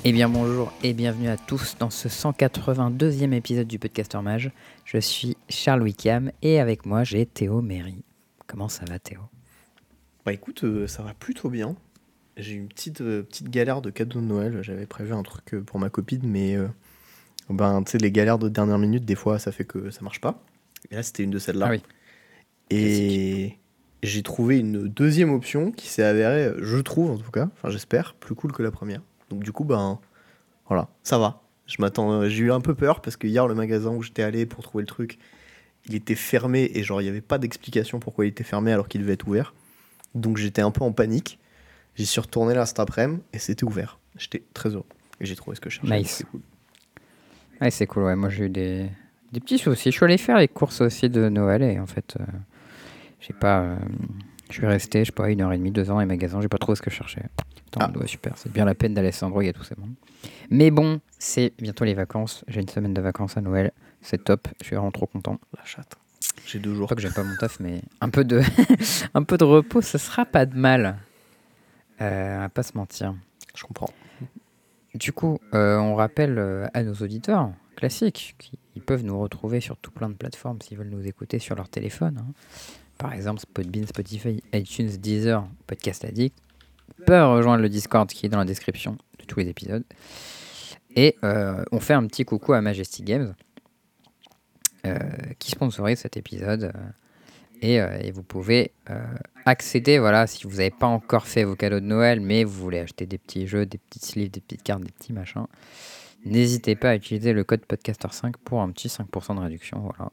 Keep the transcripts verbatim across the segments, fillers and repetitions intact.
Eh bien bonjour et bienvenue à tous dans ce cent quatre-vingt-deuxième épisode du Podcaster Mage. Je suis Charles Wickham et avec moi j'ai Théo Méry. Comment ça va Théo ? Bah écoute, euh, ça va plutôt bien. J'ai eu une petite, euh, petite galère de cadeau de Noël. J'avais prévu un truc euh, pour ma copine, mais euh, ben, tu sais, les galères de dernière minute, des fois, ça fait que ça marche pas. Et là, c'était une de celles-là. Ah oui. Et j'ai trouvé une deuxième option qui s'est avérée, je trouve en tout cas, enfin j'espère, plus cool que la première. Donc du coup, ben voilà, ça va. Je m'attends, j'ai eu un peu peur parce que hier, le magasin où j'étais allé pour trouver le truc, il était fermé et genre il n'y avait pas d'explication pourquoi il était fermé alors qu'il devait être ouvert. Donc j'étais un peu en panique. J'y suis retourné là cet après-midi et c'était ouvert. J'étais très heureux. Et j'ai trouvé ce que je cherchais. Nice. C'est cool. Ouais, c'est cool. Ouais. Moi j'ai eu des, des petits soucis. Je suis allé faire les courses aussi de Noël et en fait, euh, j'ai pas. Euh, je suis resté, je sais pas, une heure et demie, deux ans dans les magasins. J'ai pas trouvé ce que je cherchais. Attends, Ah. ouais, super. C'est bien la peine d'aller à cet endroit, il y a tout c'est bon. Mais bon, c'est bientôt les vacances. J'ai une semaine de vacances à Noël. C'est top. Je suis vraiment trop content. La chatte. J'ai deux jours. Pas que j'aime pas mon taf, mais un peu de, un peu de repos, ce sera pas de mal. Euh, à pas se mentir. Je comprends. Du coup, euh, on rappelle euh, à nos auditeurs classiques qu'ils peuvent nous retrouver sur tout plein de plateformes s'ils veulent nous écouter sur leur téléphone. Hein. Par exemple, Podbean, Spotify, iTunes, Deezer, Podcast Addict. Ils peuvent rejoindre le Discord qui est dans la description de tous les épisodes. Et euh, on fait un petit coucou à Majesty Games euh, qui sponsorise cet épisode. Euh, Et, euh, et vous pouvez euh, accéder, voilà, si vous n'avez pas encore fait vos cadeaux de Noël, mais vous voulez acheter des petits jeux, des petits livres, des petites cartes, des petits machins, n'hésitez pas à utiliser le code podcaster cinq pour un petit cinq pour cent de réduction, voilà.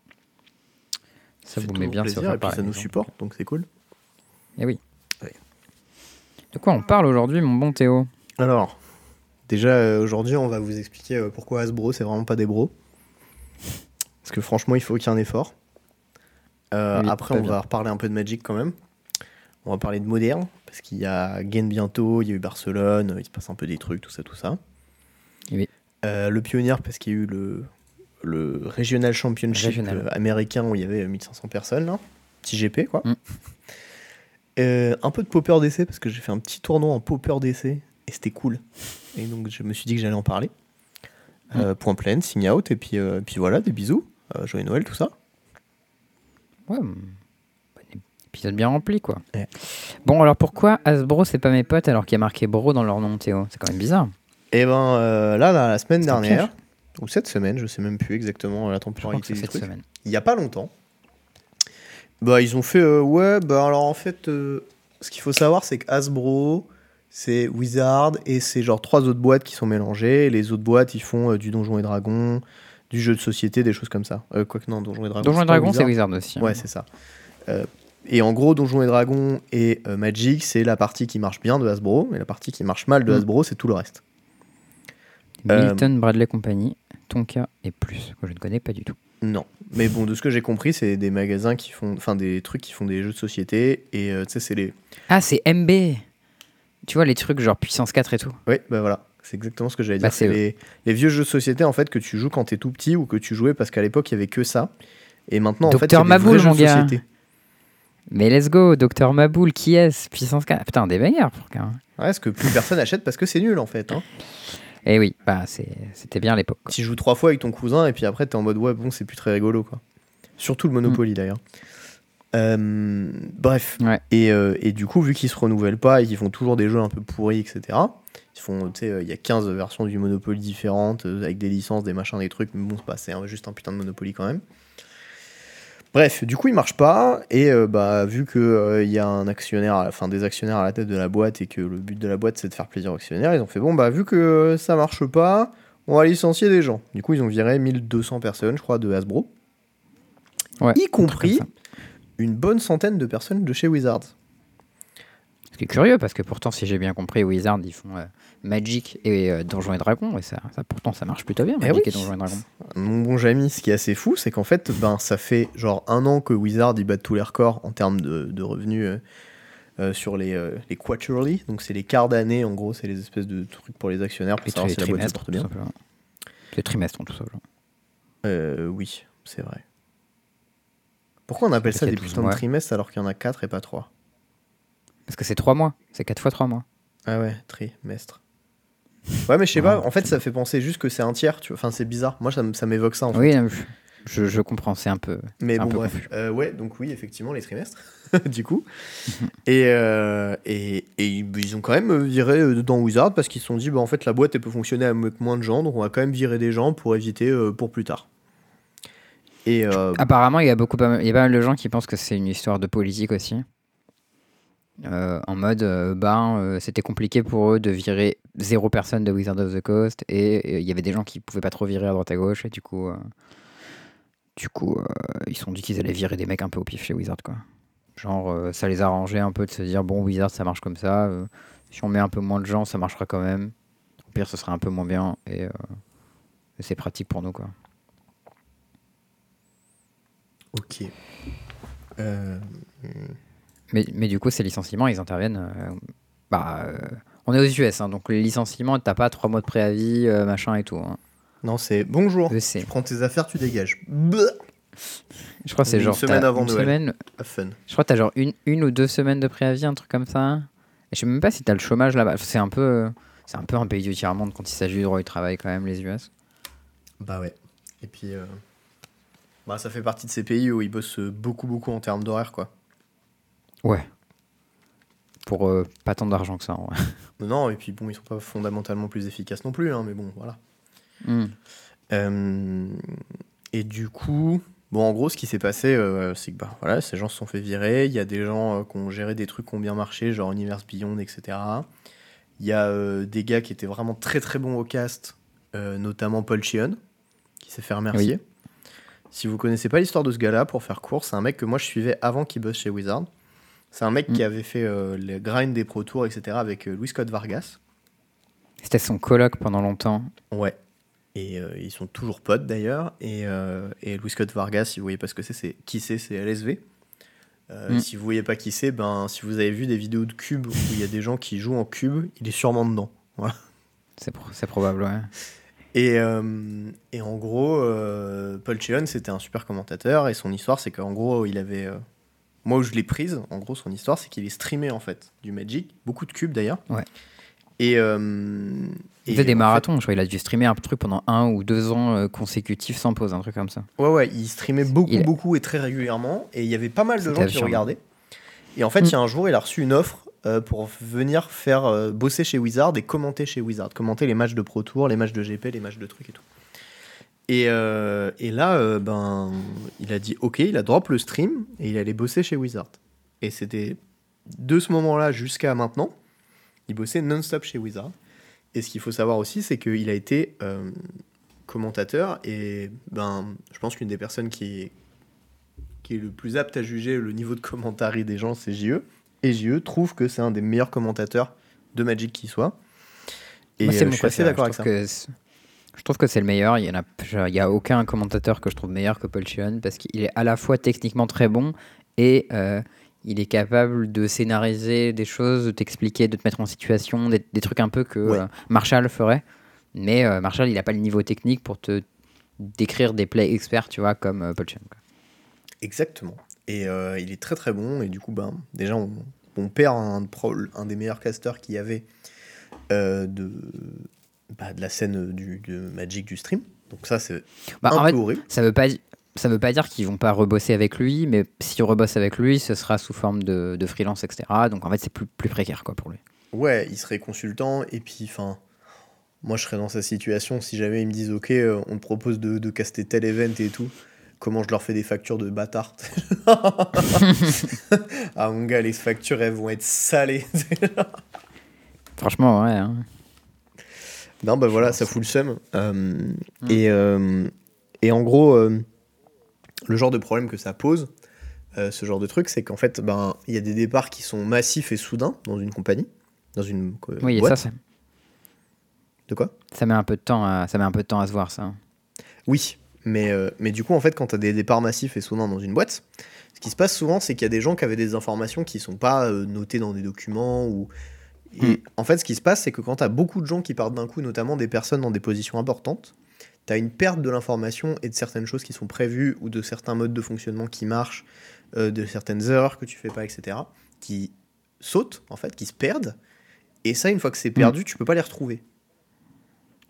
Ça, ça vous met bien plaisir, sur et puis ça nous supporte, donc c'est cool. Et oui. Ouais. De quoi on parle aujourd'hui, mon bon Théo ? Alors, déjà euh, aujourd'hui, on va vous expliquer euh, pourquoi Hasbro, c'est vraiment pas des bros. Parce que franchement, il faut qu'il y ait un effort. Euh, oui, après, on bien. va reparler un peu de Magic quand même. On va parler de moderne, parce qu'il y a Gain bientôt, il y a eu Barcelone, il se passe un peu des trucs, tout ça, tout ça. Oui. Euh, le Pionnier, parce qu'il y a eu le, le Regional Championship Régional. euh, américain où il y avait mille cinq cents personnes, là. Petit G P, quoi. Mm. Euh, un peu de Pauper D C, parce que j'ai fait un petit tournoi en Pauper D C, et c'était cool. Et donc, je me suis dit que j'allais en parler. Mm. Euh, point plein, sign out, et puis, euh, puis voilà, des bisous. Euh, joyeux Noël, tout ça. Ouais, bon épisode bien rempli, quoi. Ouais. Bon, alors pourquoi Hasbro, c'est pas mes potes, alors qu'il y a marqué Bro dans leur nom, Théo ? C'est quand même bizarre. Et ben euh, là, là, la semaine C'est un dernière, piège. ou cette semaine, je sais même plus exactement la Je crois que temporalité c'est du cette truc, semaine. il y a pas longtemps, bah ils ont fait euh, ouais, bah alors en fait, euh, ce qu'il faut savoir, c'est que Hasbro, c'est Wizard et c'est genre trois autres boîtes qui sont mélangées. Les autres boîtes, ils font euh, du Donjons et Dragons, du jeu de société, des choses comme ça. Euh, Quoique non, Donjons et Dragons. Donjons et c'est pas Dragons, c'est Wizard. Wizard aussi. Hein. Ouais, c'est ça. Euh, et en gros, Donjons et Dragons et euh, Magic, c'est la partie qui marche bien de Hasbro, et la partie qui marche mal de Mm. Hasbro, c'est tout le reste. Milton Bradley Company, Tonka et plus, que je ne connais pas du tout. Non, mais bon, de ce que j'ai compris, c'est des magasins qui font, enfin des trucs qui font des jeux de société, et euh, tu sais, c'est les... Ah, c'est M B. Tu vois, les trucs genre Puissance quatre et tout. Oui, bah voilà, c'est exactement ce que j'allais Bah, dire. c'est c'est eux. les, les vieux jeux de société, en fait, que tu joues quand t'es tout petit, ou que tu jouais parce qu'à l'époque, il y avait que ça. Et maintenant, en fait, Docteur c'est des vrais Maboul, jeux mon de gars. société. Mais let's go, Docteur Maboul, qui est-ce ? Puissance quatre. Putain, des bagarres, pour qu'un. Ouais, ce que plus personne achète parce que c'est nul, en fait. Hein. Eh oui, bah, c'est... c'était bien l'époque. Quoi. Tu joues trois fois avec ton cousin, et puis après, t'es en mode, ouais, bon, c'est plus très rigolo, quoi. Surtout le Monopoly, mm. d'ailleurs. Euh, bref. Ouais. Et, euh, et du coup, vu qu'ils se renouvellent pas et qu'ils font toujours des jeux un peu pourris, et cetera, ils font, tu sais, il euh, y a quinze versions du Monopoly différentes, euh, avec des licences, des machins, des trucs, mais bon, c'est pas, c'est un, juste un putain de Monopoly quand même. Bref, du coup, il marche pas, et euh, bah, vu qu'il euh, y a un actionnaire, enfin des actionnaires à la tête de la boîte, et que le but de la boîte, c'est de faire plaisir aux actionnaires, ils ont fait, bon, bah, vu que euh, ça marche pas, on va licencier des gens. Du coup, ils ont viré mille deux cents personnes, je crois, de Hasbro. Ouais, y compris une bonne centaine de personnes de chez Wizards. Ce qui est curieux, parce que pourtant, si j'ai bien compris, Wizards, ils font euh, Magic et euh, Donjons et Dragons, et ça, ça, pourtant, ça marche plutôt bien, Magic eh oui. et Donjons et Dragons. Mon bon Jamy, ce qui est assez fou, c'est qu'en fait, ben, ça fait genre un an que Wizards, ils battent tous les records en termes de, de revenus euh, euh, sur les, euh, les quarterly, donc c'est les quarts d'année, en gros, c'est les espèces de trucs pour les actionnaires, pour les savoir si la boîte se porte bien. Les trimestres, tout ça. Euh, oui, c'est vrai. Pourquoi on appelle ça des putains de trimestres alors qu'il y en a quatre et pas trois ? Parce que c'est trois mois. C'est quatre fois trois mois. Ah ouais, trimestre. Ouais, mais je sais Voilà, pas, en fait, c'est ça bon. fait penser juste que c'est un tiers, tu vois. Enfin, c'est bizarre. Moi, ça, m- ça m'évoque ça, en Oui, fait. non, je, je, je comprends, c'est un peu, Mais c'est un bon, peu bref. confus. Euh, ouais, donc oui, effectivement, les trimestres, du coup. Et, euh, et, et ils ont quand même viré euh, dans Wizard parce qu'ils se sont dit, bah, en fait, la boîte, elle peut fonctionner avec moins de gens, donc on va quand même virer des gens pour éviter euh, pour plus tard. Et Je- euh, apparemment, il y a beaucoup, pas mal- il y a pas mal de gens qui pensent que c'est une histoire de politique aussi. Euh, en mode, euh, ben, euh, c'était compliqué pour eux de virer zéro personne de Wizard of the Coast et euh, il y avait des gens qui pouvaient pas trop virer à droite à gauche et du coup, euh, du coup, euh, ils se sont dit qu'ils allaient virer des mecs un peu au pif chez Wizard, quoi. Genre, euh, ça les arrangeait un peu de se dire, bon, Wizard, ça marche comme ça. Euh, si on met un peu moins de gens, ça marchera quand même. Au pire, ce sera un peu moins bien et euh, c'est pratique pour nous, quoi. ok. Euh, Mais, mais du coup, ces licenciements, ils interviennent. euh, bah, euh, on est aux U S, hein, donc les licenciements, t'as pas trois mois de préavis, euh, machin et tout, hein. Non, c'est bonjour. Eux, Tu c'est. prends tes affaires, tu dégages. Bleh. Je crois que On c'est est une genre, semaine t'as avant une Noël. semaine. Have fun. Je crois que t'as genre une, une ou deux semaines de préavis, un truc comme ça. Et je sais même pas si t'as le chômage là-bas. C'est un peu, euh, c'est un peu un pays du tiers-monde quand il s'agit du droit du travail, quand même, les U S. Bah ouais. Et puis, euh, bah, ça fait partie de ces pays où ils bossent euh, beaucoup, beaucoup en termes d'horaire, quoi. Ouais. Pour euh, pas tant d'argent que ça, en vrai. Non, non, et puis bon, ils sont pas fondamentalement plus efficaces non plus, hein, mais bon, voilà. Hmm. Euh, et du coup, bon, en gros, ce qui s'est passé, euh, c'est que bah, voilà, ces gens se sont fait virer. Il y a des gens euh, qui ont géré des trucs qui ont bien marché, genre Universe Beyond, et cetera. Il y a euh, des gars qui étaient vraiment très très bons au cast, euh, notamment Paul Sheehan, qui s'est fait Oui. remercier. Si vous connaissez pas l'histoire de ce gars-là, pour faire court, c'est un mec que moi je suivais avant qu'il bosse chez Wizard. C'est un mec Hmm. qui avait fait euh, les grind des Pro Tours, et cetera avec euh, Louis Scott Vargas. C'était son coloc pendant longtemps. Ouais. Et euh, ils sont toujours potes d'ailleurs. Et, euh, et Louis Scott Vargas, si vous voyez pas ce que c'est, c'est qui c'est, c'est L S V. Euh, Hmm. Si vous voyez pas qui c'est, ben si vous avez vu des vidéos de cube où il y a des gens qui jouent en cube, il est sûrement dedans. Voilà. C'est pro- c'est probable, ouais. Et, euh, et en gros, euh, Paul Cheon, c'était un super commentateur. Et son histoire, c'est qu'en gros, il avait. euh, moi, où je l'ai prise, en gros, son histoire, c'est qu'il est streamé en fait du Magic, beaucoup de cubes d'ailleurs. Ouais. Et, euh, Il faisait et des en fait, marathons, je crois. Il a dû streamer un truc pendant un ou deux ans euh, consécutifs sans pause, un truc comme ça. ouais, ouais, il streamait beaucoup, Il... beaucoup et très régulièrement. Et il y avait pas mal de C'était gens qui le affirmé. regardaient. Et en fait, il Mm. y a un jour, il a reçu une offre euh, pour venir faire euh, bosser chez Wizard et commenter chez Wizard. Commenter les matchs de Pro Tour, les matchs de G P, les matchs de trucs et tout. Et, euh, et là, euh, ben, il a dit OK, il a drop le stream et il allait bosser chez Wizard. Et c'était de ce moment-là jusqu'à maintenant, il bossait non-stop chez Wizard. Et ce qu'il faut savoir aussi, c'est qu'il a été euh, commentateur et ben, je pense qu'une des personnes qui est, qui est le plus apte à juger le niveau de commentary des gens, c'est J E. Et J E trouve que c'est un des meilleurs commentateurs de Magic qui soit. Et Moi, c'est euh, mon je suis assez préféré. d'accord Je avec trouve ça. que c'est- je trouve que c'est le meilleur. Il y en a, genre, il y a aucun commentateur que je trouve meilleur que Paul Sheehan parce qu'il est à la fois techniquement très bon et euh, il est capable de scénariser des choses, de t'expliquer, de te mettre en situation, des, des trucs un peu que Ouais. euh, Marshall ferait. Mais euh, Marshall, il n'a pas le niveau technique pour te décrire des plays experts, tu vois, comme euh, Paul Sheehan, quoi. Exactement. Et euh, il est très très bon. Et du coup, ben, déjà, on, on perd un, pro- un des meilleurs casters qu'il y avait euh, de, bah, de la scène du, de Magic du stream. Donc ça, c'est Bah, un en peu fait, horrible. ça veut pas, di- ça veut pas dire qu'ils vont pas rebosser avec lui, mais s'ils rebossent avec lui, ce sera sous forme de, de freelance, et cetera. Donc en fait, c'est plus, plus précaire, quoi, pour lui. Ouais, il serait consultant. Et puis, enfin, moi, je serais dans sa situation. Si jamais ils me disent, OK, euh, on te propose de, de caster tel event et tout, comment je leur fais des factures de bâtard. Ah, mon gars, les factures, elles vont être salées. Franchement, ouais. Hein. Non, bah voilà, pense. ça fout le seum. Euh, Mm. et, euh, et en gros, euh, le genre de problème que ça pose, euh, ce genre de truc, c'est qu'en fait, ben, il y a des départs qui sont massifs et soudains dans une compagnie, dans une euh, Oui, et boîte. ça, ça, De quoi? ça met un peu de temps à, ça met un peu de temps à se voir, ça. Oui, mais, euh, mais du coup, en fait, quand tu as des départs massifs et soudains dans une boîte, ce qui se passe souvent, c'est qu'il y a des gens qui avaient des informations qui sont pas euh, notées dans des documents. Ou... Et Mm. en fait, ce qui se passe, c'est que quand tu as beaucoup de gens qui partent d'un coup, notamment des personnes dans des positions importantes, tu as une perte de l'information et de certaines choses qui sont prévues ou de certains modes de fonctionnement qui marchent, euh, de certaines erreurs que tu fais pas, et cetera, qui sautent, en fait, qui se perdent. Et ça, une fois que c'est perdu, tu peux pas les retrouver.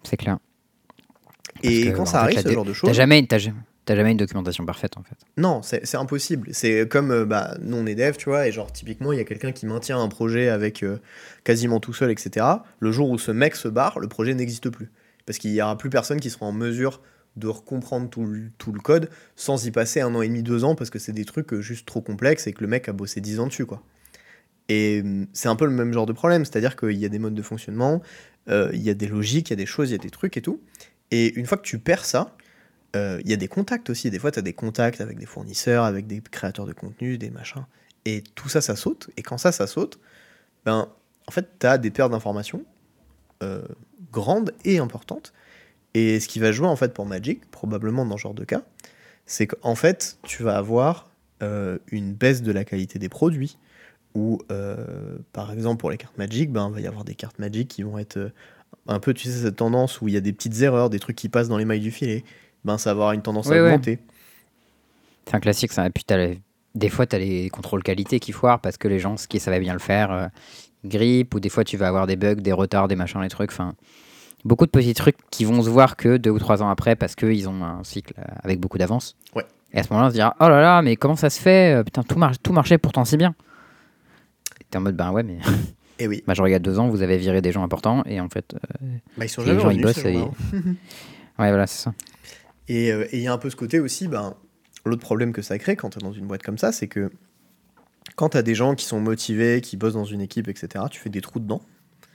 c'est clair. Parce Et que, quand bah, ça en fait, arrive, la ce dé- genre de t'as choses, jamais, t'as, ja- t'as jamais une documentation parfaite, en fait. non, c'est c'est impossible. C'est comme, euh, bah, nous on est dev, tu vois, et genre typiquement, il y a quelqu'un qui maintient un projet avec euh, quasiment tout seul, et cetera. Le jour où ce mec se barre, le projet n'existe plus. Parce qu'il y aura plus personne qui sera en mesure de recomprendre tout le, tout le code sans y passer un an et demi, deux ans, parce que c'est des trucs euh, juste trop complexes et que le mec a bossé dix ans dessus, quoi. Et hum, c'est un peu le même genre de problème, c'est-à-dire qu'il y a des modes de fonctionnement, euh, il y a des logiques, il y a des choses, il y a des trucs et tout. Et une fois que tu perds ça, euh, il y a des contacts aussi. Des fois, tu as des contacts avec des fournisseurs, avec des créateurs de contenu, des machins. Et tout ça, ça saute. Et quand ça, ça saute, ben, en fait, tu as des pertes d'informations euh, grandes et importantes. Et ce qui va jouer, en fait, pour Magic, probablement dans ce genre de cas, c'est qu'en fait, tu vas avoir euh, une baisse de la qualité des produits. Ou, euh, par exemple, pour les cartes Magic, ben, il va y avoir des cartes Magic qui vont être euh, un peu, tu sais, cette tendance où il y a des petites erreurs, des trucs qui passent dans les mailles du filet. Ben, ça va avoir une tendance à Oui, ouais. augmenter. C'est un classique, ça. Et puis, t'as les- des fois, tu as les contrôles qualité qui foirent parce que les gens qui savaient bien le faire euh, grippent, ou des fois, tu vas avoir des bugs, des retards, des machins, des trucs. Enfin, beaucoup de petits trucs qui vont se voir que deux ou trois ans après parce qu'ils ont un cycle euh, avec beaucoup d'avance. Ouais. Et à ce moment-là, on se dira, oh là là, mais comment ça se fait? Euh, Putain, tout, mar- tout marchait pourtant si bien. Et t'es en mode, ben ouais, mais Et oui. bah, genre, il y a deux ans, vous avez viré des gens importants et en fait, euh, Bah, ils sont les jamais gens ils revenus, bossent. ces Et... gens-là, hein. Ouais, voilà, c'est ça. Et euh, et il y a un peu ce côté aussi, ben, l'autre problème que ça crée quand tu es dans une boîte comme ça, c'est que quand tu as des gens qui sont motivés, qui bossent dans une équipe, et cetera, tu fais des trous dedans.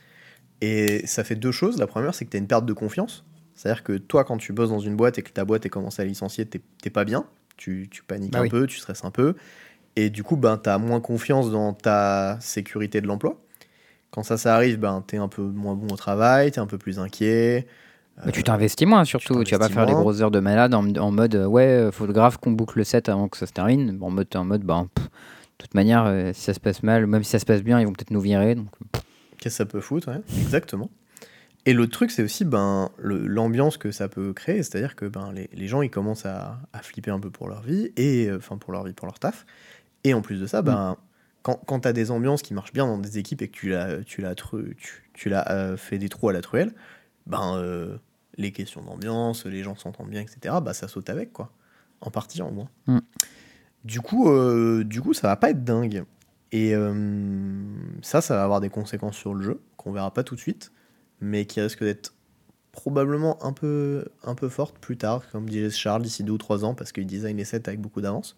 Et ça fait deux choses. La première, c'est que tu as une perte de confiance. C'est-à-dire que toi, quand tu bosses dans une boîte et que ta boîte est commencée à licencier, t'es t'es pas bien. Tu, tu paniques Bah un oui. peu, tu stresses un peu. Et du coup, ben, tu as moins confiance dans ta sécurité de l'emploi. Quand ça, ça arrive, ben, tu es un peu moins bon au travail, tu es un peu plus inquiet. Mais tu euh, t'investis moins tu surtout. Tu vas pas t'investis faire les moins. grosses heures de malade en, en mode euh, ouais, euh, faut grave qu'on boucle le set avant que ça se termine. Bon, en mode, t'es en mode, bah, pff, de toute manière, euh, si ça se passe mal, même si ça se passe bien, ils vont peut-être nous virer. Donc, pff. Qu'est-ce que ça peut foutre, ouais, exactement. Et l'autre truc, c'est aussi ben, le- l'ambiance que ça peut créer, c'est-à-dire que ben, les, les gens ils commencent à, à flipper un peu pour leur vie, et euh, enfin pour leur vie, pour leur taf. Et en plus de ça, Mm. ben, quand, quand tu as des ambiances qui marchent bien dans des équipes et que tu l'as tu l'as tru- tu, tu l'as, euh, fait des trous à la truelle, ben, euh, les questions d'ambiance, les gens s'entendent bien, et cetera, bah, ça saute avec, quoi. En partie, en moins. Mm. Du coup, euh, du coup, ça va pas être dingue. Et euh, ça, ça va avoir des conséquences sur le jeu, qu'on verra pas tout de suite, mais qui risquent d'être probablement un peu, un peu fortes plus tard, comme disait Charles, d'ici deux ou trois ans, parce qu'il design les sets avec beaucoup d'avance.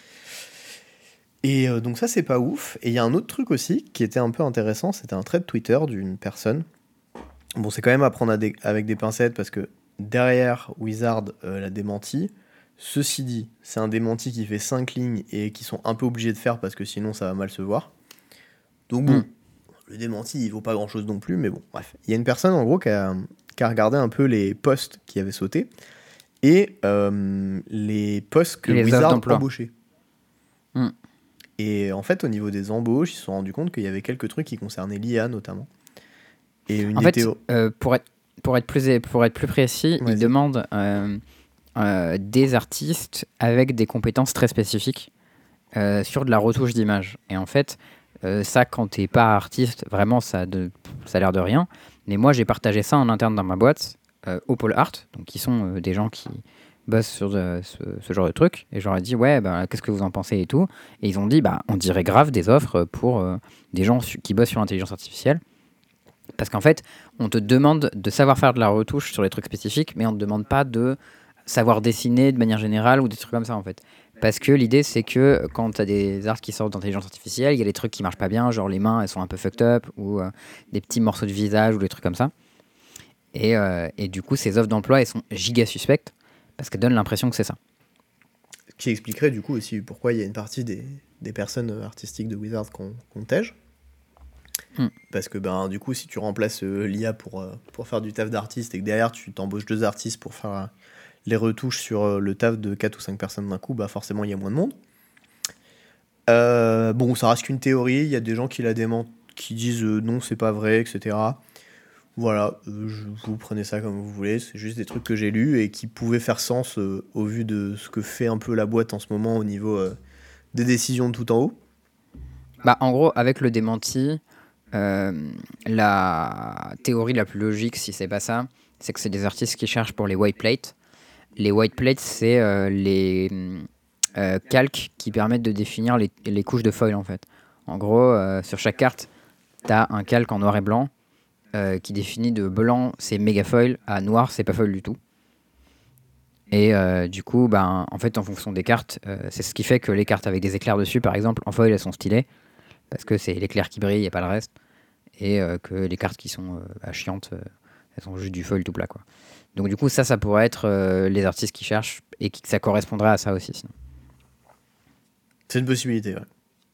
Et euh, donc ça, c'est pas ouf. Et il y a un autre truc aussi qui était un peu intéressant, c'était un thread Twitter d'une personne. Bon, c'est quand même à prendre à des- avec des pincettes, parce que derrière Wizard euh, l'a démenti. Ceci dit, c'est un démenti qui fait cinq lignes et qui sont un peu obligés de faire parce que sinon ça va mal se voir. Donc bon, Mm. le démenti il vaut pas grand chose non plus, mais bon, bref. Il y a une personne en gros qui a, qui a regardé un peu les posts qui avaient sauté et euh, les posts que Et les offres Wizard d'emploi. embauchait. Mm. Et en fait, au niveau des embauches, ils se sont rendus compte qu'il y avait quelques trucs qui concernaient l'I A notamment. Et une En des fait, théo- euh, pour, être, pour, être plus, pour être plus précis, Vas-y. ils demandent euh, euh, des artistes avec des compétences très spécifiques euh, sur de la retouche d'image. Et en fait, euh, ça, quand t'es pas artiste, vraiment, ça, de, ça a l'air de rien. Mais moi, j'ai partagé ça en interne dans ma boîte, euh, au pôle art, donc qui sont euh, des gens qui bossent sur de- ce, ce genre de trucs. Et j'aurais dit, ouais, bah, qu'est-ce que vous en pensez et tout. Et ils ont dit, bah, on dirait grave des offres pour euh, des gens su- qui bossent sur l'intelligence artificielle. Parce qu'en fait, on te demande de savoir faire de la retouche sur les trucs spécifiques, mais on ne te demande pas de savoir dessiner de manière générale ou des trucs comme ça, en fait. Parce que l'idée, c'est que quand tu as des arts qui sortent d'intelligence artificielle, il y a des trucs qui marchent pas bien, genre les mains, elles sont un peu fucked up, ou euh, des petits morceaux de visage, ou des trucs comme ça. Et, euh, et du coup, ces offres d'emploi, elles sont giga suspectes, parce qu'elles donnent l'impression que c'est ça. qui expliquerait du coup aussi pourquoi il y a une partie des, des personnes artistiques de Wizard qu'on qu'on tège. Hmm. Parce que ben, du coup, si tu remplaces euh, l'I A pour, euh, pour faire du taf d'artiste et que derrière tu t'embauches deux artistes pour faire euh, les retouches sur euh, le taf de quatre ou cinq personnes d'un coup, bah forcément il y a moins de monde. Euh, bon, ça reste qu'une théorie, il y a des gens qui la démentent, qui disent euh, non, c'est pas vrai, et cetera. Voilà, euh, je, vous prenez ça comme vous voulez, c'est juste des trucs que j'ai lus et qui pouvaient faire sens euh, au vu de ce que fait un peu la boîte en ce moment au niveau euh, des décisions de tout en haut. Bah, en gros, avec le démenti, Euh, la théorie la plus logique, si c'est pas ça, c'est que c'est des artistes qui cherchent pour les white plates. Les white plates, c'est euh, les euh, calques qui permettent de définir les, les couches de foil en fait. En gros, euh, sur chaque carte, tu as un calque en noir et blanc euh, qui définit de blanc c'est méga foil à noir c'est pas foil du tout. Et euh, du coup, ben, en fait, en fonction des cartes, euh, c'est ce qui fait que les cartes avec des éclairs dessus, par exemple, en foil, elles sont stylées parce que c'est l'éclair qui brille et pas le reste. Et euh, que les cartes qui sont euh, bah, chiantes, euh, elles sont juste du foil tout plat, quoi. Donc du coup, ça, ça pourrait être euh, les artistes qui cherchent et que ça correspondrait à ça aussi. Sinon. C'est une possibilité, ouais.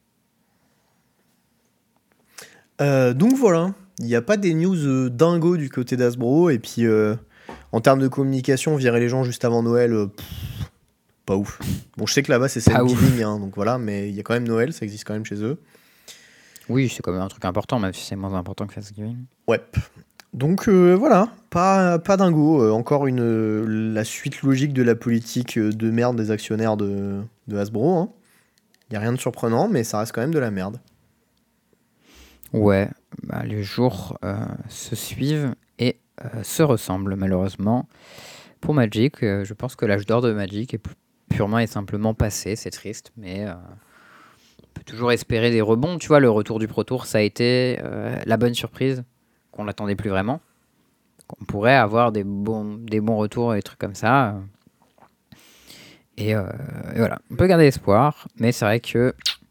Euh, donc voilà, il n'y a pas des news euh, dingos du côté d'Hasbro. Et puis, euh, en termes de communication, virer les gens juste avant Noël, euh, pff, pas ouf. Bon, je sais que là-bas, c'est Thanksgiving, hein, donc voilà, mais il y a quand même Noël, ça existe quand même chez eux. Oui, c'est quand même un truc important, même si c'est moins important que Thanksgiving. Ouais. Donc euh, voilà, pas, pas dingo. Euh, encore une, euh, la suite logique de la politique euh, de merde des actionnaires de, de Hasbro. Il hein. n'y a rien de surprenant, mais ça reste quand même de la merde. Ouais, bah, les jours euh, se suivent et euh, se ressemblent malheureusement. Pour Magic, euh, je pense que l'âge d'or de Magic est purement et simplement passé, c'est triste, mais euh, on peut toujours espérer des rebonds. Tu vois, le retour du Pro Tour, ça a été euh, la bonne surprise, qu'on n'attendait plus vraiment. On pourrait avoir des bons, des bons retours et des trucs comme ça. Et, euh, et voilà, on peut garder espoir, mais c'est vrai que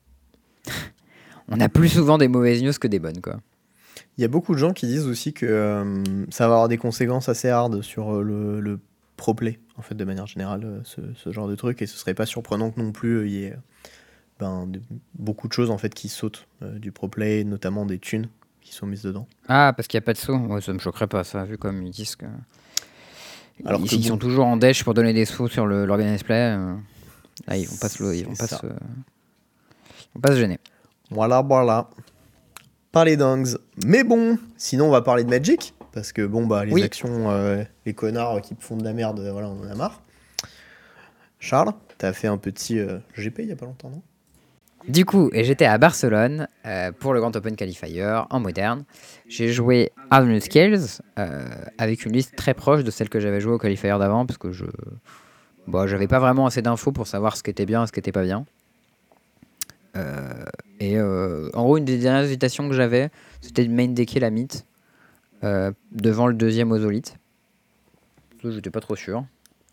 on a plus souvent des mauvaises news que des bonnes, quoi. Il y a beaucoup de gens qui disent aussi que euh, ça va avoir des conséquences assez hard sur le, le pro play, en fait, de manière générale, ce, ce genre de truc, et ce serait pas surprenant que non plus il y ait ben, de, beaucoup de choses en fait qui sautent euh, du pro play, notamment des thunes qui sont mises dedans. Ah, parce qu'il n'y a pas de sous. Ouais, ça me choquerait pas, ça, vu comme ils disent que. Alors ils, que ils bon. sont toujours en dèche pour donner des sous sur le, l'organised play. Euh, là, ils vont pas se, ils vont pas se, ils vont pas se gêner. Voilà, voilà. Pas les dingues. Mais bon, sinon on va parler de Magic. Parce que bon, bah les Oui. actions, euh, les connards qui font de la merde, voilà, on en a marre. Charles, t'as fait un petit euh, G P il y a pas longtemps, non? Du coup, et j'étais à Barcelone euh, pour le Grand Open Qualifier en moderne. J'ai joué Hardened Scales euh, avec une liste très proche de celle que j'avais jouée au Qualifier d'avant parce que je, bon, j'avais pas vraiment assez d'infos pour savoir ce qui était bien et ce qui était pas bien. Euh, et euh, en gros, une des dernières hésitations que j'avais, c'était de main decker la mythe euh, devant le deuxième Ozolite. J'étais pas trop sûr.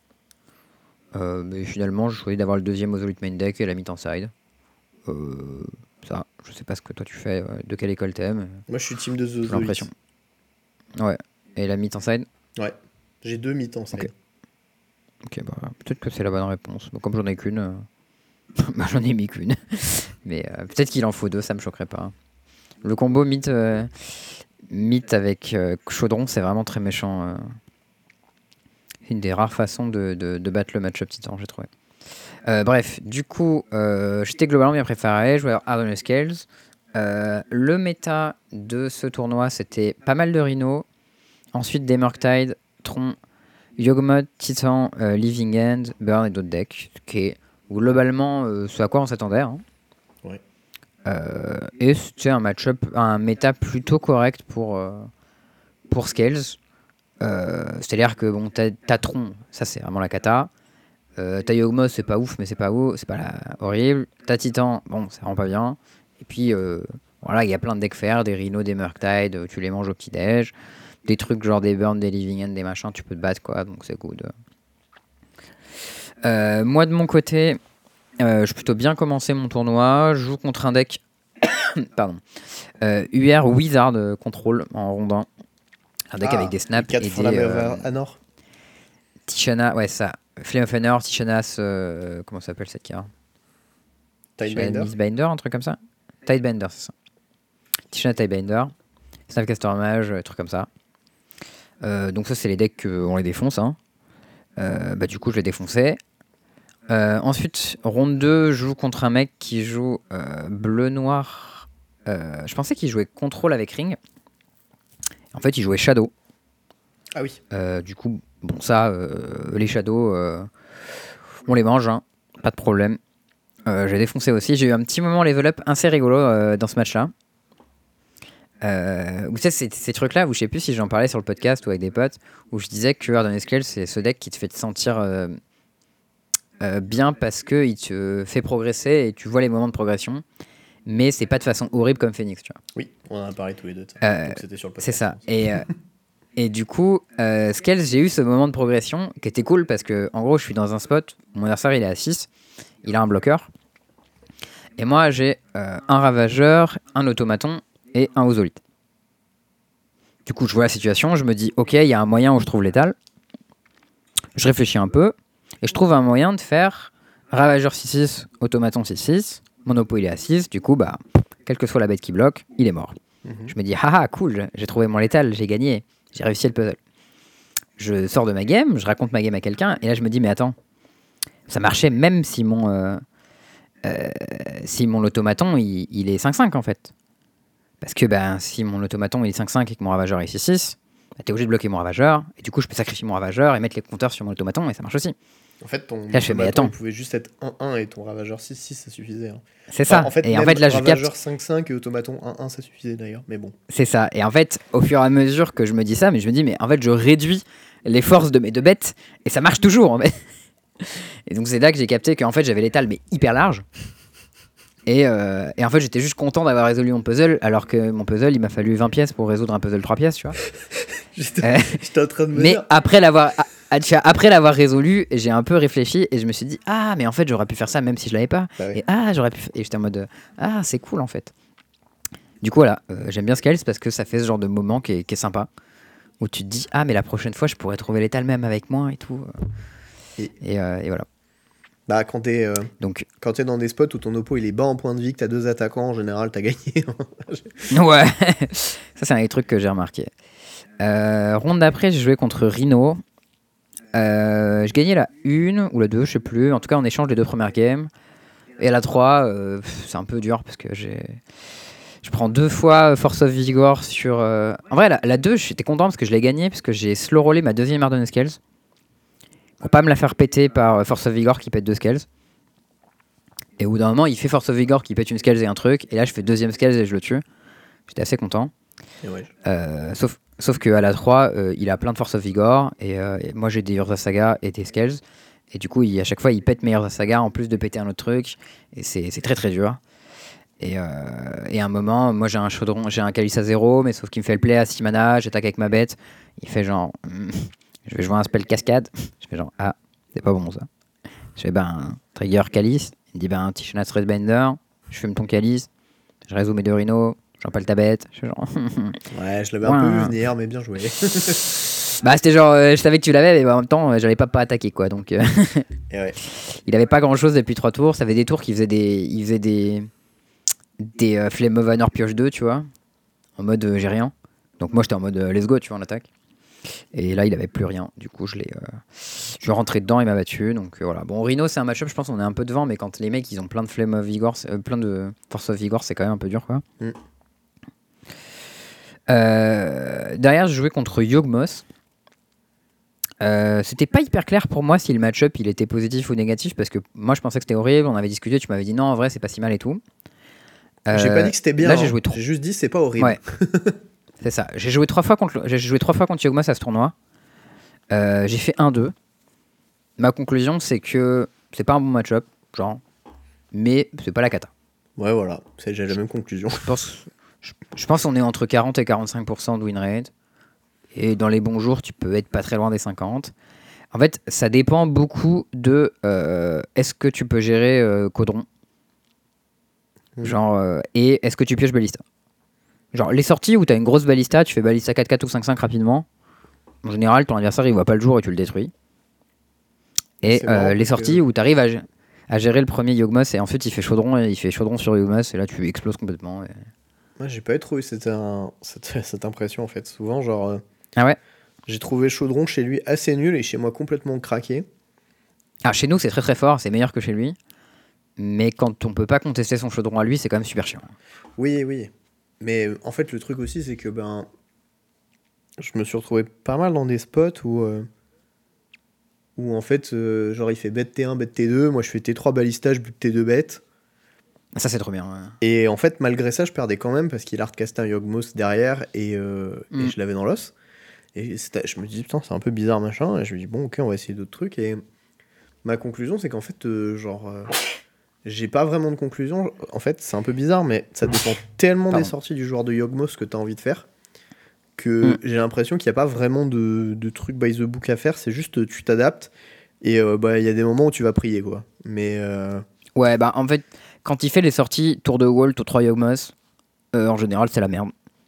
Euh, mais finalement, je choisis d'avoir le deuxième Ozolite main deck et la mythe en side. Euh, ça, je sais pas ce que toi tu fais, euh, de quelle école t'aimes. Moi je suis team de The J'ai l'impression. Ouais. Et la mythe en side? Ouais. J'ai deux mythes en side. Ok, okay, bah, peut-être que c'est la bonne réponse. Bon, comme j'en ai qu'une, euh... bah, j'en ai mis qu'une. Mais euh, peut-être qu'il en faut deux, ça me choquerait pas. Le combo mythe, euh, mythe avec euh, chaudron, c'est vraiment très méchant. Euh. C'est une des rares façons de, de, de battre le match-up titan, j'ai trouvé. Euh, bref, du coup, euh, j'étais globalement bien préparé. Je jouais à Hardened Scales. Euh, le méta de ce tournoi, c'était pas mal de Rhino. Ensuite, des Murktide, Tron, Yawgmoth, Titan, euh, Living End, Burn et d'autres decks. Qui est globalement euh, ce à quoi on s'attendait. Hein. Ouais. Euh, et c'était un match-up, un méta plutôt correct pour, euh, pour Scales. Euh, C'est-à-dire que bon, t'as, t'as Tron, ça c'est vraiment la cata. Euh, t'as Yawgmoth, c'est pas ouf, mais c'est pas ouf, c'est pas la... horrible. T'as Titan, bon, c'est vraiment pas bien. Et puis, euh, voilà, il y a plein de decks faire, des Rhino, des Murktide, euh, tu les manges au petit-déj. Des trucs genre des Burn, des Living End, des machins, tu peux te battre, quoi, donc c'est good. Euh, moi, de mon côté, euh, j'ai plutôt bien commencé mon tournoi. Je joue contre un deck, pardon, euh, U R Wizard euh, Control en rondin. Un deck ah, avec des snaps et des... Euh, Anor Tishana, ouais, ça. Flame of Honor, Tishanas, euh, comment ça s'appelle cette carte? Tidebinder. Mizzbinder, un truc comme ça. Tidebinder, c'est ça. Tishana Tidebinder. Snapcaster Mage, truc comme ça. Euh, donc ça, c'est les decks qu'on les défonce. Hein. Euh, bah, du coup, je les défonçais. Euh, ensuite, ronde deux, je joue contre un mec qui joue euh, bleu-noir. Euh, je pensais qu'il jouait contrôle avec Ring. En fait, il jouait Shadow. Ah oui. Euh, du coup, bon, ça, euh, les Shadows, euh, on les mange, hein, pas de problème. Euh, j'ai défoncé aussi. J'ai eu un petit moment level up assez rigolo euh, dans ce match-là. Euh, ou tu sais, c'est ces trucs-là où je sais plus si j'en parlais sur le podcast ou avec des potes, où je disais que Harden Scales, c'est ce deck qui te fait te sentir euh, euh, bien parce qu'il te fait progresser et tu vois les moments de progression, mais c'est pas de façon horrible comme Phoenix, tu vois. Oui, on en a parlé tous les deux. Euh, Donc c'était sur le podcast. c'est ça. Et, euh, et du coup, euh, Scales, j'ai eu ce moment de progression qui était cool parce que, en gros, je suis dans un spot, mon adversaire il est à six, il a un bloqueur, et moi j'ai euh, un ravageur, un automaton et un ozolite. Du coup, je vois la situation, je me dis, ok, il y a un moyen où je trouve létal. Je réfléchis un peu, et je trouve un moyen de faire ravageur six six, automaton six six, monopo il est à six, du coup, bah, quelle que soit la bête qui bloque, il est mort. Mm-hmm. Je me dis, haha, cool, j'ai trouvé mon létal, j'ai gagné, j'ai réussi le puzzle. Je sors de ma game, je raconte ma game à quelqu'un, et là je me dis, mais attends, ça marchait même si mon, euh, euh, si mon automaton, il, il est cinq cinq en fait. Parce que ben, si mon automaton il est cinq cinq et que mon ravageur est six six, bah, t'es obligé de bloquer mon ravageur, et du coup je peux sacrifier mon ravageur et mettre les compteurs sur mon automaton, et ça marche aussi. En fait, ton là, je fais, mais attends. Il pouvait juste être un un et ton ravageur six six, ça suffisait. Hein. C'est enfin, ça. En fait, et en fait, là, je ravageur cinq cinq et automaton un un, ça suffisait d'ailleurs, mais bon. C'est ça. Et en fait, au fur et à mesure que je me dis ça, mais je me dis, mais en fait, je réduis les forces de mes deux bêtes, et ça marche toujours, en fait. Et donc, c'est là que j'ai capté qu'en fait, j'avais l'étal, mais hyper large. Et, euh, et en fait, j'étais juste content d'avoir résolu mon puzzle, alors que mon puzzle, il m'a fallu vingt pièces pour résoudre un puzzle trois pièces, tu vois. J'étais euh, en train de me mais dire... après l'avoir, après l'avoir résolu, j'ai un peu réfléchi et je me suis dit, ah, mais en fait, j'aurais pu faire ça même si je l'avais pas. Bah oui. Et ah, j'aurais pu. Et j'étais en mode, ah, c'est cool en fait. Du coup, voilà, euh, j'aime bien Scales parce que ça fait ce genre de moment qui est, qui est sympa, où tu te dis, ah, mais la prochaine fois, je pourrais trouver l'étal même avec moi et tout. Et, et, euh, et voilà. Bah, quand t'es euh, Donc, quand t'es dans des spots où ton oppo il est bas en point de vie, que t'as deux attaquants, en général, t'as gagné. Ouais, ça c'est un des trucs que j'ai remarqué. Euh, ronde d'après, j'ai joué contre Rhino. Euh, je gagnais la une ou la deux, je sais plus. En tout cas, on échange les deux premières games. Et à la trois, euh, c'est un peu dur parce que j'ai... je prends deux fois Force of Vigor sur... Euh... En vrai, la, la deux, j'étais content parce que je l'ai gagnée parce que j'ai slow rollé ma deuxième Harden Scales. Pour pas me la faire péter par Force of Vigor qui pète deux Scales. Et au bout d'un moment, il fait Force of Vigor qui pète une Scales et un truc. Et là, je fais deuxième Scales et je le tue. J'étais assez content. Et ouais. euh, sauf, sauf qu'à la trois, euh, il a plein de Force of Vigor. Et, euh, et moi, j'ai des Urza Saga et des Scales. Et du coup, il, à chaque fois, il pète mes Urza Saga en plus de péter un autre truc. Et c'est, c'est très très dur. Et, euh, et à un moment, moi, j'ai un chaudron, j'ai un Calice à zéro, mais sauf qu'il me fait le play à six mana. J'attaque avec ma bête. Il fait genre... Je vais jouer un spell cascade. Je fais genre, ah, c'est pas bon ça. Je fais, ben, trigger Calice. Il me dit, ben, Tishanat Threadbender. Je fume ton Calice. Je résous mes deux rhinos. J'empale ta bête. Je fais genre. Ouais, je l'avais un ouais. peu vu venir, mais bien joué. Bah, c'était genre, euh, je savais que tu l'avais, mais en même temps, euh, j'allais pas pas attaquer, quoi. Donc, euh, et ouais. Il avait pas grand chose depuis trois tours. Ça avait des tours qui faisaient des. Il faisait des. Des euh, Flame of Honor pioche deux, tu vois. En mode, euh, j'ai rien. Donc, moi, j'étais en mode, euh, let's go, tu vois, on attaque. Et là, il avait plus rien. Du coup, je l'ai, euh, je suis rentré dedans, il m'a battu. Donc euh, voilà. Bon, Rhino, c'est un match-up, je pense, on est un peu devant, mais quand les mecs, ils ont plein de Flame of Vigor, euh, plein de Force of Vigor, c'est quand même un peu dur, quoi. Mm. Euh, derrière, je jouais contre Yawgmoth. Euh, c'était pas hyper clair pour moi si le match-up il était positif ou négatif, parce que moi, je pensais que c'était horrible. On avait discuté, tu m'avais dit non, en vrai, c'est pas si mal et tout. Euh, j'ai pas dit que c'était bien. Là, hein. j'ai joué trop. J'ai juste dit c'est pas horrible. Ouais. C'est ça. J'ai joué trois fois contre, j'ai joué trois fois contre Yawgmoth à ce tournoi. Euh, j'ai fait un deux. Ma conclusion, c'est que c'est pas un bon match-up, genre, mais c'est pas la cata. Ouais, voilà. C'est j'ai la même conclusion. Je pense, je, je pense qu'on est entre quarante et quarante-cinq pour cent de win rate. Et dans les bons jours, tu peux être pas très loin des cinquante. En fait, ça dépend beaucoup de euh, est-ce que tu peux gérer euh, Caudron, mmh. genre, euh, et est-ce que tu pioches Ballista. Genre, les sorties où tu as une grosse Ballista, tu fais Ballista quatre quatre ou cinq cinq rapidement. En général, ton adversaire, il voit pas le jour et tu le détruis. Et euh, les sorties que... où tu arrives à, à gérer le premier Yawgmoth et en fait, il fait chaudron et il fait chaudron sur Yawgmoth et là, tu exploses complètement. Et... Moi, j'ai pas trop eu cette, un, cette, cette impression, en fait. Souvent, genre... Euh, ah ouais j'ai trouvé chaudron chez lui assez nul et chez moi complètement craqué. Ah, chez nous, c'est très très fort, c'est meilleur que chez lui. Mais quand on peut pas contester son chaudron à lui, c'est quand même super chiant. Oui, oui. Mais en fait, le truc aussi, c'est que ben, je me suis retrouvé pas mal dans des spots où, euh, où en fait, euh, genre, il fait bête T un, bête T deux. Moi, je fais T trois ballista, je bute T deux bête. Ça, c'est trop bien. Ouais. Et en fait, malgré ça, je perdais quand même parce qu'il hardcastait un Yogg-Moth derrière et, euh, Mm. et je l'avais dans l'os. Et c'était- je me dis, putain, c'est un peu bizarre, machin. Et je me dis, bon, ok, on va essayer d'autres trucs. Et ma conclusion, c'est qu'en fait, euh, genre, euh, j'ai pas vraiment de conclusion. En fait, c'est un peu bizarre, mais ça dépend tellement Pardon. des sorties du joueur de Yogg-Moth que t'as envie de faire que Mm. j'ai l'impression qu'il n'y a pas vraiment de, de truc by the book à faire. C'est juste, tu t'adaptes. Et euh, bah, il y a des moments où tu vas prier, quoi. Mais. Euh... Ouais, bah en fait, quand il fait les sorties Tour de Walt aux trois Yogg-Moth, euh, en général, c'est la merde.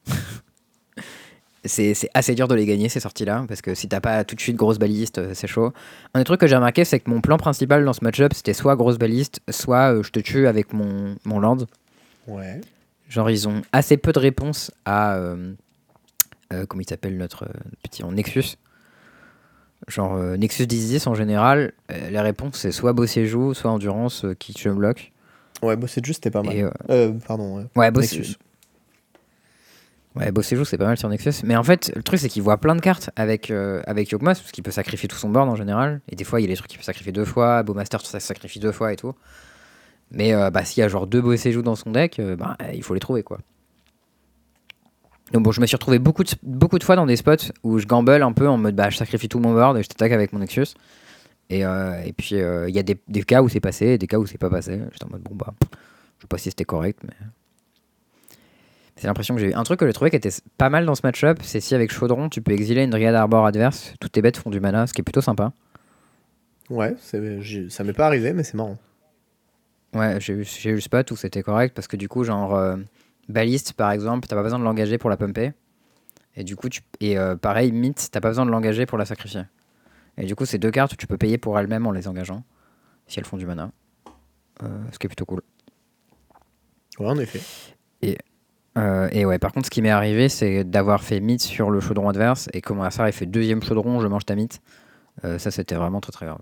c'est, c'est assez dur de les gagner ces sorties-là, parce que si t'as pas tout de suite grosse baliste, euh, c'est chaud. Un des trucs que j'ai remarqué, c'est que mon plan principal dans ce match-up, c'était soit grosse baliste, soit euh, je te tue avec mon, mon land. Ouais. Genre, ils ont assez peu de réponses à. Euh, euh, comment il s'appelle notre euh, petit en Nexus. Genre, euh, Nexus dix dix en général, euh, les réponses c'est soit Bossé joue, soit Endurance euh, qui te bloque. Ouais, Bossé joue, c'était pas mal. Et, euh, Euh, pardon. Ouais, ouais, Bossé Nexus. Ouais, Bossé joue, c'est pas mal sur Nexus. Mais en fait, le truc, c'est qu'il voit plein de cartes avec, euh, avec Yogg-Moth, parce qu'il peut sacrifier tout son board en général. Et des fois, il y a des trucs qu'il peut sacrifier deux fois. Bowmaster, ça se sacrifie deux fois et tout. Mais euh, bah, s'il y a genre deux Bossé joue dans son deck, euh, bah, il faut les trouver, quoi. Donc bon, je me suis retrouvé beaucoup de, beaucoup de fois dans des spots où je gamble un peu en mode bah, je sacrifie tout mon board et je t'attaque avec mon Nexus. Et, euh, et puis, il euh, y a des, des cas où c'est passé et des cas où c'est pas passé. J'étais en mode bon, bah, je sais pas si c'était correct, mais. C'est l'impression que j'ai eu. Un truc que j'ai trouvé qui était pas mal dans ce match-up, c'est si avec Chaudron, tu peux exiler une Dryad Arbor adverse, toutes tes bêtes font du mana, ce qui est plutôt sympa. Ouais, c'est, j'ai- ça m'est pas arrivé, mais c'est marrant. Ouais, j'ai eu, j'ai eu le spot où c'était correct parce que du coup, genre, euh, Baliste par exemple, t'as pas besoin de l'engager pour la pumper. Et du coup, tu. Et euh, pareil, Myth, t'as pas besoin de l'engager pour la sacrifier. Et du coup, c'est deux cartes où tu peux payer pour elles-mêmes en les engageant, si elles font du mana. Euh, ce qui est plutôt cool. Ouais, en effet. Et, euh, et ouais, par contre, ce qui m'est arrivé, c'est d'avoir fait Myth sur le chaudron adverse et comment ça, il fait deuxième chaudron, je mange ta Myth. Euh, ça, c'était vraiment très très grave.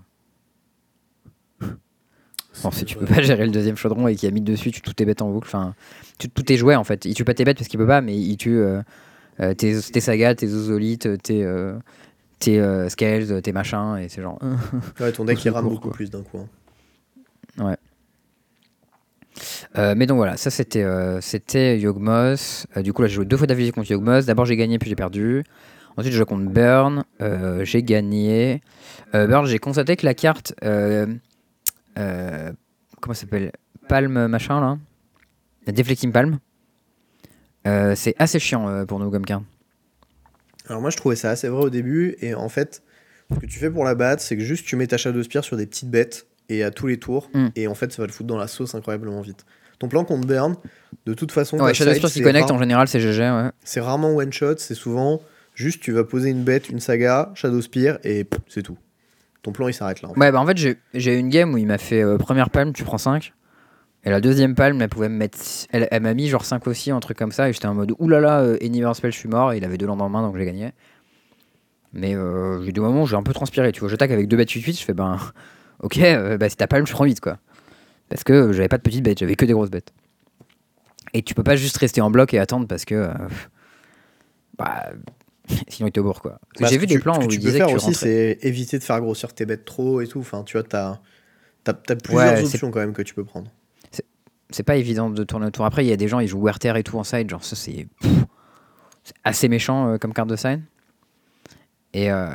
Bon, si tu peux pas gérer le deuxième chaudron et qu'il y a Myth dessus, tu tues tes bêtes en boucle. Enfin, tu, tout est joué en fait. Il tue pas tes bêtes parce qu'il peut pas, mais il tue euh, euh, tes, tes sagas, tes ozolites, tes, euh, tes euh, scales, tes machins, et c'est genre. Ouais, ton deck il rame Secours, beaucoup quoi. plus d'un coup. Hein. Ouais. Euh, mais donc voilà, ça c'était euh, c'était Yogg-Moth. Euh, du coup là j'ai joué deux fois d'affilée contre Yogg-Moth. D'abord j'ai gagné puis j'ai perdu. Ensuite j'ai joué contre Burn. Euh, j'ai gagné. Euh, Burn, j'ai constaté que la carte euh, euh, comment ça s'appelle, Palm machin là, la Deflecting Palm. Euh, c'est assez chiant euh, pour nous comme carte. Alors moi je trouvais ça assez vrai au début, et en fait, ce que tu fais pour la battre, c'est que juste tu mets ta Shadow Spear sur des petites bêtes, et à tous les tours, Mm. et en fait ça va le foutre dans la sauce incroyablement vite. Ton plan contre Burn, de toute façon, Ouais, ta Shadow side, Spear qui c'est connecte rare- en général c'est G G, ouais. c'est rarement one shot, c'est souvent juste tu vas poser une bête, une saga, Shadow Spear, et pff, c'est tout. Ton plan il s'arrête là. En fait. Ouais bah en fait j'ai j'ai eu une game où il m'a fait euh, première palme tu prends cinq. Et la deuxième palme, elle pouvait me mettre. Elle, elle m'a mis genre cinq aussi, un truc comme ça. Et j'étais en mode oulala, euh, Anywhere Spell, je suis mort. Et il avait deux landes en main, donc j'ai gagné. Mais euh, j'ai eu des moments où j'ai un peu transpiré. Tu vois, j'attaque avec deux bêtes huit huit. Je fais ben. Ok, euh, bah si t'as palme, je prends huit quoi. Parce que euh, j'avais pas de petites bêtes, j'avais que des grosses bêtes. Et tu peux pas juste rester en bloc et attendre parce que. euh, bah. Sinon il te bourre quoi. Parce que Bah, j'ai ce vu que des tu, plans ce où que il tu peux disait faire que tu aussi, rentrais. c'est éviter de faire grossir tes bêtes trop et tout. Enfin, tu vois, t'as, t'as, t'as plusieurs Ouais, c'est- options quand même que tu peux prendre. C'est pas évident de tourner autour. Après, il y a des gens, ils jouent Werther et tout en side. Genre, ça, c'est. pff, c'est assez méchant euh, comme carte de side. Et. euh,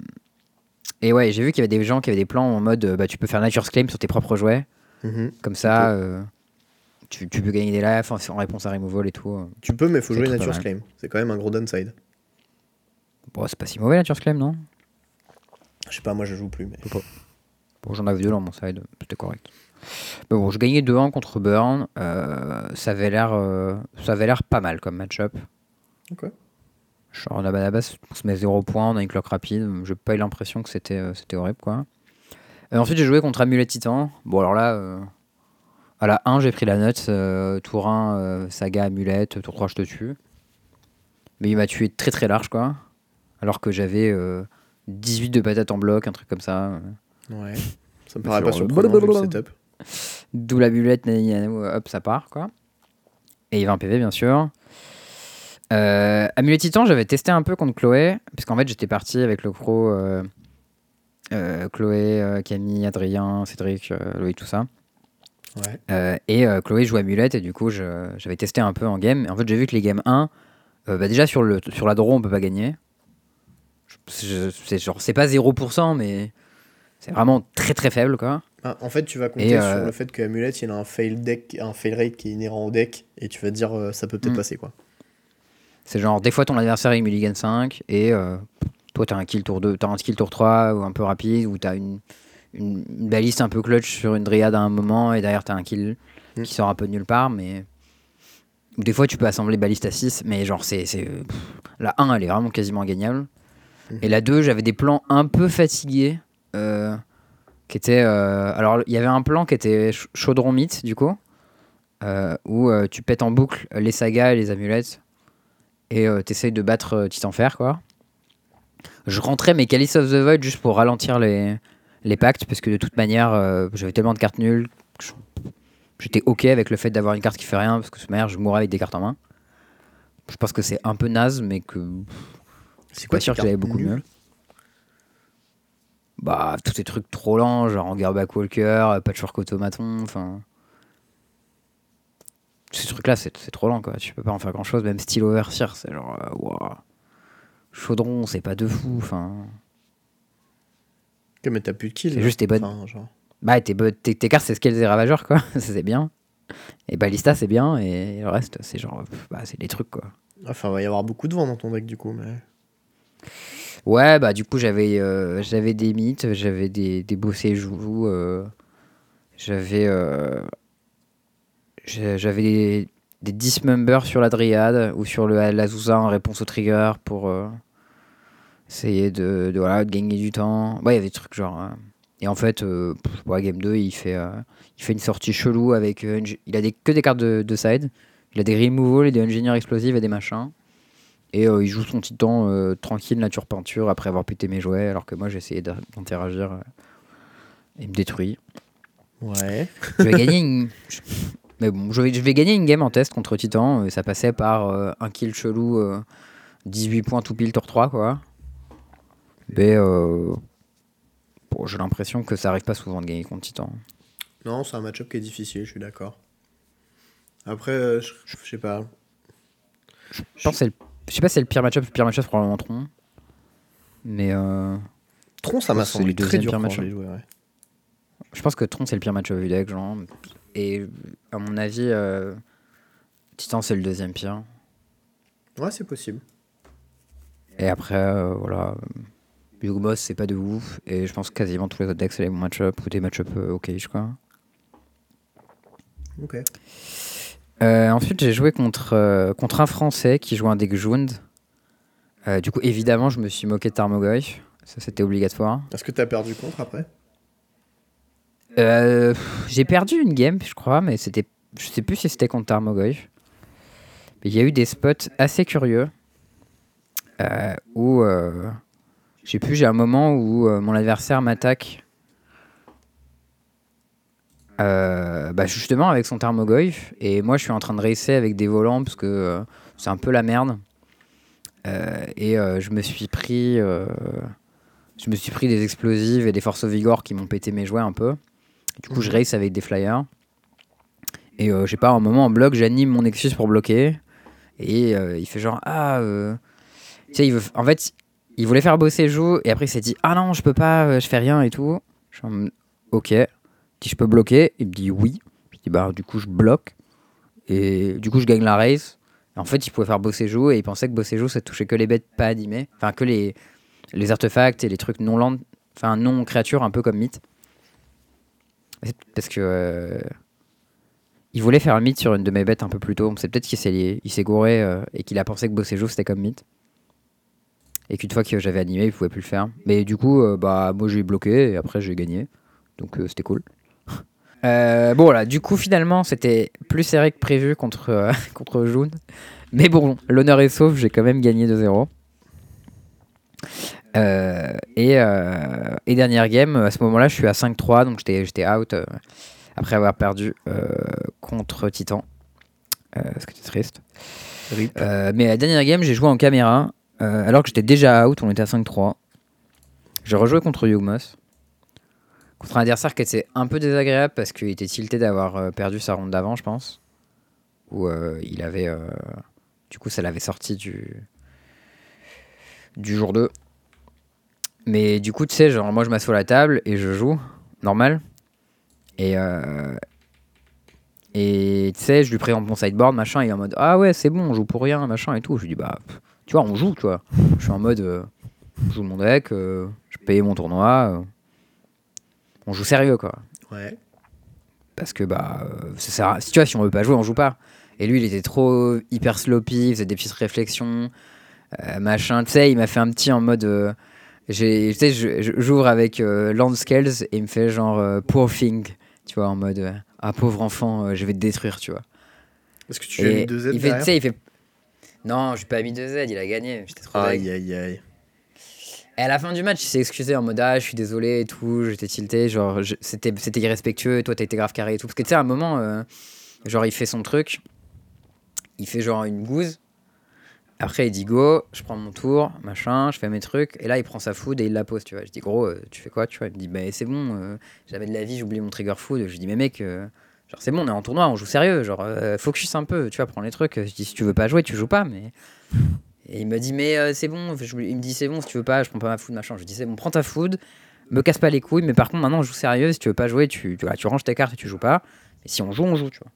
Et ouais, j'ai vu qu'il y avait des gens qui avaient des plans en mode euh, bah, tu peux faire Nature's Claim sur tes propres jouets. Mhm. Comme Tu ça, peux. euh, tu, tu peux gagner des lives en, en réponse à Removal et tout. euh. Tu peux, mais faut C'est jouer très pas Nature's mal. Claim. C'est quand même un gros downside. Bon, c'est pas si mauvais Nature's Claim, non? Je sais pas, moi je joue plus. Mais... Bon, j'en avais deux dans mon side, c'était correct. Mais bon, je gagnais deux un contre Burn. euh, ça avait l'air euh, ça avait l'air pas mal comme match-up. Ok. Genre, à la base, on se met zéro point, on a une clock rapide. J'ai pas eu l'impression que c'était euh, c'était horrible, quoi. Euh, ensuite, j'ai joué contre Amulet Titan. Bon, alors là, euh, à la un, j'ai pris la note. euh, tour un, euh, saga Amulette. Tour trois, je te tue. Mais il m'a tué très très large, quoi. Alors que j'avais euh, dix-huit de patates en bloc, un truc comme ça. Ouais. Ça me Bah, paraît c'est pas genre le surprenant vu le blablabla. setup. D'où la bulette, nani, nani, hop, ça part, quoi. Et vingt P V, bien sûr. Euh, Amulet Titan, j'avais testé un peu contre Chloé, puisqu'en fait, j'étais parti avec le pro, euh, euh, Chloé, euh, Camille, Adrien, Cédric, euh, Loïc, tout ça. Ouais. Euh, et euh, Chloé joue Amulette et du coup je, j'avais testé un peu en game. Et en fait j'ai vu que les games un, euh, bah, déjà sur, le, sur la draw on peut pas gagner. Je- je- c'est genre c'est pas zéro pour cent mais c'est vraiment très très faible quoi. Ah, en fait, tu vas Et compter sur euh, le fait que Amulette, il a un fail deck, un fail rate qui est inhérent au deck, et tu vas te dire euh, ça peut peut-être hmm, passer quoi. c'est genre des fois ton adversaire il mulligan cinq et euh, toi t'as un kill tour deux, t'as un skill tour trois ou un peu rapide ou t'as une, une, une baliste un peu clutch sur une dryade à un moment et derrière t'as un kill Mm. qui sort un peu de nulle part mais ou des fois tu peux assembler baliste à six mais genre c'est, c'est pff, la un elle est vraiment quasiment ingagnable. Mhm. Et la deux j'avais des plans un peu fatigués euh, qui étaient euh, alors il y avait un plan qui était ch- chaudron mythe du coup euh, où euh, tu pètes en boucle les sagas et les amulettes et euh, t'essayes de battre euh, Titan Fer quoi. Je rentrais mes Chalice of the Void juste pour ralentir les, les pactes, parce que de toute manière, euh, j'avais tellement de cartes nulles que je- j'étais ok avec le fait d'avoir une carte qui fait rien, parce que de toute manière, je mourrais avec des cartes en main. Je pense que c'est un peu naze, mais que C'est c'est quoi pas tes sûr que j'avais cartes beaucoup mieux. nulles? Bah, tous ces trucs trop lents, genre Angerback Walker, Patchwork Automaton, enfin. Ces trucs-là, c'est, c'est trop lent, quoi. Tu peux pas en faire grand-chose, même Steel Overseer, c'est genre. euh, Waouh. Chaudron, c'est pas de fou, enfin. Ok, mais t'as plus de kills C'est là. juste tes bonnes. Enfin, genre. Bah, tes, bo- tes, tes cartes, c'est Scales et Ravageurs, quoi. Ça, c'est bien. Et Ballista, c'est bien, et le reste, c'est genre. pff, Bah, c'est des trucs, quoi. Enfin, il va y avoir beaucoup de vent dans ton deck du coup, mais. Ouais, bah, du coup, j'avais euh, j'avais des mythes, j'avais des, des beaux séjours, euh, j'avais. euh, j'ai- j'avais des, des dismembers sur la Dryade ou sur le l'Azusa en réponse au trigger pour euh, essayer de, de, voilà, de gagner du temps. Ouais, il y avait des trucs genre. euh, Et en fait, euh, pff, ouais, Game deux, il fait, euh, il fait une sortie chelou avec. euh, Eng- il a des, que des cartes de, de side. Il a des removals et des engineers explosives et des machins. Et euh, il joue son titan euh, tranquille, nature peinture, après avoir pété mes jouets, alors que moi j'ai essayé d'in- d'interagir euh, et il me détruit. Ouais. Je vais gagner une. Mais bon, je vais, je vais gagner une game en test contre Titan. euh, Ça passait par euh, un kill chelou, euh, dix-huit points tout pile tour trois, quoi. Mais euh, bon, j'ai l'impression que ça arrive pas souvent de gagner contre Titan. Non, c'est un match-up qui est difficile, je suis d'accord. Après, euh, je je sais pas. Je pense que c'est le- je sais pas si c'est le pire match-up, le pire match-up c'est probablement Tron. Mais euh, Tron, je ça m'a pense que c'est semblé le très deuxième dur pire quand je match-up. l'ai joué, ouais. Je pense que Tron c'est le pire match-up du deck, genre. Et à mon avis, euh, Titan c'est le deuxième pire. Ouais, c'est possible. Et après, euh, voilà. Big Boss, c'est pas de ouf. Et je pense que quasiment tous les autres decks, c'est les bons match-up ou des match-up euh, ok, je crois. Ok. Euh, ensuite, j'ai joué contre, euh, contre un Français qui jouait un deck Jund. Euh, du coup, évidemment, je me suis moqué de Tarmogoyf. Ça, c'était obligatoire. Est-ce que t'as perdu contre après? Euh, pff, j'ai perdu une game, je crois, mais c'était, je sais plus si c'était contre Tarmogoyf. Mais il y a eu des spots assez curieux euh, où, euh, je sais plus, j'ai un moment où euh, mon adversaire m'attaque. Euh, bah justement avec son Tarmogoyf et moi je suis en train de racer avec des volants parce que euh, c'est un peu la merde. Euh, et euh, je me suis pris euh, je me suis pris des explosives et des forces vigor qui m'ont pété mes jouets un peu. Du coup Mhm. je race avec des flyers et euh, je sais pas, à un moment en bloc j'anime mon Nexus pour bloquer et euh, il fait genre ah euh... tu sais il veut en fait il voulait faire bosser Jou et après il s'est dit ah non je peux pas euh, je fais rien et tout. Je suis en mode, ok, si je peux bloquer, il me dit oui. Je dis bah du coup je bloque. Et du coup, je gagne la race. Et en fait, il pouvait faire bosser Jou et il pensait que bosser Jou, ça touchait que les bêtes pas animées. Enfin, que les, les artefacts et les trucs non land, enfin non créatures, un peu comme mythe. Parce que euh, il voulait faire un mythe sur une de mes bêtes un peu plus tôt. C'est peut-être qu'il s'est, il s'est gouré euh, et qu'il a pensé que bosser Jou c'était comme mythe. Et qu'une fois que j'avais animé, il pouvait plus le faire. Mais du coup, euh, bah moi j'ai bloqué et après j'ai gagné. Donc euh, c'était cool. Euh, bon voilà, du coup finalement c'était plus serré que prévu contre, euh, contre June. Mais bon, l'honneur est sauf, j'ai quand même gagné deux zéro. Euh, et, euh, et dernière game, à ce moment-là je suis à cinq trois, donc j'étais, j'étais out euh, après avoir perdu euh, contre Titan. Euh, ce qui était triste. Rip. Euh, mais la dernière game j'ai joué en caméra, euh, alors que j'étais déjà out, on était à cinq trois. J'ai rejoué contre Yugmos. contre un adversaire qui était un peu désagréable parce qu'il était tilté d'avoir euh, perdu sa ronde d'avant, je pense. Où euh, il avait. Euh, du coup, ça l'avait sorti du, du jour deux. Mais du coup, tu sais, genre, moi je m'assois à la table et je joue, normal. Et. Euh, et tu sais, je lui présente mon sideboard, machin, il est en mode ah ouais, c'est bon, on joue pour rien, machin et tout. Je lui dis bah, pff, tu vois, on joue, tu vois. Je suis en mode. Euh, je joue mon deck, euh, je paye mon tournoi. Euh, on joue sérieux, quoi. Ouais. Parce que, bah, euh, ça sert à- si tu vois, si on veut pas jouer, on joue pas. Et lui, il était trop hyper sloppy, il faisait des petites réflexions, euh, machin. Tu sais, il m'a fait un petit en mode. Euh, j'ai, tu sais, je- je- j'ouvre avec euh, Land Scales et il me fait genre euh, poor thing, tu vois, en mode euh, ah pauvre enfant, euh, je vais te détruire, tu vois. Est-ce que tu lui as mis Et deux Z il fait, tu derrière? sais, il fait. Non, je lui ai pas mis deux Z, il a gagné, j'étais trop deg. Aïe, aïe, aïe. Et à la fin du match, il s'est excusé en mode ah, je suis désolé et tout, j'étais tilté, genre je- c'était, c'était irrespectueux, toi t'as été grave carré et tout. Parce que tu sais, à un moment, euh, genre il fait son truc, il fait genre une gouze, après il dit go, je prends mon tour, machin, je fais mes trucs, et là il prend sa food et il la pose, tu vois. Je dis gros, euh, tu fais quoi, tu vois. Il me dit bah c'est bon, euh, j'avais de la vie, j'ai oublié mon trigger food. Je dis mais mec, euh, genre c'est bon, on est en tournoi, on joue sérieux, genre euh, focus un peu, tu vois, prends les trucs. Je dis si tu veux pas jouer, tu joues pas, mais. Et il me dit mais euh, c'est bon, je, il me dit c'est bon, si tu veux pas, je prends pas ma food, machin. Je dis c'est bon, prends ta food, me casse pas les couilles, mais par contre maintenant on joue sérieux, si tu veux pas jouer, tu, tu, vois, tu ranges tes cartes et tu joues pas. Mais si on joue, on joue, tu vois.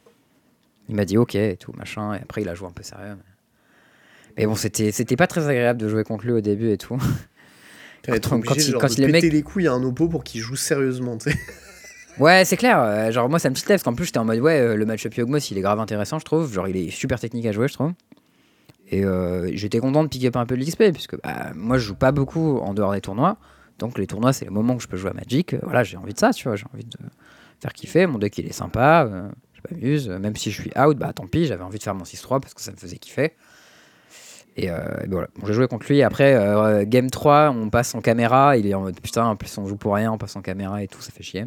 Il m'a dit ok et tout, machin, et après il a joué un peu sérieux. Mais, mais bon, c'était, c'était pas très agréable de jouer contre lui au début et tout. T'as être Quand, obligé quand il, genre, quand de il est péter mec. les couilles à un oppo pour qu'il joue sérieusement, tu sais. Ouais, c'est clair, euh, genre moi ça me tilte parce qu'en plus j'étais en mode ouais, euh, le match-up Yogmos il est grave intéressant, je trouve. Genre il est super technique à jouer, je trouve. Et euh, j'étais content de pick up un peu de l'X P, puisque bah, moi je joue pas beaucoup en dehors des tournois. Donc les tournois, c'est le moment où je peux jouer à Magic. Euh, voilà, j'ai envie de ça, tu vois. J'ai envie de faire kiffer. Mon deck, il est sympa. Euh, je m'amuse. Même si je suis out, bah tant pis, j'avais envie de faire mon six trois parce que ça me faisait kiffer. Et, euh, et ben voilà, bon, j'ai joué contre lui. Après, euh, Game trois, on passe en caméra. Il est en mode putain, en plus on joue pour rien, on passe en caméra et tout, ça fait chier.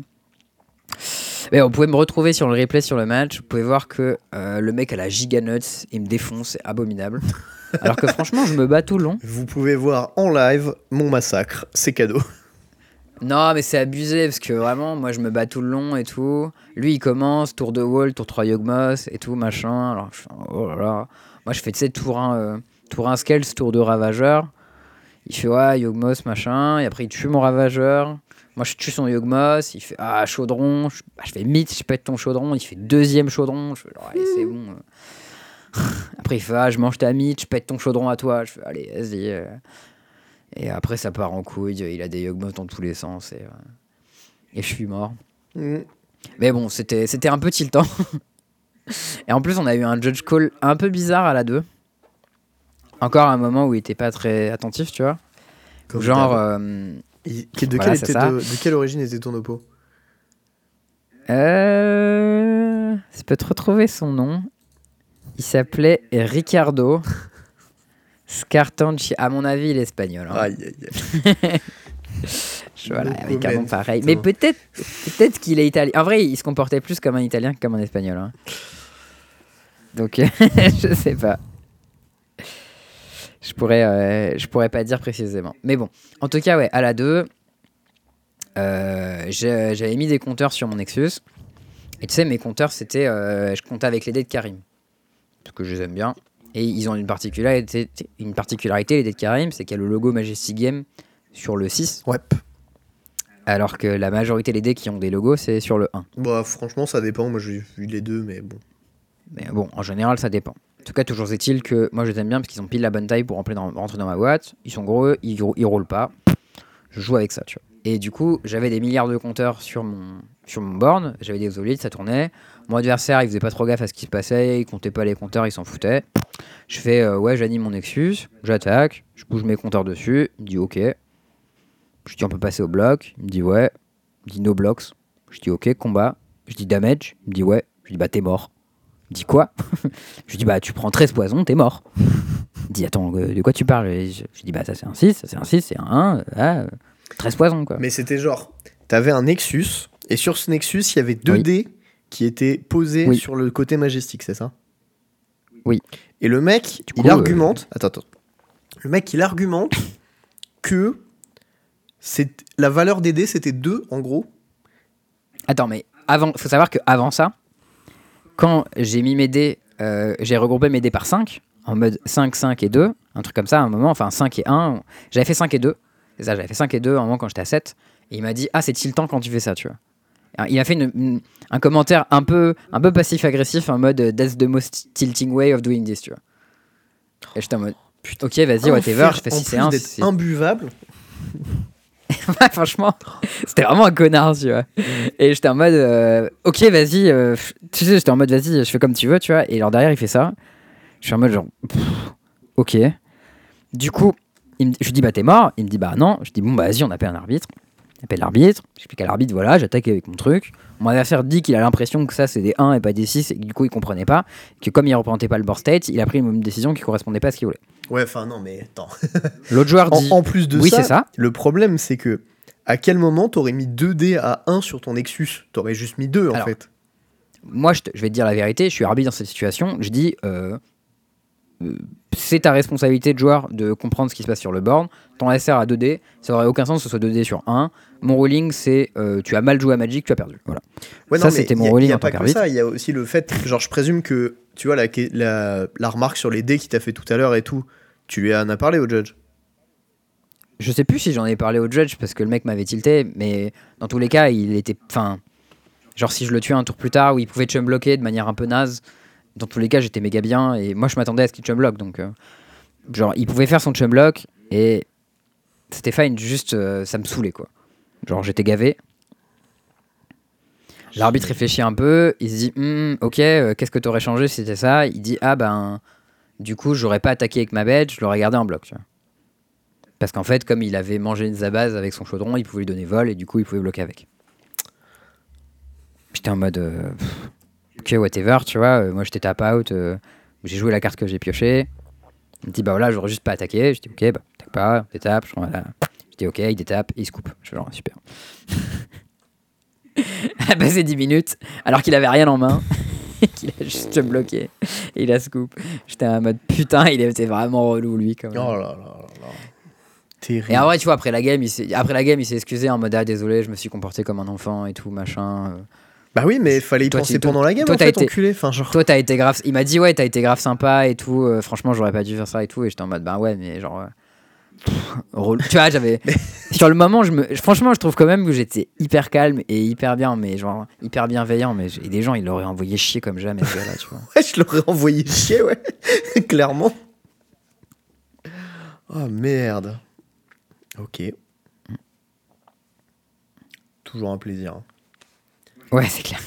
Mais vous pouvez me retrouver sur le replay sur le match. Vous pouvez voir que euh, le mec a la giga nuts, il me défonce, c'est abominable. Alors que franchement, je me bats tout le long. Vous pouvez voir en live mon massacre, c'est cadeau. Non, mais c'est abusé parce que vraiment, moi je me bats tout le long et tout. Lui il commence, tour de wall, tour trois Yogmos et tout, machin. Alors je fais, oh là là. Moi je fais, tu sais, tour un, euh, tour un Scales, tour deux Ravageur. Il fait, ouais, Yogmos, machin. Et après il tue mon Ravageur. Moi je tue son Yogmos. Il fait, ah, chaudron. Je, bah, je fais mythe, je pète ton chaudron. Il fait deuxième chaudron. Je fais, oh, allez, c'est bon. Après il fait, ah, je mange ta mythe, je pète ton chaudron à toi. Je fais, allez, vas-y. euh. Et après ça part en couille. Il a des Yogmos dans tous les sens. Et, euh, et je suis mort. Mm. Mais bon, c'était, c'était un peu tiltant. Et en plus, on a eu un judge call un peu bizarre à la deux. Encore un moment où il était pas très attentif, tu vois. Comme Genre. d'hab. Euh, Il- De, voilà, quelle c'est était ça. de, de quelle origine était ton oppo? euh, je peux te retrouver son nom. Il s'appelait Ricardo Scartanchi. À mon avis, il est espagnol. Hein. Aïe, aïe, aïe. Je- voilà, No avec un nom comment, pareil. putain. Mais peut-être, peut-être qu'il est italien. En vrai, il se comportait plus comme un italien que comme un espagnol. Hein. Donc, je sais pas. Je pourrais, euh, je pourrais pas dire précisément. Mais bon, en tout cas, ouais, à la deux, euh, j'ai- j'avais mis des compteurs sur mon Nexus. Et tu sais, mes compteurs, c'était. Euh, je comptais avec les dés de Karim. Parce que je les aime bien. Et ils ont une particularité, une particularité les dés de Karim, c'est qu'il y a le logo Majestic Game sur le six. Ouais. Alors que la majorité des dés qui ont des logos, c'est sur le un. Bah, franchement, ça dépend. Moi, j'ai vu les deux, mais bon. Mais bon, en général, ça dépend. En tout cas, toujours est-il que moi, je les aime bien parce qu'ils ont pile la bonne taille pour rentrer dans, rentrer dans ma boîte. Ils sont gros, ils, ils roulent pas. Je joue avec ça, tu vois. Et du coup, j'avais des milliards de compteurs sur mon, sur mon board. J'avais des Exolites, ça tournait. Mon adversaire, il faisait pas trop gaffe à ce qui se passait. Il comptait pas les compteurs, il s'en foutait. Je fais, euh, ouais, j'anime mon Nexus. J'attaque. Je bouge mes compteurs dessus. Il me dit, ok. Je dis, on peut passer au bloc. Il me dit, ouais. Il me dit, no blocks. Je dis, ok, combat. Je dis, damage. Il me dit, ouais. Je dis, bah, t'es mort. Il dit, quoi? Je lui dis, bah, tu prends treize poisons, t'es mort. Il dit, attends, euh, de quoi tu parles? Je, je dis, bah, ça c'est un six, ça c'est un six, c'est un un. Euh, ah, euh, treize poisons, quoi. Mais c'était genre, t'avais un Nexus, et sur ce Nexus, il y avait deux Oui. dés qui étaient posés Oui. sur le côté majestique, c'est ça? Oui. Et le mec, Du coup, il euh, argumente... Attends, attends. Le mec, il argumente que C'est... La valeur des dés, c'était deux, en gros. Attends, mais avant, faut savoir qu'avant ça, quand j'ai mis mes dés, euh, j'ai regroupé mes dés par cinq, en mode cinq, cinq et deux, un truc comme ça, à un moment, enfin cinq et un, j'avais fait cinq et deux, c'est ça, j'avais fait cinq et deux à un moment quand j'étais à sept, et il m'a dit, ah, c'est tiltant quand tu fais ça, tu vois. Alors, il a fait une, une, un commentaire un peu, un peu passif-agressif, en mode, that's the most tilting way of doing this, tu vois. Et j'étais en mode, putain, ok, vas-y, whatever, je fais six et un. En plus d'être imbuvable. Ouais, franchement, c'était vraiment un connard, tu vois. Et j'étais en mode, euh, ok, vas-y, euh, tu sais, j'étais en mode, vas-y, je fais comme tu veux, tu vois. Et alors derrière, il fait ça. Je suis en mode, genre, pff, ok. Du coup, il me, je lui dis, bah, t'es mort. Il me dit, bah, non. Je dis, bon, bah, vas-y, on appelle un arbitre. On appelle l'arbitre. J'explique à l'arbitre, voilà, j'attaque avec mon truc. Mon adversaire dit qu'il a l'impression que ça, c'est des un et pas des six, et que du coup, il comprenait pas. Que comme il représentait pas le board state, il a pris une décision qui correspondait pas à ce qu'il voulait. Ouais, enfin, non, mais attends. L'autre joueur dit. En, en plus de oui, ça, c'est ça, le problème, c'est que à quel moment t'aurais mis deux dés à un sur ton Nexus? T'aurais juste mis deux, en alors, fait. Moi, je, te, je vais te dire la vérité, je suis arbitre dans cette situation. Je dis, euh, euh, c'est ta responsabilité de joueur de comprendre ce qui se passe sur le board. Ton S R à deux dés, ça aurait aucun sens que ce soit deux dés sur un. Mon ruling, c'est euh, tu as mal joué à Magic, tu as perdu. Voilà. Ouais, ça, non, c'était mon y a, ruling y a en tant pas que qu'arbitre. ça, il y a aussi le fait, genre, je présume que, tu vois, la, la, la remarque sur les dés qu'il t'a fait tout à l'heure et tout, tu lui en as parlé au judge? Je sais plus si j'en ai parlé au judge parce que le mec m'avait tilté, mais dans tous les cas, il était. Enfin, genre, si je le tuais un tour plus tard, où il pouvait chum bloquer de manière un peu naze, dans tous les cas, j'étais méga bien et moi, je m'attendais à ce qu'il chum block. Donc, euh, genre, il pouvait faire son chum block et Stéphane, juste, euh, ça me saoulait, quoi. Genre, j'étais gavé. L'arbitre réfléchit un peu, il se dit hm, ok, euh, qu'est-ce que t'aurais changé si c'était ça? Il dit ah ben, du coup, j'aurais pas attaqué avec ma bête, je l'aurais gardé en bloc, tu vois. Parce qu'en fait, comme il avait mangé une zabase avec son chaudron, il pouvait lui donner vol et du coup, il pouvait bloquer avec. J'étais en mode euh, pff, ok, whatever, tu vois. Euh, moi, j'étais tap out, euh, j'ai joué la carte que j'ai piochée. Il me dit bah voilà, j'aurais juste pas attaqué. Je dis ok, bah t'attaques pas, détape. Je, voilà. Je dis ok, il détape et il se coupe. Je fais genre super. A passé dix minutes alors qu'il avait rien en main et qu'il a juste bloqué et il a scoop. J'étais en mode putain, il était vraiment relou lui quand même. Oh là là là là. Terrible. Et en vrai, tu vois, après la game, il s'est, après la game, il s'est excusé en mode ah désolé, je me suis comporté comme un enfant et tout machin. Bah oui, mais fallait y toi, penser toi, pendant la game toi, en t'as fait, été, enculé. Enfin, genre... Toi, t'as été grave. Il m'a dit ouais, t'as été grave sympa et tout. Euh, franchement, j'aurais pas dû faire ça et tout. Et j'étais en mode bah ouais, mais genre. Euh, pff, relou. Tu vois, j'avais. Sur le moment, je me... franchement, je trouve quand même que j'étais hyper calme et hyper bien, mais genre hyper bienveillant. Mais et des gens, ils l'auraient envoyé chier comme jamais, ce gars-là, tu vois. Ouais, je l'aurais envoyé chier, ouais. Clairement. Oh merde. Ok. Toujours un plaisir. Ouais, c'est clair.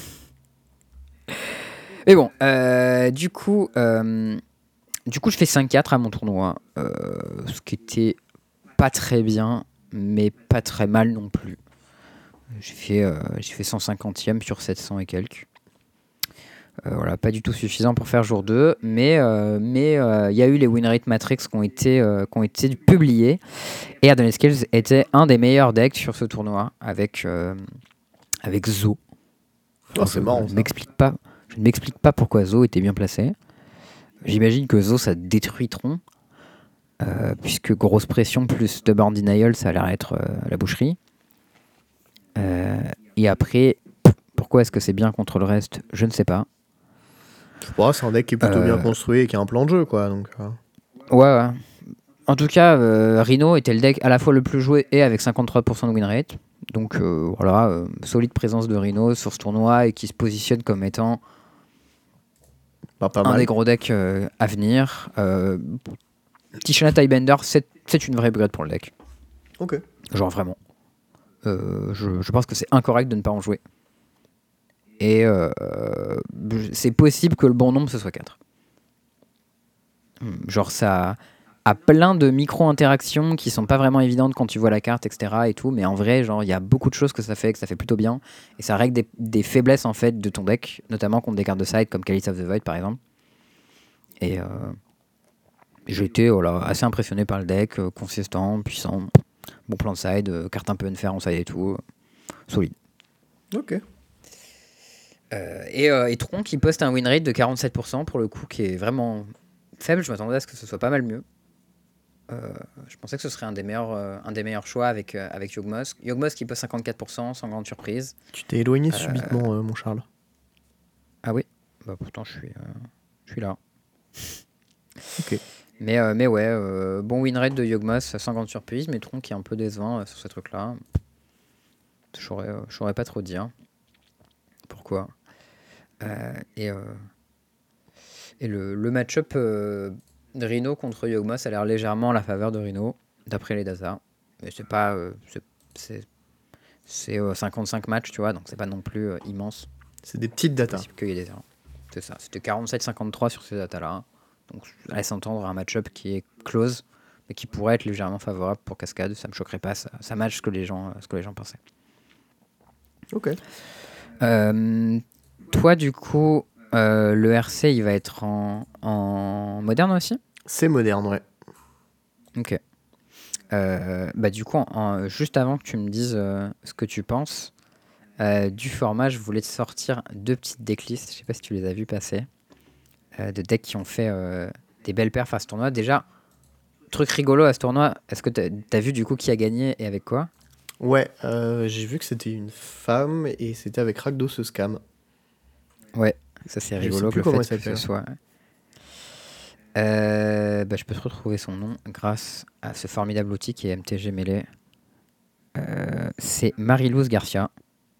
Mais bon, euh, du coup, euh, du coup, je fais cinq quatre à mon tournoi, euh, ce qui était pas très bien, mais pas très mal non plus. J'ai fait, euh, j'ai fait cent cinquantième sur sept cents et quelques. Euh, voilà, pas du tout suffisant pour faire jour deux, mais il euh, mais, euh, y a eu les win rate matrix qui ont été, euh, qui ont été publiés, et Ardennett Skills était un des meilleurs decks sur ce tournoi, avec, euh, avec Zo. Oh, c'est marrant, je ça. m'explique pas, je ne m'explique pas pourquoi Zo était bien placé. J'imagine que Zo, ça détruit Tron, euh, puisque grosse pression plus de board denial, ça a l'air être euh, la boucherie. Euh, et après, pourquoi est-ce que c'est bien contre le reste? Je ne sais pas. Ouais, c'est un deck qui est plutôt Euh, bien construit et qui a un plan de jeu, quoi. Donc, euh... Ouais, ouais. En tout cas, euh, Rhino était le deck à la fois le plus joué et avec cinquante-trois pour cent de win rate. Donc euh, voilà, euh, solide présence de Rhino sur ce tournoi et qui se positionne comme étant bah, pas un mal. des gros decks euh, à venir. Euh, Tishana Tiebender, c'est, c'est une vraie upgrade pour le deck. Ok. Genre vraiment. Euh, je, je pense que c'est incorrect de ne pas en jouer. Et euh, c'est possible que le bon nombre ce soit quatre. Genre ça a plein de micro-interactions qui sont pas vraiment évidentes quand tu vois la carte, et cetera. Et tout, mais en vrai, genre il y a beaucoup de choses que ça fait, que ça fait plutôt bien. Et ça règle des, des faiblesses en fait de ton deck, notamment contre des cartes de side comme Calice of the Void par exemple. Et euh, j'ai été voilà, assez impressionné par le deck, euh, consistant, puissant, bon plan de side, euh, carte un peu unfair en side et tout, euh, solide. Ok. Euh, et, euh, et Tron qui poste un win rate de quarante-sept pour cent pour le coup, qui est vraiment faible. Je m'attendais à ce que ce soit pas mal mieux. Euh, je pensais que ce serait un des meilleurs, euh, un des meilleurs choix avec, euh, avec Yogmosk. Yogmosk qui pose cinquante-quatre pour cent, sans grande surprise. Tu t'es éloigné Euh, subitement, euh, mon Charles. Ah oui, bah pourtant je suis, euh, je suis là. Ok. Mais, euh, mais ouais, euh, bon win rate de Yogmosk, sans grande surprise, mais Tron qui est un peu décevant euh, sur ce truc-là. Je saurais, euh, je saurais pas trop dire pourquoi. Euh, et euh, et le, le match-up euh, de Rhino contre Yogmosk a l'air légèrement en la faveur de Rhino, d'après les data. Mais c'est pas. euh, c'est c'est- c'est, euh, cinquante-cinq matchs, tu vois, donc c'est pas non plus euh, immense. C'est des petites C'est datas. possible qu'il y ait des erreurs. C'est ça. C'était quarante-sept cinquante-trois sur ces datas-là. Donc ça laisse entendre un match-up qui est close, mais qui pourrait être légèrement favorable pour Cascade. Ça me choquerait pas. Ça, ça match ce que les gens, ce que les gens pensaient. Ok. Euh, toi, du coup, euh, le R C, il va être en, en moderne aussi. C'est moderne, ouais. Ok. Euh, bah du coup, en- en- juste avant que tu me dises euh, ce que tu penses euh, du format, je voulais te sortir deux petites decklists. Je sais pas si tu les as vues passer. Euh, de decks qui ont fait euh, des belles perfs à ce tournoi. Déjà, truc rigolo à ce tournoi, est-ce que t'as as vu du coup qui a gagné et avec quoi? Ouais, euh, j'ai vu que c'était une femme et c'était avec Rakdos ce scam. Ouais, ça c'est Je rigolo sais plus que le comment fait il que ce s'appelle. soit. Euh, bah, je peux te retrouver son nom grâce à ce formidable outil qui est M T G Melee. Euh, c'est Mariluz Garcia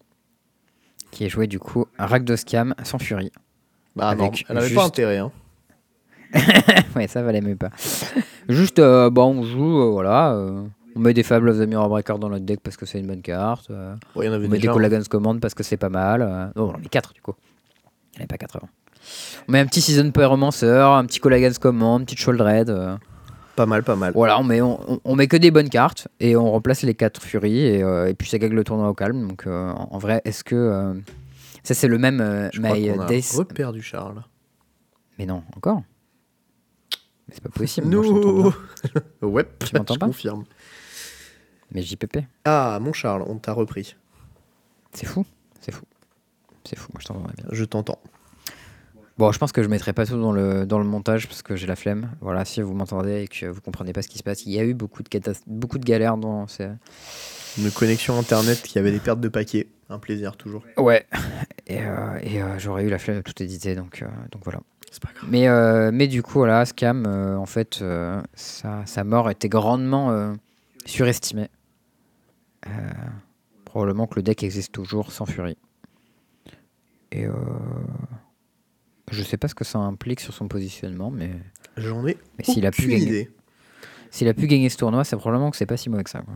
qui est joué du coup un Rakdos Scam sans furie. Bah non, Avec elle avait pas juste. intérêt. Hein. Ouais, ça valait même pas. Juste, euh, bah, on joue, euh, voilà. euh, on met des Fable of the Mirror Breaker dans notre deck parce que c'est une bonne carte. euh, Bon, il y en avait on met des déjà. Hein. Colagons Command parce que c'est pas mal. euh, non, on en met quatre du coup. Il n'y en avait pas quatre avant. On met un petit Season Pyromancer, un petit Colagons Command, une petite Sholdred. euh, Pas mal, pas mal. Voilà, on met, on, on- on met que des bonnes cartes et on remplace les quatre Furies et, euh, et puis ça gagne le tournoi au calme. Donc euh, en, en vrai, est-ce que. euh, ça, c'est le même euh, Je crois My qu'on a Days. reperdu Charles. Mais non, encore. Mais c'est pas possible. Moi, je t'entends Non. bien. Ouais, Tu m'entends je pas? confirme. Mais J P P. Ah, mon Charles, on t'a repris. C'est fou. C'est fou. C'est fou. Moi, je t'entends bien. Je t'entends. Bon, je pense que je mettrai pas tout dans le, dans le montage parce que j'ai la flemme. Voilà, si vous m'entendez et que vous comprenez pas ce qui se passe, il y a eu beaucoup de, catas- beaucoup de galères dans ces. Une connexion internet qui avait des pertes de paquets. Un plaisir, toujours. Ouais. Et, euh, et euh, j'aurais eu la flemme de tout éditer, donc, euh, donc voilà. C'est pas grave. Mais, euh, mais du coup, voilà, Scam, euh, en fait, euh, sa, sa mort était grandement euh, surestimée. Euh, probablement que le deck existe toujours sans Fury. Et euh, je sais pas ce que ça implique sur son positionnement, mais, J'en ai mais s'il a pu aucune gagner, idée. s'il a pu gagner ce tournoi, c'est probablement que c'est pas si mauvais que ça, quoi.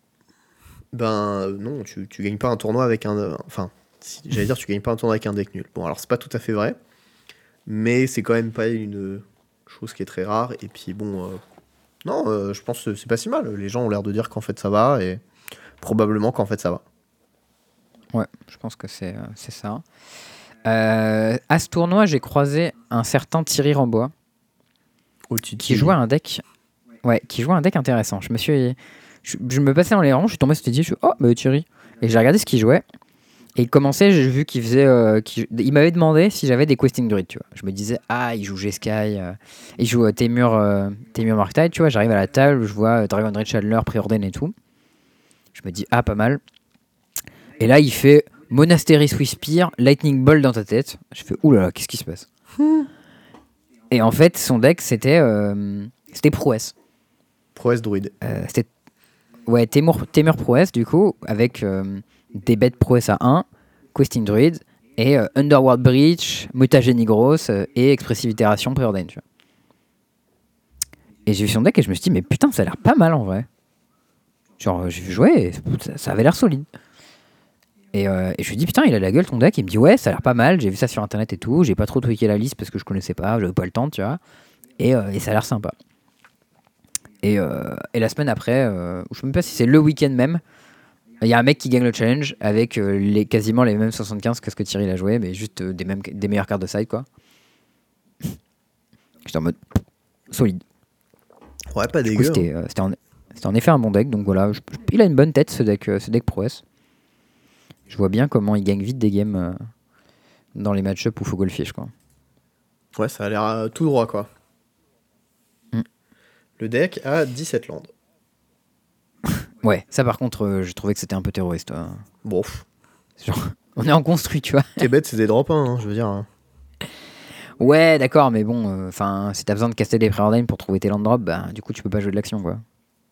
Ben euh, non, tu, tu gagnes pas un tournoi avec un... euh, Enfin, si- j'allais dire tu gagnes pas un tournoi avec un deck nul. Bon, alors c'est pas tout à fait vrai. Mais c'est quand même pas une chose qui est très rare. Et puis bon... euh, non, euh, je pense que c'est pas si mal. Les gens ont l'air de dire qu'en fait ça va. Et probablement qu'en fait ça va. Ouais, je pense que c'est euh, c'est ça. Euh, à ce tournoi, j'ai croisé un certain Thierry Rambois Au qui jouait un deck, ouais, qui jouait un deck intéressant. Je me suis, je, je me passais dans les rangs, je suis tombé sur Thierry, je suis oh bah Thierry, et j'ai regardé ce qu'il jouait. Et il commençait, j'ai vu qu'il faisait, euh, qu'il- il m'avait demandé si j'avais des questing druides, tu vois. Je me disais ah il joue G-Sky, euh, il joue euh, Temur, euh, Temur Marktide, tu vois. J'arrive à la table, je vois euh, Dragon Red Chandler, Preordain et tout. Je me dis ah pas mal. Et là il fait Monastery Spear, Lightning Bolt dans ta tête. Je fais oulala, qu'est-ce qui se passe? Et en fait, son deck, c'était euh, c'était prouesse. Prouesse druide. Euh, c'était ouais, Temur, Temur prouesse, du coup, avec euh, des bêtes prouesse à un, Questing Druid, et euh, Underworld Breach, Mutagénie grosse, euh, et Expressive Itération Preordain, tu vois. Et j'ai vu son deck et je me suis dit, mais putain, ça a l'air pas mal en vrai. Genre, euh, j'ai vu jouer et ça, ça avait l'air solide. Et, euh, et je lui dis, putain, il a la gueule ton deck. Il me dit, ouais, ça a l'air pas mal. J'ai vu ça sur internet et tout. J'ai pas trop tweaké la liste parce que je connaissais pas, j'avais pas le temps, tu vois. Et, euh, et ça a l'air sympa. Et, euh, et la semaine après, euh, je sais même pas si c'est le week-end même, il y a un mec qui gagne le challenge avec euh, les, quasiment les mêmes soixante-quinze que ce que Thierry a joué, mais juste euh, des, mêmes, des meilleures cartes de side, quoi. J'étais en mode solide. Ouais, pas Du coup, dégueu. c'était, Hein. euh, c'était, en, c'était en effet un bon deck, donc voilà. Je- je- il a une bonne tête ce deck, euh, ce deck prouesse. Je vois bien comment il gagne vite des games euh, dans les match-ups où il faut golfier, je crois. Ouais, ça a l'air euh, tout droit, quoi. Mm. Le deck a dix-sept landes. Ouais, ça par contre, euh, je trouvais que c'était un peu terroriste. euh. Bon, pff, Genre, on est en construit, tu vois. t'es bête, c'est des drop un, hein, je veux dire. hein. Ouais, d'accord, mais bon, enfin, si t'as besoin de caster des preordain pour trouver tes land drops, bah du coup tu peux pas jouer de l'action, quoi.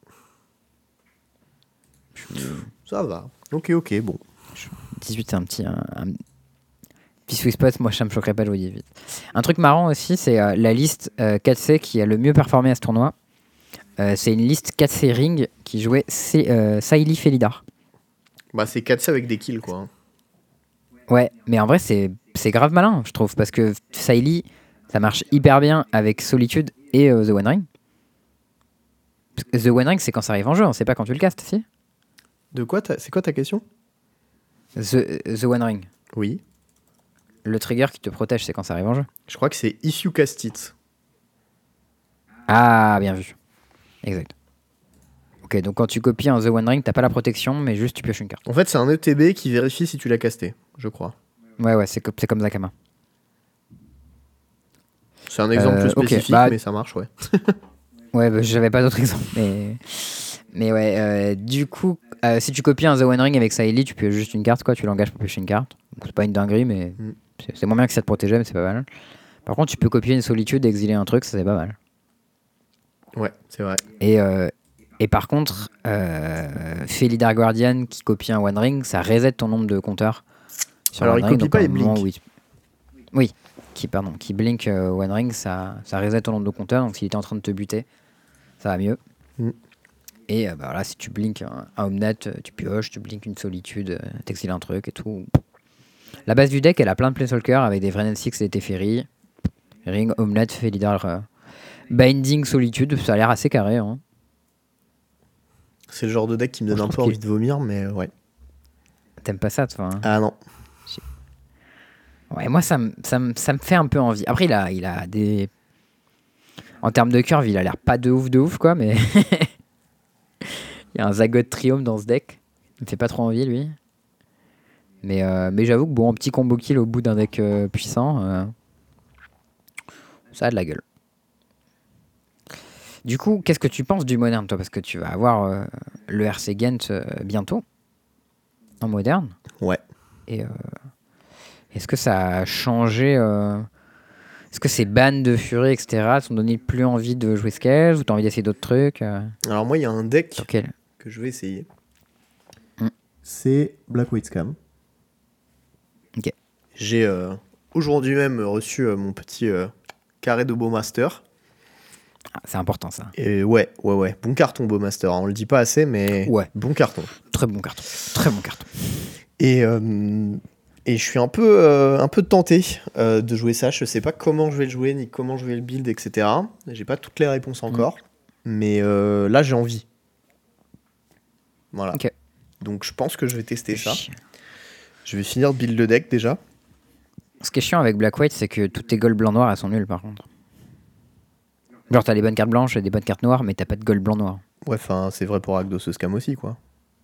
Je- Ça va. Ok, ok, bon. dix-huit, c'est un petit, un, un petit sweet spot. Moi, ça me choquerait pas de jouer dix-huit. Un truc marrant aussi, c'est euh, la liste euh, quatre C qui a le mieux performé à ce tournoi. Euh, c'est une liste quatre C ring qui jouait C- euh, Saïli Felidar. Bah, c'est quatre C avec des kills, quoi. hein. Ouais, mais en vrai, c'est c'est grave malin, je trouve, parce que Saïli, ça marche hyper bien avec Solitude et euh, The One Ring. Parce que The One Ring, c'est quand ça arrive en jeu, on sait pas quand tu le castes, si De quoi t'as- C'est quoi ta question? The, The One Ring. Oui. Le trigger qui te protège, c'est quand ça arrive en jeu. Je crois que c'est If You Cast It. Ah, bien vu. Exact. Ok, donc quand tu copies un The One Ring, t'as pas la protection, mais juste tu pioches une carte. En fait, c'est un E T B qui vérifie si tu l'as casté, je crois. Ouais, ouais, c'est co- c'est comme Zakama. C'est un exemple Euh, plus ok, spécifique, bah- mais ça marche, ouais. Ouais, bah, j'avais pas d'autres exemples, mais... Mais ouais, euh, du coup, euh, si tu copies un The One Ring avec Saïli, tu pioches juste une carte, quoi, tu l'engages pour piocher une carte. Donc, c'est pas une dinguerie, mais Mm. c'est c'est moins bien que ça te protégeait, mais c'est pas mal. Par contre, tu peux copier une Solitude et exiler un truc, ça c'est pas mal. Ouais, c'est vrai. Et, euh, et par contre, euh, Felidar Guardian qui copie un One Ring, ça reset ton nombre de compteurs. Sur Alors, One il Ring, copie donc pas, à un il moment blink. où il- Oui, qui, pardon, qui blink euh, One Ring, ça, ça reset ton nombre de compteurs, donc s'il était en train de te buter, ça va mieux. Mm. Et euh, bah, là, si tu blinks un, un Omnat, euh, tu pioches, tu blinks une Solitude, euh, t'exiles un truc et tout. La base du deck, elle a plein de Planeswalkers avec des Vren Six et des Teferi. Ring, Omnat, Felidar, euh, Binding, Solitude, ça a l'air assez carré. Hein. C'est le genre de deck qui me Moi, donne je un peu trouve envie de vomir, mais ouais. T'aimes pas ça, toi hein. Ah non. Ouais, moi, ça me ça me- ça me fait un peu envie. Après, il a, il a des... En termes de curve, il a l'air pas de ouf, de ouf, quoi, mais... Il y a un Zagot Triome dans ce deck. Il me fait pas trop envie, lui. Mais, euh, mais j'avoue que, bon, un petit combo kill au bout d'un deck euh, puissant, euh, ça a de la gueule. Du coup, qu'est-ce que tu penses du moderne, toi? Parce que tu vas avoir euh, le R C Gent euh, bientôt, en moderne. Ouais. Et euh, est-ce que ça a changé euh, Est-ce que ces bans de furie, et cetera, t'ont donné plus envie de jouer Scales ou t'as envie d'essayer d'autres trucs euh, Alors, moi, il y a un deck Sur quel que je vais essayer. Mm. C'est Black White Scam. Ok. J'ai euh, aujourd'hui même reçu euh, mon petit euh, carré de Bowmaster. Ah, c'est important, ça. Et ouais, ouais, ouais. Bon carton, Bowmaster. hein. On le dit pas assez, mais Ouais. bon carton. Très bon carton. Très bon carton. Et, euh, et je suis un peu, euh, un peu tenté euh, de jouer ça. Je sais pas comment je vais le jouer, ni comment je vais le build, et cetera. J'ai pas toutes les réponses encore. Mais euh, là, j'ai envie. Voilà. Ok. Donc, je pense que je vais tester ça. Chi- Je vais finir de build le deck déjà. Ce qui est chiant avec Black White, c'est que toutes tes gold blanc noir, elles sont nulles par contre. Genre, t'as des bonnes cartes blanches et des bonnes cartes noires, mais t'as pas de gold blanc noir. Ouais, enfin, c'est vrai pour Rakdos Scam aussi, quoi.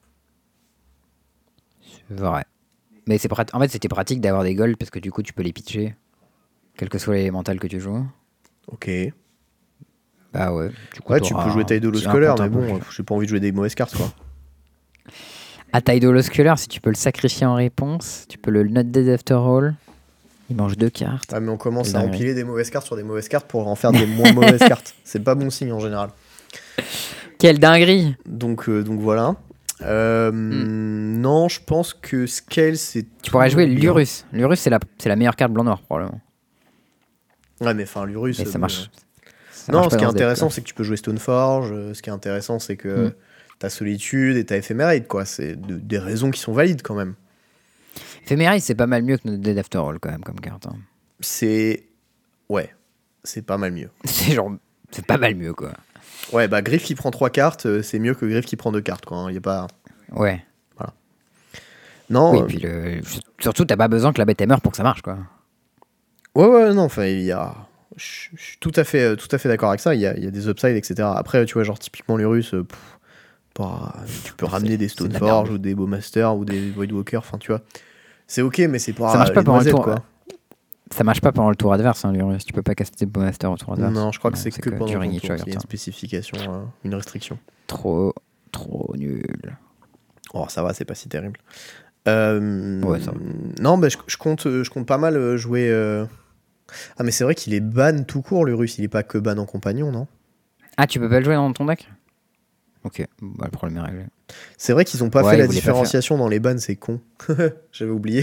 C'est vrai. Mais c'est prat- en fait, c'était pratique d'avoir des golds parce que du coup, tu peux les pitcher. Quel que soit l'élémental que tu joues. Ok. Bah ouais. Du coup, Ouais, tu t'auras peux jouer un Tidal petit Scholar, un mais peu bon, plus. j'ai pas envie de jouer des mauvaises cartes, quoi. À Tidal Sculler, si tu peux le sacrifier en réponse, tu peux le Not Dead After All. Il mange deux cartes. Ah, mais on commence C'est à dingue. empiler des mauvaises cartes sur des mauvaises cartes pour en faire des moins mauvaises cartes. C'est pas bon signe en général. Quelle dinguerie! Donc, euh, donc voilà. Euh, Non, je pense que Scale, c'est. Tu pourrais jouer toujours bien. l'Urus. L'Urus, c'est la, c'est la meilleure carte blanc-noir, probablement. Ouais, mais enfin, l'Urus. Mais euh, ça bon, marche. Ça Non, marche ce pas qui est dans ce deck, intéressant, quoi. c'est que tu peux jouer Stoneforge. euh, Ce qui est intéressant, c'est que Mm. t'as Solitude et t'as Ephemerate, quoi. C'est de- des raisons qui sont valides quand même. Ephemerate, c'est pas mal mieux que Not Dead After All, quand même, comme carte. hein. C'est. Ouais, c'est pas mal mieux. C'est genre. C'est pas mal mieux, quoi. Ouais, bah Griff qui prend trois cartes, euh, c'est mieux que Griff qui prend deux cartes, quoi. hein. Y a pas. Ouais. Non. Oui, euh, puis le... surtout, t'as pas besoin que la bête elle meure pour que ça marche, quoi. Ouais, ouais, non, enfin, il y a. Je je suis tout à fait, euh, tout à fait d'accord avec ça. Il y a, il y a des upsides, et cetera. Après, tu vois, genre, typiquement, l'Urus, euh, pff, pas- tu peux ramener des c'est de la Stoneforge merde. ou des Bowmaster ou des Voidwalker, enfin, tu vois. C'est ok, mais c'est pas. Ça marche euh, pas les pour un noisettes, tour. quoi. Ça marche pas pendant le tour adverse, hein, l'Urus. Tu peux pas caster Beau Master au tour adverse. Non, je crois que c'est que, que pendant during ton each tour turn. qu'il y a une spécification, euh, une restriction. Trop, trop nul. Oh, ça va, c'est pas si terrible. Euh, ouais, ça va. Non, bah, je, je, compte, je compte pas mal jouer... Euh... Ah, mais c'est vrai qu'il est ban tout court, l'Urus. Il est pas que ban en compagnon, non? Ah, tu peux pas le jouer dans ton deck? Ok, bah, le problème est réglé. C'est vrai qu'ils ont pas ouais, fait la différenciation dans les bans, c'est con. J'avais oublié.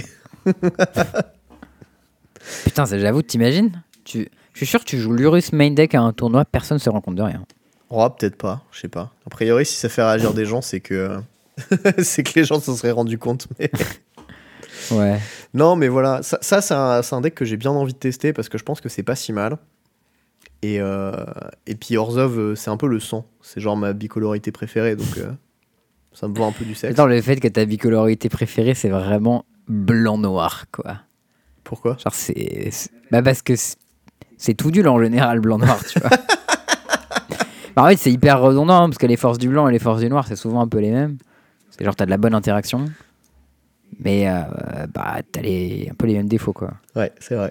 Putain, j'avoue, t'imagines tu... Je suis sûr que tu joues l'Urus main deck à un tournoi, personne se rend compte de rien. Oh, peut-être pas, je sais pas. A priori, si ça fait réagir des gens, c'est que c'est que les gens s'en seraient rendus compte. Mais... ouais. Non, mais voilà, ça, ça c'est, un, c'est un deck que j'ai bien envie de tester parce que je pense que c'est pas si mal. Et, euh... Et puis Orzhov, c'est un peu le sang. C'est genre ma bicolorité préférée, donc euh, ça me voit un peu du sexe. Attends, le fait que ta bicolorité préférée, c'est vraiment blanc-noir, quoi. Pourquoi? Genre, c'est... c'est... Bah, parce que c'est, c'est tout nul en général, blanc-noir, tu vois. Bah, en fait, c'est hyper redondant, hein, parce que les forces du blanc et les forces du noir, c'est souvent un peu les mêmes. C'est genre, t'as de la bonne interaction, mais euh, bah, t'as les... un peu les mêmes défauts, quoi. Ouais, c'est vrai.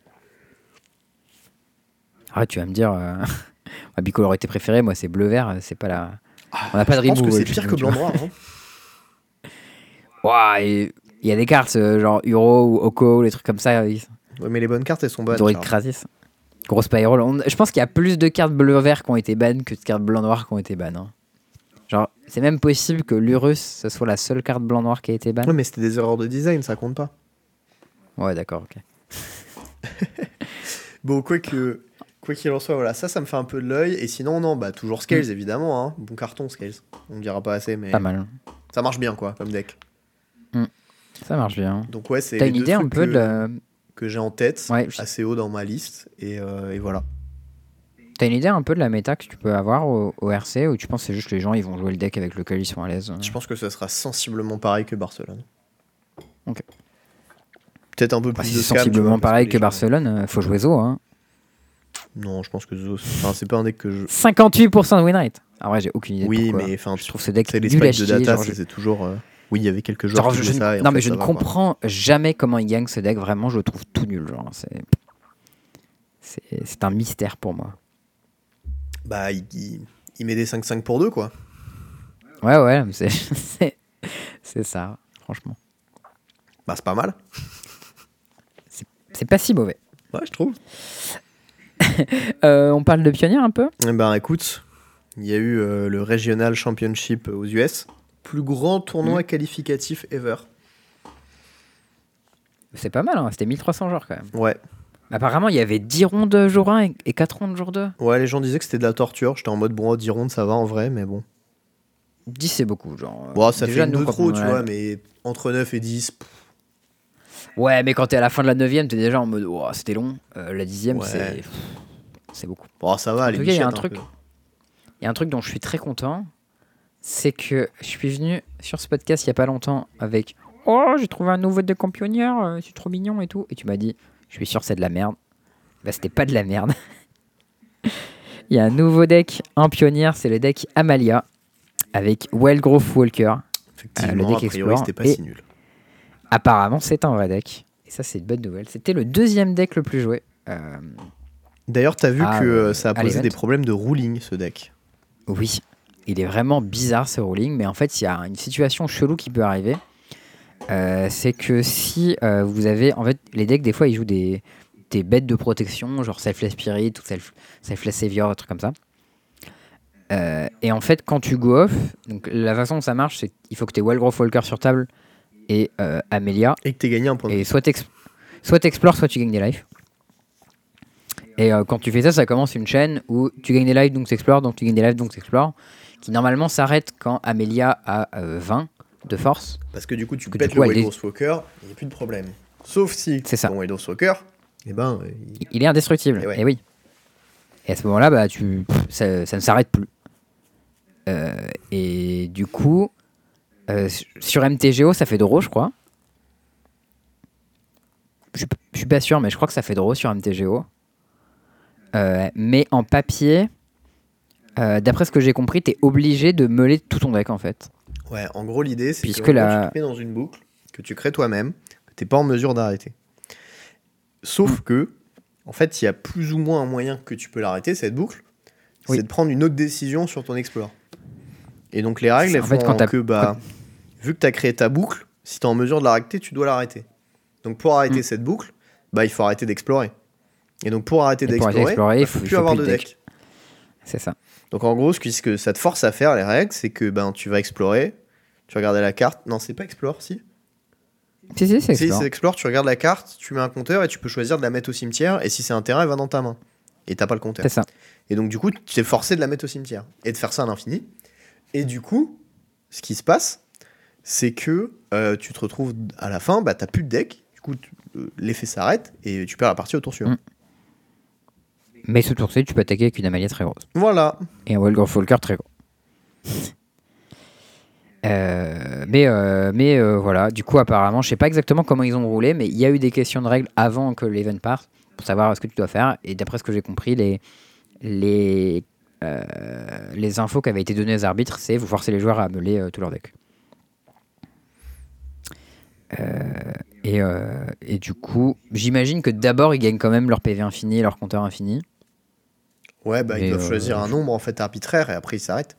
Arrête, tu vas me dire, euh... ma bicolorité préférée, moi, c'est bleu-vert, c'est pas la... Ah, on n'a pas de je pense removal, que c'est pire que blanc-noir. Hein. Ouah, et... Il y a des cartes, euh, genre Uro ou Oko, les trucs comme ça. Ils... Ouais, mais les bonnes cartes, elles sont bonnes. Doric Krasis. Grosse Pyrol. On... Je pense qu'il y a plus de cartes bleu-vert qui ont été ban que de cartes blanc-noir qui ont été ban. Hein. Genre, c'est même possible que l'Urus, ce soit la seule carte blanc-noir qui a été ban. Ouais, mais c'était des erreurs de design, ça compte pas. Ouais, d'accord, ok. Bon, quoi que... Quoi qu'il en soit, voilà, ça, ça me fait un peu de l'œil. Et sinon, non, bah, toujours Scales, mm. évidemment. Hein. Bon carton, Scales. On ne dira pas assez, mais... Pas mal. Ça marche bien, quoi, comme deck. Mm. Ça marche bien. Donc ouais, c'est T'as les une deux idée trucs un peu que, de la... que j'ai en tête, ouais, je... assez haut dans ma liste, et, euh, et voilà. T'as une idée un peu de la méta que tu peux avoir au, au R C, ou tu penses que c'est juste que les gens ils vont jouer le deck avec lequel ils sont à l'aise? Je pense que ça sera sensiblement pareil que Barcelone. Ok. Peut-être un peu bah, plus si de c'est scam, sensiblement vois, pareil que, que Barcelone, euh, faut jouer Zo. Hein. Non, je pense que Zo, c'est, enfin, c'est pas un deck que je... cinquante-huit pour cent de win rate. Ah ouais, j'ai aucune idée. Oui, pourquoi. mais enfin, je trouve ce deck c'est les nul à spikes de chier, data, genre, c'est, je... c'est toujours... Euh... Oui, il y avait quelques joueurs genre, qui je, faisaient ça. Et non, en mais fait, je ne va, comprends quoi. jamais comment ils gagnent ce deck. Vraiment, je le trouve tout nul. Genre, c'est... C'est... c'est un mystère pour moi. Bah, il, il, il met des cinq cinq pour deux, quoi. Ouais, ouais, c'est... c'est... c'est ça, franchement. Bah, c'est pas mal. C'est, c'est pas si mauvais. Ouais, je trouve. euh, on parle de pionnier un peu? Eh ben, écoute, il y a eu euh, le Regional Championship aux U S. Plus grand tournoi mmh. qualificatif ever. C'est pas mal, hein. C'était mille trois cents joueurs quand même. Ouais. Apparemment, il y avait dix rondes jour un et quatre rondes jour deux. Ouais, les gens disaient que c'était de la torture. J'étais en mode, bon, dix rondes, ça va en vrai, mais bon. dix, c'est beaucoup. Genre, bon, ça déjà, fait deux trop, tu a... vois, mais entre neuf et dix... Pff. Ouais, mais quand t'es à la fin de la neuvième, t'es déjà en mode, oh, c'était long. Euh, la dixième, ouais. c'est... Pff, c'est beaucoup. Bon, ça va, en les tout cas, il y a un un truc... peu. Il y a un truc dont je suis très content, c'est que je suis venu sur ce podcast il y a pas longtemps avec « Oh, j'ai trouvé un nouveau deck en pionnière, euh, c'est trop mignon et tout. » Et tu m'as dit « Je suis sûr c'est de la merde. » Bah, c'était pas de la merde. Il y a un nouveau deck en pionnière, c'est le deck Amalia, avec Wildgrowth Walker. Effectivement, euh, le deck a priori, Explore, c'était pas si nul. Apparemment, c'est un vrai deck. Et ça, c'est une bonne nouvelle. C'était le deuxième deck le plus joué. Euh... D'ailleurs, t'as vu ah, que euh, ça a posé des problèmes de ruling, ce deck. Oui, il est vraiment bizarre ce ruling, mais en fait, il y a une situation chelou qui peut arriver. Euh, c'est que si euh, vous avez... En fait, les decks, des fois, ils jouent des, des bêtes de protection, genre Selfless Spirit ou self, Selfless Savior, des trucs comme ça. Euh, et en fait, quand tu go off, donc, la façon dont ça marche, c'est qu'il faut que tu aies Wildgrowth Walker sur table et euh, Amelia. Et que tu aies gagné un point de et vie. soit tu soit explores, soit tu gagnes des lives. Et euh, quand tu fais ça, ça commence une chaîne où tu gagnes des lives, donc tu explores, donc tu gagnes des lives, donc tu explores, qui normalement s'arrête quand Amelia a euh, vingt de force. Parce que du coup, tu pètes coup, le Wildgrowth est... Walker, il n'y a plus de problème. Sauf si c'est ça. ton Wildgrowth Walker, eh ben, il... il est indestructible. Et, ouais. et oui. Et à ce moment-là, bah, tu... ça, ça ne s'arrête plus. Euh, et du coup, euh, sur M T G O, ça fait draw, je crois. Je, je suis pas sûr, mais je crois que ça fait draw sur M T G O. Euh, mais en papier, euh, d'après ce que j'ai compris, t'es obligé de meuler tout ton deck en fait. Ouais, en gros l'idée c'est Puisque que la... tu te mets dans une boucle que tu crées toi-même, que t'es pas en mesure d'arrêter. Sauf que, en fait, il y a plus ou moins un moyen que tu peux l'arrêter, cette boucle, Oui. c'est de prendre une autre décision sur ton explore. Et donc les règles, C'est- elles en fait, font quand t'as- que, bah, vu que tu as créé ta boucle, si tu es en mesure de l'arrêter, tu dois l'arrêter. Donc pour arrêter Mm. cette boucle, bah, il faut arrêter d'explorer. Et donc pour arrêter Et pour arrêter d'explorer, d'explorer, il il ne faut- faut il plus faut avoir plus de de deck. deck. C'est ça. Donc en gros, ce que, ce que ça te force à faire, les règles, c'est que ben, tu vas explorer, tu vas regarder la carte. Non, c'est pas explore, si. Si, si, c'est Si explore. c'est explore, tu regardes la carte, tu mets un compteur et tu peux choisir de la mettre au cimetière. Et si c'est un terrain, elle va dans ta main. Et t'as pas le compteur. C'est ça. Et donc du coup, tu es forcé de la mettre au cimetière. Et de faire ça à l'infini. Et du coup, ce qui se passe, c'est que euh, tu te retrouves à la fin, bah, t'as plus de deck. Du coup, tu- euh, l'effet s'arrête et tu perds la partie au tour suivant. Mm. Mais ce tour-ci, tu peux attaquer avec une Amalia très grosse. Voilà. Et un Walker très gros. Euh, mais euh, mais euh, voilà, du coup, apparemment, je sais pas exactement comment ils ont roulé, mais il y a eu des questions de règles avant que l'event parte pour savoir ce que tu dois faire. Et d'après ce que j'ai compris, les, les, euh, les infos qui avaient été données aux arbitres, c'est vous forcez les joueurs à meubler euh, tout leur deck. Euh, et, euh, et du coup, j'imagine que d'abord ils gagnent quand même leur P V infini et leur compteur infini. Ouais, bah, ils Et, doivent euh, choisir un nombre en fait arbitraire et après ils s'arrêtent.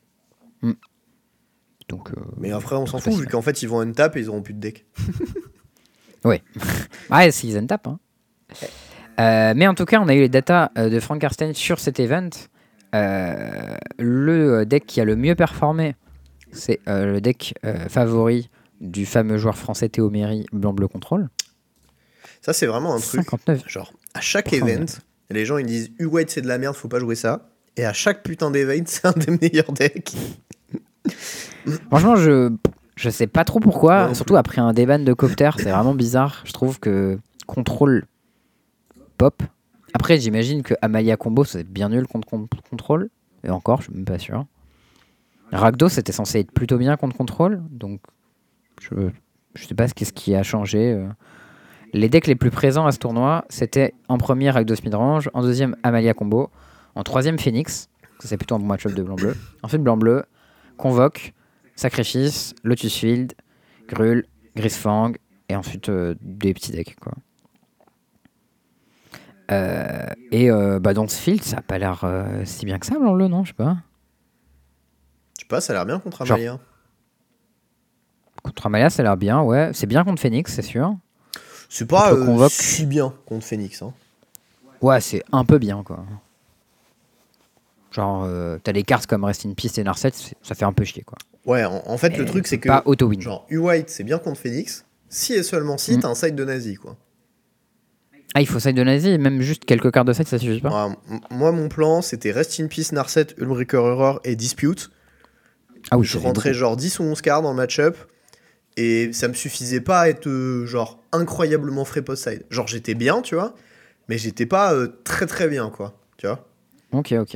Donc, euh, Mais après, on s'en c'est fout, facile. vu qu'en fait, ils vont untap et ils auront plus de deck. Ouais, s'ils en tapent. Hein. Euh, mais en tout cas, on a eu les datas euh, de Frank Karsten sur cet event. Euh, le deck qui a le mieux performé, c'est euh, le deck euh, favori du fameux joueur français Théo Méry, Blanc-Bleu Control. Ça, c'est vraiment un truc. cinquante-neuf. Genre, à chaque pour cent event, de- les gens ils disent U-White c'est de la merde, faut pas jouer ça. Et à chaque putain d'event, c'est un des meilleurs decks. Franchement, je je sais pas trop Moi pourquoi. non Surtout plus. après un déban de Copter, c'est vraiment bizarre. Je trouve que Control pop. Après, j'imagine que Amalia Combo, c'est bien nul contre con- Control. Et encore, je suis même pas sûr. Rakdos c'était censé être plutôt bien contre Control. Donc, je, je sais pas ce qu'est-ce qui a changé. euh. Les decks les plus présents à ce tournoi, c'était en premier Rakdos Midrange, en deuxième Amalia Combo, en troisième Phoenix. Ça, c'est plutôt un bon match-up de blanc-bleu. Ensuite, blanc-bleu, Convoque, Sacrifice, Lotus Field, Grul, Grisfang, et ensuite euh, des petits decks, quoi. Euh, et euh, bah, dans ce field, ça a pas l'air euh, si bien que ça, blanc-bleu, non? Je sais pas. Je sais pas, ça a l'air bien contre Genre- Amalia. Contre Amalia, ça a l'air bien, ouais. C'est bien contre Phoenix, c'est sûr. C'est pas Contre euh, Convoque. si bien contre Phoenix. Hein. Ouais, c'est un peu bien, quoi. Genre, euh, t'as des cartes comme Rest in Peace et Narset, c'est- ça fait un peu chier, quoi. Ouais, en, en fait, le Et truc, c'est que. pas auto-win. Genre, U-White, c'est bien contre Phoenix. Si et seulement si, Mm. t'as un side de nazi, quoi. Ah, il faut side de nazi, même juste quelques cartes de side, ça suffit pas. Ouais, m- moi, mon plan, c'était Rest in Peace, Narset, Ulmbreaker Error et Dispute. Ah oui, Je ça fait rentrais beaucoup. genre dix ou onze cartes dans le match-up. Et ça me suffisait pas à être euh, genre incroyablement frais post-side. Genre, j'étais bien, tu vois. Mais j'étais pas euh, très très bien, quoi. Tu vois. Ok, ok.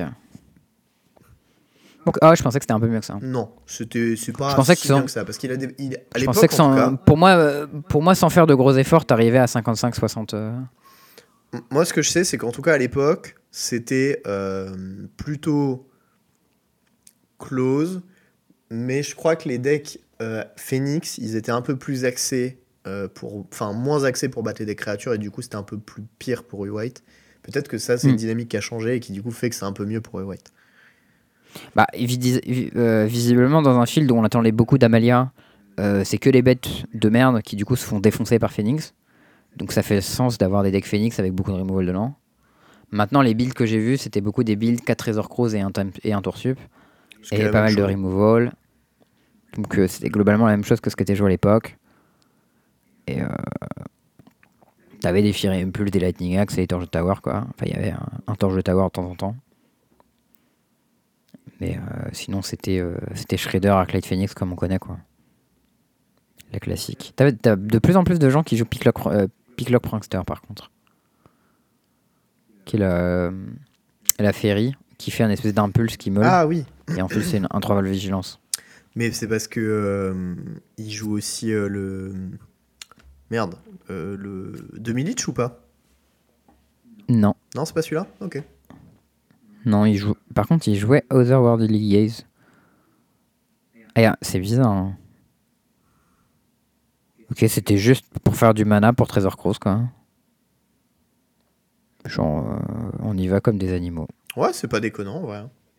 Donc, ah, je pensais que c'était un peu mieux que ça. Non, c'était c'est pas Je pensais si que ça- bien que ça parce qu'il a des, il- à Je l'époque pensais que en sans, tout cas, pour, moi, euh, pour moi, sans faire de gros efforts, t'arrivais à cinquante-cinq soixante. euh. m- moi ce que je sais c'est qu'en tout cas à l'époque, c'était euh, plutôt close, mais je crois que les decks euh, Phoenix, ils étaient un peu plus axés euh, pour enfin moins axés pour battre des créatures et du coup, c'était un peu plus pire pour U-White. Peut-être que ça c'est Hmm. une dynamique qui a changé et qui du coup fait que c'est un peu mieux pour U-White. Bah, vis- vi- euh, visiblement, dans un field où on attendait beaucoup d'Amalia, euh, c'est que les bêtes de merde qui du coup se font défoncer par Phoenix. Donc ça fait sens d'avoir des decks Phoenix avec beaucoup de removal dedans. Maintenant, les builds que j'ai vus, c'était beaucoup des builds quatre trésors cross et un, time- et un tour sup. Ce qui est Et la pas même mal de chose. removal. Donc euh, c'était globalement la même chose que ce qui était joué à l'époque. Et euh, t'avais des Fire Impulse, des Lightning Axe et des Torches de Tower, quoi. Enfin, il y avait un, un Torche de Tower de temps en temps. Mais euh, sinon, c'était euh, c'était Shredder, Arclight Phoenix, comme on connaît, quoi. La classique. T'as, t'as de plus en plus de gens qui jouent Picklock, euh, Picklock Prankster, par contre. Qui est la, euh, la Fairy, qui fait un espèce d'impulse qui meule. Ah oui, Et en plus, c'est une, un trois val vigilance. mais c'est parce que euh, il joue aussi euh, le merde, euh, le demi-lich ou pas? Non. Non, c'est pas celui-là. Ok. Non, il joue. Par contre, il jouait Otherworldly Gaze. Ah, c'est bizarre. Hein. Ok, c'était juste pour faire du mana pour Trésor Cross, quoi. Genre, euh, on y va comme des animaux. Ouais, c'est pas déconnant, ouais.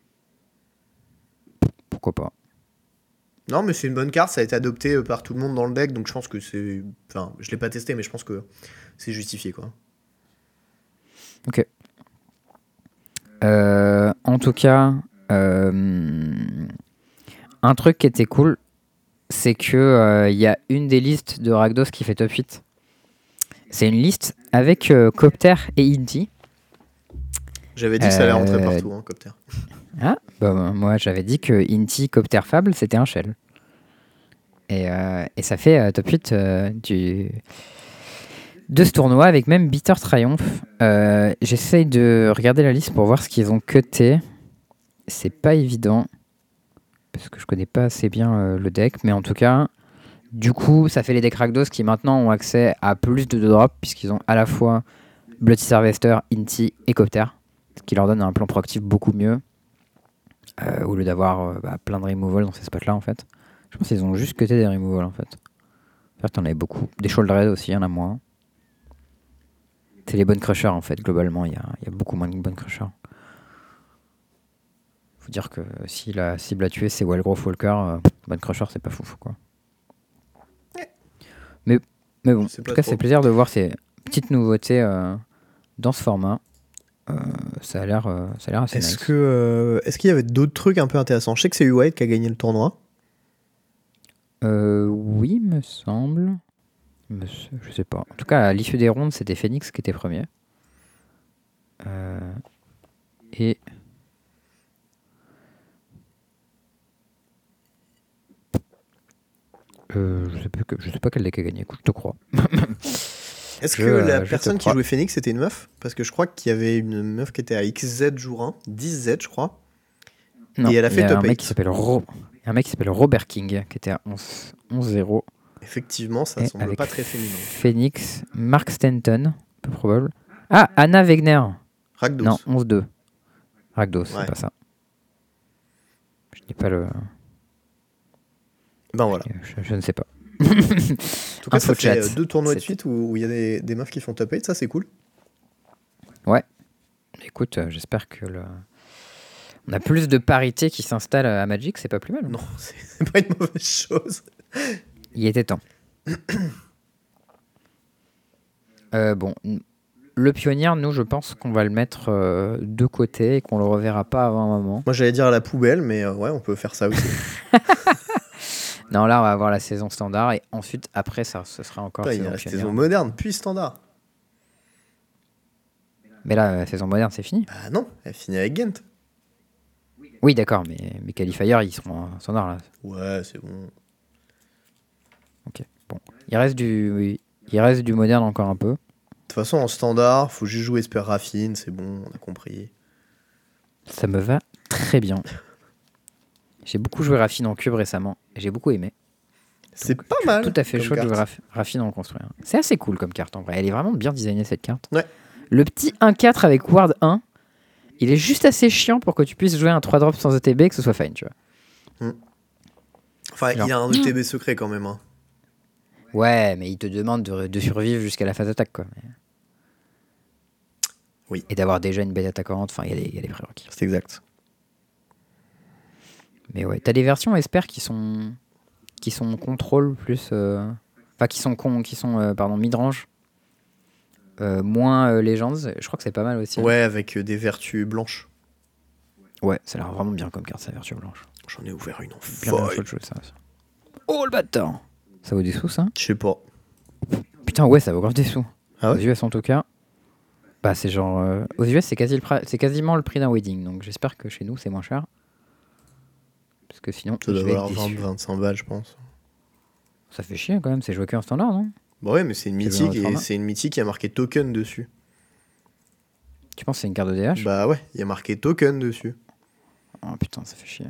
Pourquoi pas? Non, mais c'est une bonne carte, ça a été adopté par tout le monde dans le deck, donc je pense que c'est... Enfin, je l'ai pas testé, mais je pense que c'est justifié, quoi. Ok. Euh, en tout cas, euh, un truc qui était cool, c'est que euh, il y a une des listes de Rakdos qui fait top huit. C'est une liste avec euh, Copter et Inti. J'avais dit que ça allait rentrer Euh, partout, hein, Copter. Ah, bah, moi j'avais dit que Inti, Copter, Fable, c'était un shell. Et, euh, et ça fait euh, top huit euh, du... de ce tournoi avec même Bitter Triumph. Euh, J'essaye de regarder la liste pour voir ce qu'ils ont cuté. C'est pas évident. Parce que je connais pas assez bien euh, le deck. Mais en tout cas, du coup, ça fait les decks Rakdos qui maintenant ont accès à plus de deux drops. Puisqu'ils ont à la fois Bloody Harvester, Inti et Copter. Ce qui leur donne un plan proactif beaucoup mieux. Euh, au lieu d'avoir euh, bah, plein de removal dans ces spots-là en fait. Je pense qu'ils ont juste cuté des removals en fait. Faire t'en avais beaucoup. Des shoulder raid aussi, il y en a moins. C'est les bonnes crushers en fait, globalement, il y a, y a beaucoup moins de bonnes crushers. Faut dire que si la cible à tuer c'est Wellgrowth Walker, euh, bonne crusher c'est pas fou, fou quoi. Mais, mais bon, en tout cas c'est plaisir de voir ces petites nouveautés euh, dans ce format. Euh, ça a l'air euh, ça a l'air assez Est-ce nice. que euh, est-ce qu'il y avait d'autres trucs un peu intéressants? Je sais que c'est U-White qui a gagné le tournoi. Euh, oui, me semble. Me- Je sais pas. En tout cas, à l'issue des rondes, c'était Phoenix qui était premier. Euh, et euh, je sais plus que, je sais pas quel deck a gagné. Écoute, je te crois. Est-ce Je, que la euh, je te personne qui crois. jouait Phoenix c'était une meuf? Parce que je crois qu'il y avait une meuf qui était à X Z jour un, dix Z je crois. Non, Et elle a il y fait a top un mec huit. qui s'appelle Ro- un mec qui s'appelle Robert King qui était à onze zéro. Effectivement, ça Et semble avec pas très féminin. Phoenix, Mark Stanton, peu probable. Ah, Anna Wegner. Rakdos. Non, onze deux. Rakdos, Ouais. c'est pas ça. Je n'ai pas le. Ben voilà. Je, je ne sais pas. En tout cas, ça Info fait chat. euh, deux tournois de C'est- suite où il y a des, des meufs qui font top huit, ça c'est cool. Ouais. Écoute, euh, j'espère que le... on a plus de parité qui s'installe à Magic, c'est pas plus mal. Non, c'est c'est pas une mauvaise chose. Il était temps. Euh, bon, n- le pionnier, nous, je pense qu'on va le mettre euh, de côté et qu'on le reverra pas avant un moment. Moi j'allais dire à la poubelle, mais euh, ouais, on peut faire ça aussi. Non, là, on va avoir la saison standard et ensuite, après, ça, ce sera encore Putain, il y saison a la pionnière. saison moderne, puis standard. Mais là, la saison moderne, c'est fini. Bah non, elle finit avec Gent. Oui, d'accord, mais mes qualifiers, ils seront en standard là. Ouais, c'est bon. Ok, bon. Il reste du, oui, il reste du moderne encore un peu. De toute façon, en standard, faut juste jouer Esper Raffine, c'est bon, on a compris. Ça me va très bien. J'ai beaucoup joué Raffine en cube récemment et j'ai beaucoup aimé. C'est Donc, pas je suis mal. Tout à fait comme chaud de jouer carte. Raff- Raffine en construire. C'est assez cool comme carte en vrai. Elle est vraiment bien designée cette carte. Ouais. Le petit un quatre avec Ward un, il est juste assez chiant pour que tu puisses jouer un trois drop sans E T B et que ce soit fine, tu vois. Enfin, Genre. il a un E T B secret quand même. Hein. Ouais, mais il te demande de, de survivre jusqu'à la phase d'attaque, quoi. Mais- Oui. Et d'avoir déjà une bête attaquante. Enfin, il y a des- il y a des prérequis. C'est exact. Mais ouais, t'as des versions Esper qui sont qui sont contrôle plus, euh, enfin qui sont con, qui sont euh, pardon midrange, euh, moins euh, Legends. Je crois que c'est pas mal aussi. Ouais, avec euh, des vertus blanches. Ouais, ça a l'air vraiment bien comme carte, sa vertu blanche. J'en ai ouvert une en Bien bien folle. chaud de jouer ça. aussi. Oh le bâtard. Ça vaut des sous ça? Je sais pas. Putain ouais, ça vaut grave des sous. Ah Aux ouais U S en tout cas. Bah c'est genre euh, aux U S c'est quasi le pra- c'est quasiment le prix d'un wedding, donc j'espère que chez nous c'est moins cher. Parce que sinon Ça doit je vais être valoir vingt déçu. vingt-cinq balles, je pense. Ça fait chier quand même, c'est joué qu'en standard, non? Bah ouais, mais c'est une C'est mythique le et format. c'est une mythique qui a marqué token dessus. Tu penses que c'est une carte de D H? Bah ouais, il y a marqué token dessus. Oh putain, ça fait chier.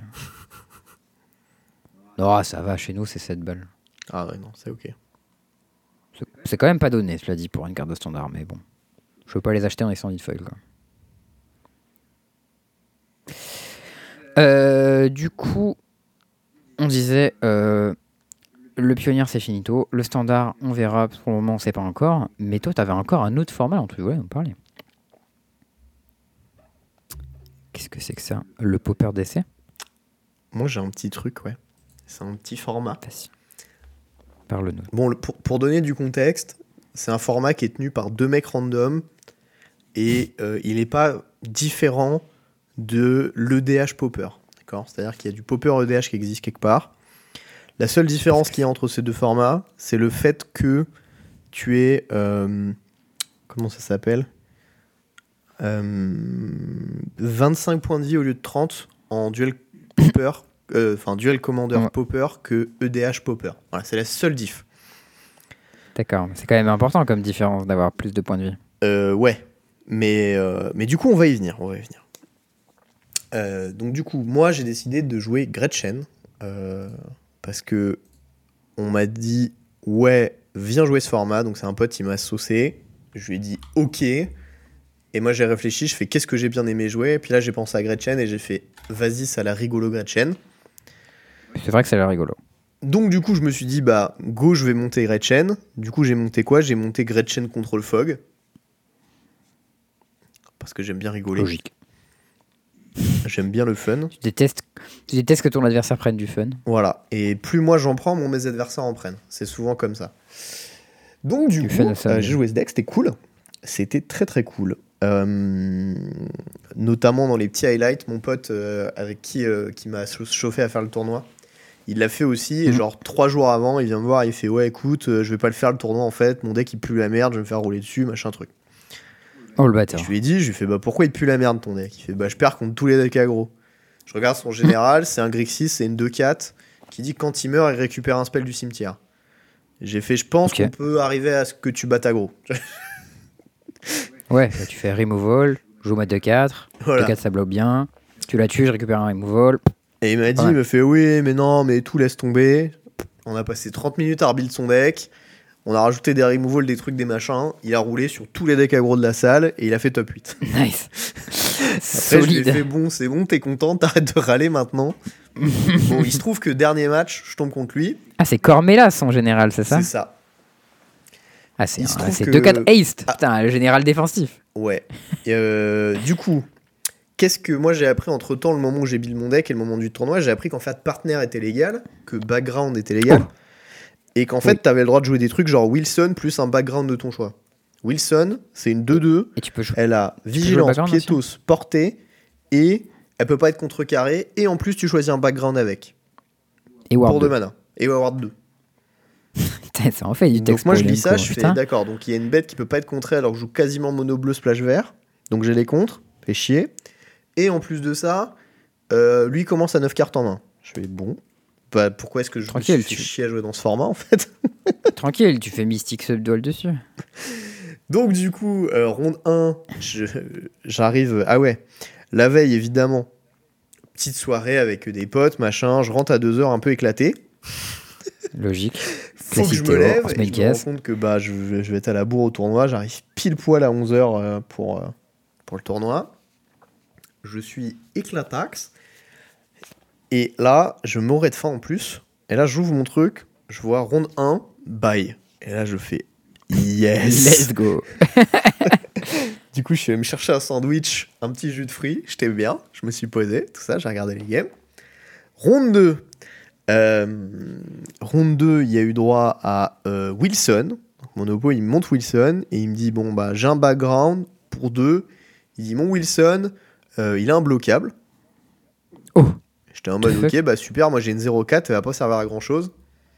Non, ça va, chez nous c'est sept balles. Ah ouais, non, c'est ok. C'est- C'est quand même pas donné, cela dit, pour une carte de standard, mais bon. Je peux pas les acheter en essayant de foil, quoi. Euh, du coup, on disait, euh, le pionnier c'est finito, le standard on verra, pour le moment on sait pas encore, mais toi t'avais encore un autre format dont tu voulais nous parler. Qu'est-ce que c'est que ça? Le popper d'essai? Moi, j'ai un petit truc, ouais. C'est un petit format. Vas-y. Parle-nous. Bon, le- pour, pour donner du contexte, c'est un format qui est tenu par deux mecs random et euh, il n'est pas différent de l'E D H popper. D'accord? C'est-à-dire qu'il y a du popper E D H qui existe quelque part. La seule différence qu'il y a entre ces deux formats, c'est le fait que tu es... euh, comment ça s'appelle euh, vingt-cinq points de vie au lieu de trente en duel popper, euh, enfin duel commander Ouais. popper que E D H popper. Voilà, c'est la seule diff. D'accord, mais c'est quand même important comme différence d'avoir plus de points de vie. Euh, ouais, mais, euh, mais du coup, on va y venir. On va y venir. Euh, donc, du coup, moi, j'ai décidé de jouer Gretchen euh, parce que on m'a dit ouais, viens jouer ce format. Donc, c'est un pote, il m'a saucé. Je lui ai dit ok. Et moi, j'ai réfléchi. Je fais qu'est-ce que j'ai bien aimé jouer. Et puis là, j'ai pensé à Gretchen et j'ai fait vas-y, ça a l'air rigolo, Gretchen. C'est vrai que ça a l'air rigolo. Donc, du coup, je me suis dit bah, go, je vais monter Gretchen. Du coup, j'ai monté quoi? J'ai monté Gretchen Control Fog. Parce que j'aime bien rigoler. Logique. J'aime bien le fun. Tu détestes, tu détestes que ton adversaire prenne du fun. Voilà. Et plus moi j'en prends, moins mes adversaires en prennent. C'est souvent comme ça. Donc du Du coup, fun à ça, euh, mais- j'ai joué ce deck, c'était cool. C'était très très cool. Euh, notamment dans les petits highlights, mon pote euh, avec qui, euh, qui m'a chau- chauffé à faire le tournoi, il l'a fait aussi. Et Mhm. genre trois jours avant, il vient me voir, il fait ouais écoute, euh, je vais pas le faire le tournoi en fait. Mon deck il pue la merde, je vais me faire rouler dessus, machin truc. Oh le Et bâtard. je lui ai dit, je lui ai fait bah pourquoi il pue la merde ton deck? Il fait bah je perds contre tous les decks aggro. Je regarde son général, c'est un Grixis, c'est une deux quatre qui dit quand il meurt, il récupère un spell du cimetière. J'ai fait je pense Ok. qu'on peut arriver à ce que tu battes aggro. Ouais, bah, tu fais removal, joue ma deux quatre, Voilà. deux quatre ça bloque bien, tu la tues, je récupère un removal. Et il m'a dit, Ouais. il me fait oui, mais non, mais tout laisse tomber. On a passé trente minutes à rebuild son deck. On a rajouté des removals, des trucs, des machins. Il a roulé sur tous les decks aggro de la salle et il a fait top huit. Nice. Après, je lui ai Solide. fait bon, c'est bon, t'es content, t'arrêtes de râler maintenant. Bon, il se trouve que dernier match, je tombe contre lui. Ah, c'est Cormélas en général, c'est ça? C'est ça. Ah, c'est il se un- trouve c'est que- deux quatre haste. Ah. Putain, le général défensif. Ouais. Et euh, du coup, qu'est-ce que moi j'ai appris entre temps, le moment où j'ai build mon deck et le moment du tournoi? J'ai appris qu'en fait, partner était légal, que background était légal, Oh. et qu'en fait, Oui. t'avais le droit de jouer des trucs genre Wilson plus un background de ton choix. Wilson, c'est une deux deux, Et tu peux jouer. elle a jouer le vigilance, background aussi piétos, portée, et elle peut pas être contrecarrée, et en plus, tu choisis un background avec, Et Ward pour deux deux. mana, et Ward deux. Putain, ça en fait du Donc texte. moi je pour lis les ça, cours, je fais putain. d'accord, donc il y a une bête qui peut pas être contrée alors que je joue quasiment mono bleu splash vert, donc j'ai les contres, fait chier. Et en plus de ça, euh, lui commence à neuf cartes en main. Je fais bon, bah, pourquoi est-ce que je me Tranquille, suis fait tu- chier à jouer dans ce format en fait? Tranquille, tu fais Mystic Subdual dessus. Donc du coup, euh, ronde un, je- j'arrive, ah ouais, la veille évidemment, petite soirée avec des potes, machin, je rentre à deux heures un peu éclaté. Logique. Faut que je Classique me Théo, lève on se et met je une me rends caisse. compte que bah, je, vais- je vais être à la bourre au tournoi. J'arrive pile poil à onze heures euh, pour, euh, pour le tournoi. Je suis éclatax. Et là, je mourrais de faim en plus. Et là, j'ouvre mon truc. Je vois ronde un, bye. Et là, je fais yes. Let's go. Du coup, je suis allé me chercher un sandwich, un petit jus de fruits. J'étais bien. Je me suis posé, tout ça. J'ai regardé les games. Ronde deux. Euh, ronde deux, il y a eu droit à euh, Wilson. Donc, mon oppo, il me montre Wilson et il me dit bon, bah, j'ai un background pour deux. Il dit mon Wilson, euh, il est imbloquable. Oh. J'étais en mode The fuck? ok, bah super, moi j'ai une zéro quatre, elle va pas servir à grand chose.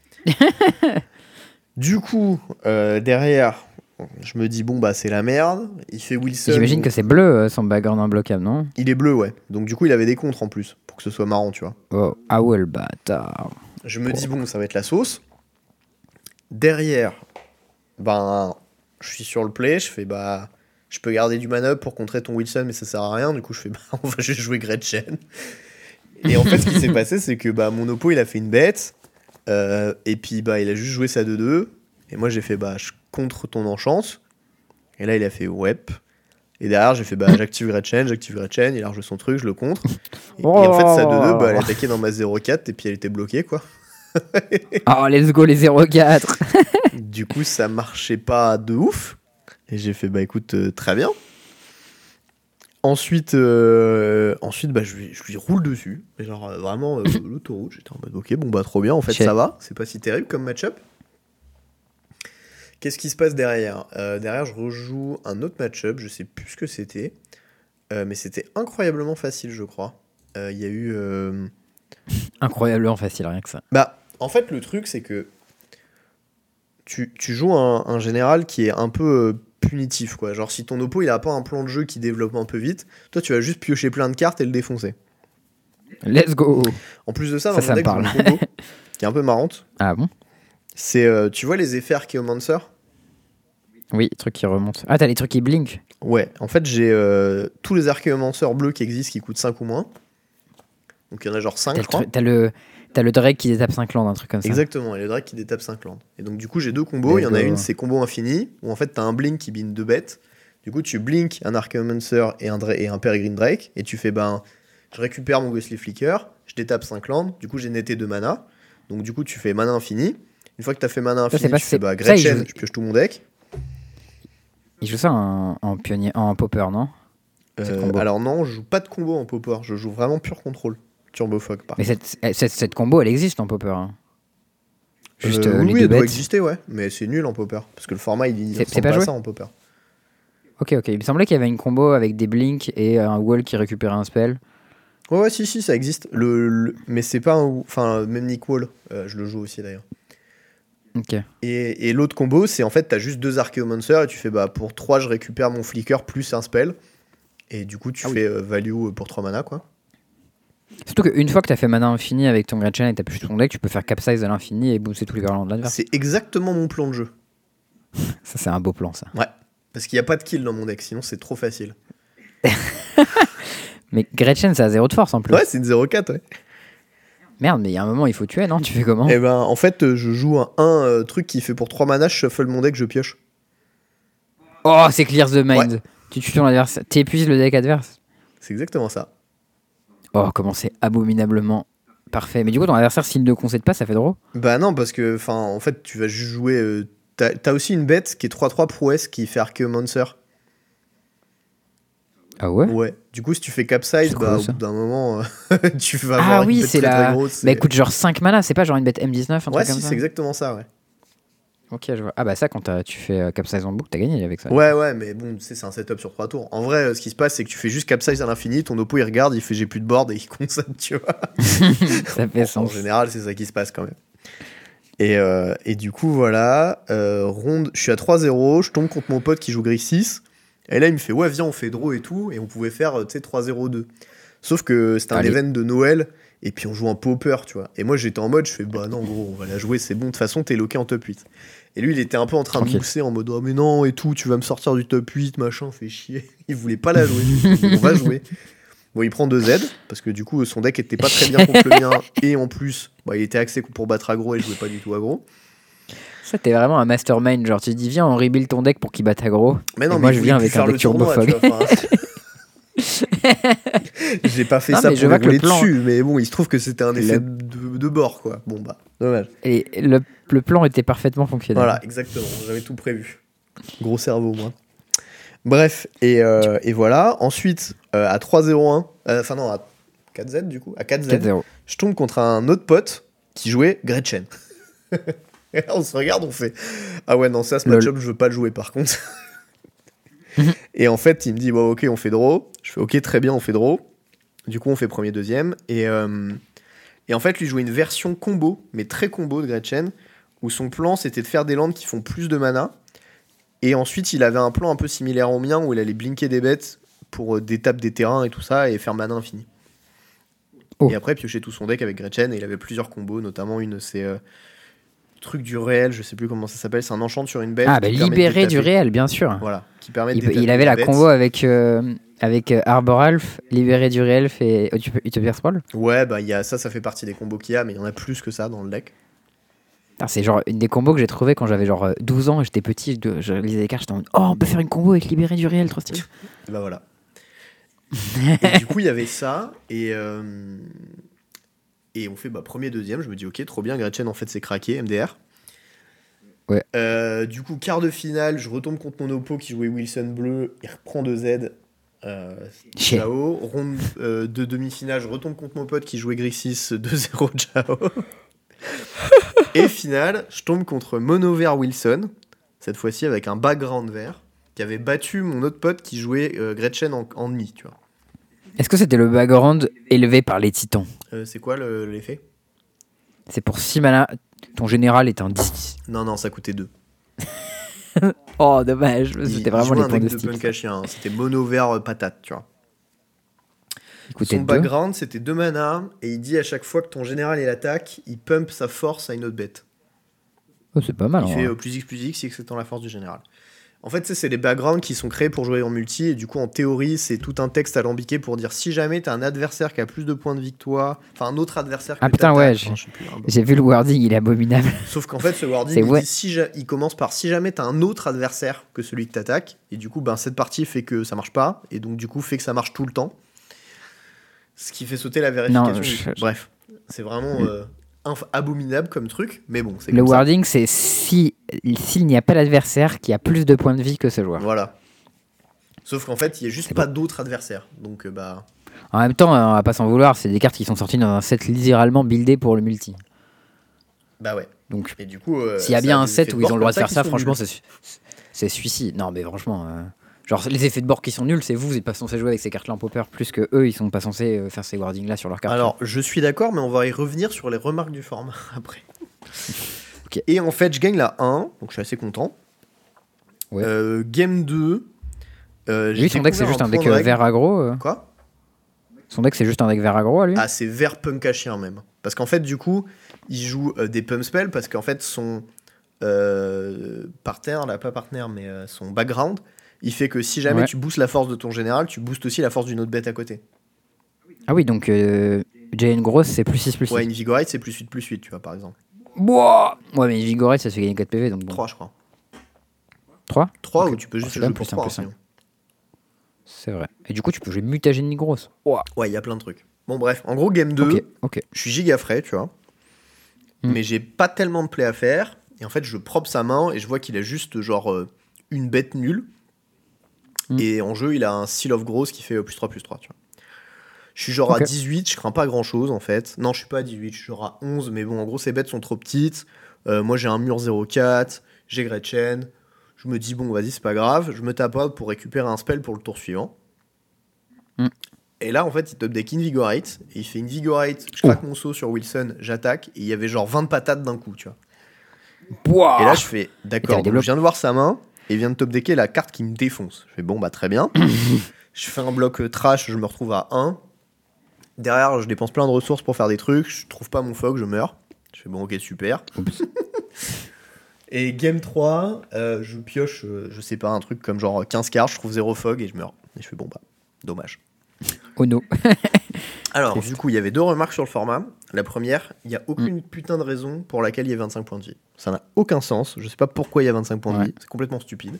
Du coup, euh, derrière, je me dis bon, bah c'est la merde. Il fait Wilson. J'imagine donc- que c'est bleu euh, son background imbloquable, non? Il est bleu, ouais. Donc du coup, il avait des contres en plus pour que ce soit marrant, tu vois. Oh, ah ouais, le bâtard. Je me dis, bon, ça va être la sauce. Derrière, ben, je suis sur le play, je fais, bah, je peux garder du man-up pour contrer ton Wilson, mais ça sert à rien. Du coup, je fais, bah, on va juste jouer Gretchen. Et en fait, ce qui s'est passé, c'est que bah, mon oppo, il a fait une bête, euh, et puis, bah, il a juste joué sa deux deux. Et moi, j'ai fait, bah, je contre ton enchante. Et là, il a fait, ouais. Et derrière, j'ai fait, bah, j'active Gretchen, j'active Gretchen, il a rejoué son truc, je le contre. Et, et en fait, sa deux deux, bah, elle attaquait dans ma zéro quatre, et puis elle était bloquée, quoi. Oh, let's go les zéro quatre. Du coup, ça marchait pas de ouf. Et j'ai fait, bah écoute, euh, très bien. Ensuite, euh, ensuite bah, je, lui, je lui roule dessus. Mais genre, euh, vraiment, euh, l'autoroute. J'étais en mode, ok, bon, bah, trop bien. En fait, Shit. ça va. C'est pas si terrible comme match-up. Qu'est-ce qui se passe derrière euh, Derrière, je rejoue un autre match-up. Je sais plus ce que c'était. Euh, mais c'était incroyablement facile, je crois. Il euh, y a eu. Euh... Incroyablement facile, rien que ça. Bah, en fait, le truc, c'est que tu, tu joues un, un général qui est un peu euh, punitif, quoi. Genre, si ton oppo, il a pas un plan de jeu qui développe un peu vite, toi, tu vas juste piocher plein de cartes et le défoncer. Let's go. En plus de ça, Ça, dans ça mon me deck, j'ai parle. une combo qui est un peu marrante. Ah bon? C'est, euh, tu vois les effets Archaeomancer? Oui, truc qui remonte. Ah, t'as les trucs qui blink. Ouais, en fait, j'ai euh, tous les Archaeomancer bleus qui existent qui coûtent cinq ou moins. Donc, il y en a genre cinq, T'as je le, crois. tru- t'as le, t'as le Drake qui détape cinq landes, un truc comme ça. Exactement, et le Drake qui détape cinq landes. Et donc, du coup, j'ai deux combos. Il y en a Let's go. une, c'est combo infini, où en fait, t'as un blink qui bine deux bêtes. Du coup, tu blink un Archaeomancer et un, Dra- et un Peregrine Drake, et tu fais, ben, je récupère mon Ghostly Flicker, je détape cinq landes, du coup, j'ai netté deux mana. Donc, du coup, tu fais mana infini. Une fois que t'as fait mana Ça, infini, c'est pas- tu fais, c'est- bah, ça, il Gretchen, joue- je pioche tout mon deck. Il joue ça en, en pionnier, en popper, non? C'est le Euh, combo. alors, non, je joue pas de combo en popper, je joue vraiment pur contrôle. Turbo Fog, par Mais contre. cette, eh, cette, cette combo, elle existe en popper. hein. Juste Euh, euh, oui, les oui, deux elle doit bêtes. exister, ouais. Mais c'est nul en popper. Parce que le format, il, il C'est- c'est ressemble pas pas à joué ça en popper. Ok, ok. Il me semblait qu'il y avait une combo avec des blinks et euh, un wall qui récupérait un spell. Ouais, ouais, si, si, ça existe. Le, le- Mais c'est pas un. Enfin, même Nick Wall, euh, je le joue aussi d'ailleurs. Ok. Et, et l'autre combo, c'est en fait, t'as juste deux Archaeomancer et tu fais, bah, pour trois, je récupère mon Flicker plus un spell. Et du coup, tu Ah oui. fais euh, value pour trois mana, quoi. Surtout qu'une fois que t'as fait mana infini avec ton Gretchen et t'as plus ton deck, tu peux faire capsize à l'infini et booster tous les garlands de l'adversaire. C'est exactement mon plan de jeu. Ça, c'est un beau plan, ça. Ouais. Parce qu'il n'y a pas de kill dans mon deck, sinon c'est trop facile. Mais Gretchen, ça a zéro de force en plus. Ouais, c'est une zéro quatre, ouais. Merde, mais il y a un moment, il faut tuer, non? Tu fais comment? Et ben, en fait, euh, je joue un, un euh, truc qui fait pour trois mana, je shuffle mon deck, je pioche. Oh, c'est clear the mind. Tu tues ton adversaire. T'épuises le deck adverse. C'est exactement ça. Oh, comment c'est abominablement parfait. Mais du coup, ton adversaire, s'il ne concède pas, ça fait draw. Bah non, parce que, enfin, en fait, tu vas juste jouer. euh, T'as t'as aussi une bête qui est trois trois prouesse qui fait Archaeomancer. Ah ouais? Ouais. Du coup, si tu fais Capsize, C'est quoi, bah, au ça bout d'un moment, euh, tu vas avoir Ah une oui, bête c'est très, la. très grosse. Bah et- écoute, genre cinq mana, c'est pas genre une bête M dix-neuf, un ouais, truc comme si, ça? c'est exactement ça, ouais. Ok, je vois. Ah bah ça, quand t'as- tu fais euh, capsize en boucle, t'as gagné avec ça. Ouais, ouais, mais bon, tu sais, c'est un setup sur trois tours. En vrai, euh, ce qui se passe, c'est que tu fais juste Capsize à l'infini, ton oppo il regarde, il fait j'ai plus de board et il consomme, tu vois. Ça fait En sens. général, c'est ça qui se passe quand même. Et, euh, et du coup, voilà, euh, ronde, je suis à trois zéro, je tombe contre mon pote qui joue gris six. Et là, il me fait, ouais, viens, on fait draw et tout. Et on pouvait faire, euh, tu sais, trois zéro deux. Sauf que c'était un Allez. event de Noël. Et puis on joue un popper, tu vois. Et moi, j'étais en mode, je fais, bah non, gros, on va la jouer, c'est bon. De toute façon, t'es loqué en top huit. Et lui, il était un peu en train Tranquille. de mousser en mode, oh, mais non, et tout, tu vas me sortir du top huit, machin, fais chier. Il voulait pas la jouer. On va jouer. Bon, il prend deux Z, parce que du coup, son deck était pas très bien contre le mien. Et en plus, bah, il était axé pour battre aggro et je jouais pas du tout aggro. Ça, t'es vraiment un mastermind. Genre, tu te dis, viens, on rebuild ton deck pour qu'il batte aggro. Mais non, Et mais moi, il je voulait viens plus avec faire un le deck turbo tournoi, fog. tu vois, enfin. J'ai pas fait Non, ça mais pour je vois que le rigoler plan- dessus, mais bon, il se trouve que c'était un effet Le- de, de bord, quoi. Bon, bah, dommage. Et le, le plan était parfaitement fonctionnel. Voilà, exactement, j'avais tout prévu. Gros cerveau, moi. Bref, et, euh, et voilà. Ensuite, euh, à trois zéro un, euh, enfin non, à quatre Z du coup, à quatre Z, quatre zéro. je tombe contre un autre pote qui jouait Gretchen. Et là, on se regarde, on fait ah ouais, non, ça, ce Lol. match-up, je veux pas le jouer par contre. Et en fait, il me dit bon, ok, on fait draw. Je fais ok, très bien, on fait draw. Du coup, on fait premier, deuxième. Et, euh, et en fait, lui jouait une version combo, mais très combo de Gretchen, où son plan c'était de faire des landes qui font plus de mana. Et ensuite, il avait un plan un peu similaire au mien où il allait blinker des bêtes pour euh, détaper des terrains et tout ça et faire mana infini. Oh. Et après, piocher tout son deck avec Gretchen. Et il avait plusieurs combos, notamment une, c'est euh, truc du réel, je sais plus comment ça s'appelle, c'est un enchant sur une bête. Ah, bah qui permet de libéré du détaper- réel, bien sûr. Voilà, qui permet de Il, peut- détaper il avait des la bêtes. combo avec, euh, avec euh, Arbor Alph, libéré du réel et Utopia Sprawl. Ouais, bah il y a ça, ça fait partie des combos qu'il y a, mais il y en a plus que ça dans le deck. Ah, c'est genre une des combos que j'ai trouvé quand j'avais genre euh, douze ans et j'étais petit, je, je lisais les cartes, j'étais en mode, oh, on peut faire une combo avec libéré du réel, trop stylé. Et bah voilà. Et du coup, il y avait ça, et, euh, et on fait bah, premier, deuxième. Je me dis, ok, trop bien, Gretchen, en fait, c'est craqué, M D R. Ouais. Euh, du coup, quart de finale, je retombe contre mon oppo qui jouait Wilson bleu, il reprend deux Z. Euh, Chier. ciao. Ronde euh, de demi-finale, je retombe contre mon pote qui jouait Grixis deux zéro, ciao. Et finale, je tombe contre Monover Wilson, cette fois-ci avec un background vert, qui avait battu mon autre pote qui jouait euh, Gretchen en, en demi, tu vois. Est-ce que c'était le background élevé par les titans? Euh, c'est quoi le- l'effet? C'est pour six mana. Ton général est un dix. Non, non, ça coûtait deux. Oh, dommage. Il, C'était il vraiment jouait les un points deck de de style. punk à chien, hein. C'était mono vert euh, patate, tu vois. Il coûtait Son deux. background, c'était deux mana, et il dit à chaque fois que ton général il attaque, il pump sa force à une autre bête. Oh, c'est pas mal. Il en fait vrai. euh, plus X plus X, X étant la force du général. En fait, tu sais, c'est les backgrounds qui sont créés pour jouer en multi, et du coup, en théorie, c'est tout un texte alambiqué pour dire si jamais t'as un adversaire qui a plus de points de vie que toi, enfin un autre adversaire que Ah, putain, t'attaques, ouais, enfin, j'ai- je sais plus, un- J'ai vu le wording, il est abominable. Sauf qu'en fait, ce wording, C'est il, ouais. dit si ja- il commence par si jamais t'as un autre adversaire que celui que t'attaques, et du coup, ben, cette partie fait que ça marche pas, et donc du coup, fait que ça marche tout le temps. Ce qui fait sauter la vérification. Non, du je- coup. Bref, c'est vraiment euh, inf- abominable comme truc, mais bon, c'est Le comme ça. wording, c'est si s'il n'y a pas l'adversaire qui a plus de points de vie que ce joueur. Voilà. Sauf qu'en fait, il y a juste C'est pas bon. d'autres adversaires. Donc, euh, bah. En même temps, euh, on va pas s'en vouloir, c'est des cartes qui sont sorties dans un set littéralement buildé pour le multi. Bah ouais. Donc, Et du coup. euh, s'il y a ça bien un des set effets où de ils bord ont le droit de comme faire qui ça, sont franchement, nuls. c'est c'est celui-ci. Non, mais franchement, euh, genre les effets de bord qui sont nuls, c'est vous, vous êtes pas censé jouer avec ces cartes-là en popper, plus que eux, ils sont pas censés euh, faire ces wordings-là sur leurs cartes. Alors, je suis d'accord, mais on va y revenir sur les remarques du format après. Ok. Et en fait, je gagne la un, donc je suis assez content. Ouais. Euh, game deux. Euh, j'ai Lui, son deck, c'est découvert juste un point deck de euh, règle. vert aggro. euh. Quoi? Son deck, c'est juste un deck vert aggro à lui. Ah, c'est vert punk à chien même. Parce qu'en fait, du coup, il joue euh, des pump spells parce qu'en fait, son euh, partenaire, là, pas partenaire, mais euh, son background, il fait que si jamais Ouais. tu boostes la force de ton général, tu boostes aussi la force d'une autre bête à côté. Ah oui, donc euh, Jane Gross, c'est plus six plus six. Ouais, Invigorate, c'est plus huit plus huit, tu vois, par exemple. Boah ouais, mais Vigorette, ça se fait gagner quatre P V, donc bon. trois, je crois. trois trois, Ok. ou tu peux juste Ah, c'est jouer bien, pour plus un, trois. plus un. sinon. C'est vrai. Et du coup, tu peux jouer Mutagène Grosse. Ouah. Ouais, il y a plein de trucs. Bon, bref, en gros, game deux, Ok, ok. je suis giga frais, tu vois. Mm. Mais j'ai pas tellement de play à faire. Et en fait, je prop sa main et je vois qu'il a juste genre euh, une bête nulle. Mm. Et en jeu, il a un Seal of Gross qui fait euh, plus trois plus trois, tu vois. Je suis genre Ok. à dix-huit, je crains pas grand chose en fait. Non, je suis pas à dix-huit, je suis genre à onze, mais bon, en gros, ces bêtes sont trop petites. Euh, moi, j'ai un mur zéro quatre, j'ai Gretchen. Je me dis, bon, vas-y, c'est pas grave. Je me tape out pour récupérer un spell pour le tour suivant. Mm. Et là, en fait, il top deck Invigorate. Et il fait Invigorate, je craque mon saut sur Wilson, j'attaque. Et il y avait genre vingt patates d'un coup, tu vois. Boah Et là, je fais, d'accord, Et t'as donc je viens de voir sa main. Et il vient de top decker la carte qui me défonce. Je fais, bon, bah très bien. Je fais un bloc euh, trash, je me retrouve à un. Derrière, je dépense plein de ressources pour faire des trucs. Je trouve pas mon fog, je meurs. Je fais, bon, ok, super. Oups. Et game trois, euh, je pioche, euh, je sais pas, un truc comme genre quinze cartes, je trouve zéro fog et je meurs. Et je fais, bon, bah, dommage. Oh no. Alors, Triste. du coup, il y avait deux remarques sur le format. La première, il n'y a aucune putain de raison pour laquelle il y a vingt-cinq points de vie. Ça n'a aucun sens. Je sais pas pourquoi il y a vingt-cinq points de Ouais. vie. C'est complètement stupide.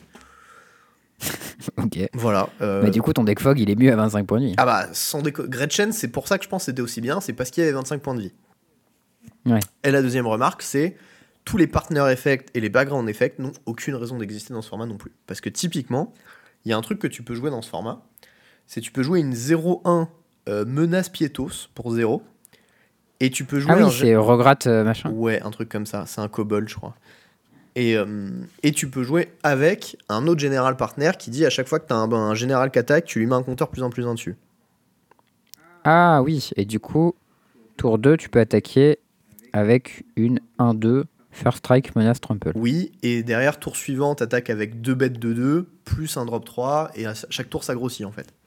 Ok. Voilà. euh, Mais du coup, ton deck Fog, il est mieux à vingt-cinq points de vie. Ah bah, sans déco... Gretchen, c'est pour ça que je pense que c'était aussi bien. C'est parce qu'il y avait vingt-cinq points de vie. Ouais. Et la deuxième remarque, c'est tous les partner effects et les background effects n'ont aucune raison d'exister dans ce format non plus. Parce que typiquement, il y a un truc que tu peux jouer dans ce format. C'est tu peux jouer une zéro un euh, menace piétos pour zéro. Et tu peux jouer Ah oui, un... c'est Regrate euh, machin. Ouais, un truc comme ça. C'est un kobold, je crois. Et, euh, et tu peux jouer avec un autre général partner qui dit à chaque fois que tu as un, un général qui attaque, tu lui mets un compteur plus en plus un dessus. Ah oui, et du coup, tour deux, tu peux attaquer avec une un deux First Strike menace Trample. Oui, et derrière, tour suivant, t'attaques avec deux bêtes de deux, plus un drop trois, et à chaque tour, ça grossit en fait.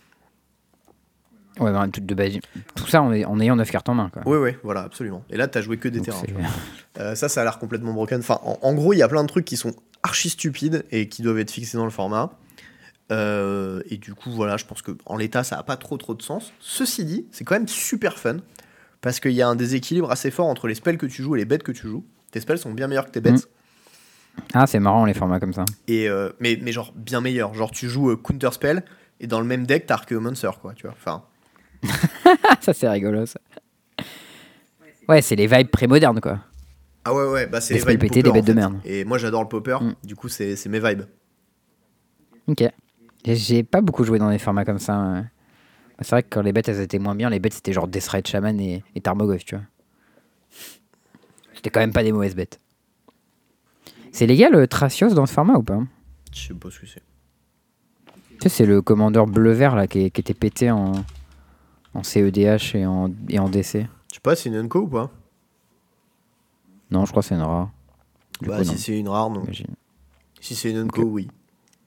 Ouais, bah, tout, de base, tout ça en, en ayant neuf cartes en main. Quoi. Oui, oui, voilà, absolument. Et là, t'as joué que des Donc, terrains. c'est- tu vois. Euh, ça, ça a l'air complètement broken. Enfin, en, en gros, il y a plein de trucs qui sont archi stupides et qui doivent être fixés dans le format. Euh, et du coup, voilà, je pense qu'en l'état, ça n'a pas trop trop de sens. Ceci dit, c'est quand même super fun, parce qu'il y a un déséquilibre assez fort entre les spells que tu joues et les bêtes que tu joues. Tes spells sont bien meilleurs que tes bêtes. Ah, c'est marrant les formats comme ça. Et euh, mais, mais genre bien meilleur. Genre tu joues euh, Counter Spell et dans le même deck t'as Archaeomancer quoi, tu vois. Enfin, Ah, ça c'est rigolo ça. Ouais, c'est les vibes pré-modernes quoi. ah ouais ouais, bah c'est Des les spells vibes pétés, popper, des bêtes en de fait. merde. Et moi j'adore le popper, Mm. du coup c'est c'est mes vibes. Ok. J'ai- J'ai pas beaucoup joué dans des formats comme ça. Ouais. C'est vrai que quand les bêtes elles étaient moins bien, les bêtes c'était genre Death Ride Shaman et, et Tarmogoyf, tu vois. C'était quand même pas des mauvaises bêtes. C'est légal euh, Thracios dans ce format ou pas? Je sais pas ce que c'est. Tu sais, c'est le commandeur bleu-vert là qui, est- qui était pété en, en C E D H et en, et en D C. Je sais pas, c'est une unco ou pas? Non, je crois que c'est une rare. Du Bah, coup, si non, c'est une rare, non. j'imagine. Si c'est une unco, Ok. oui.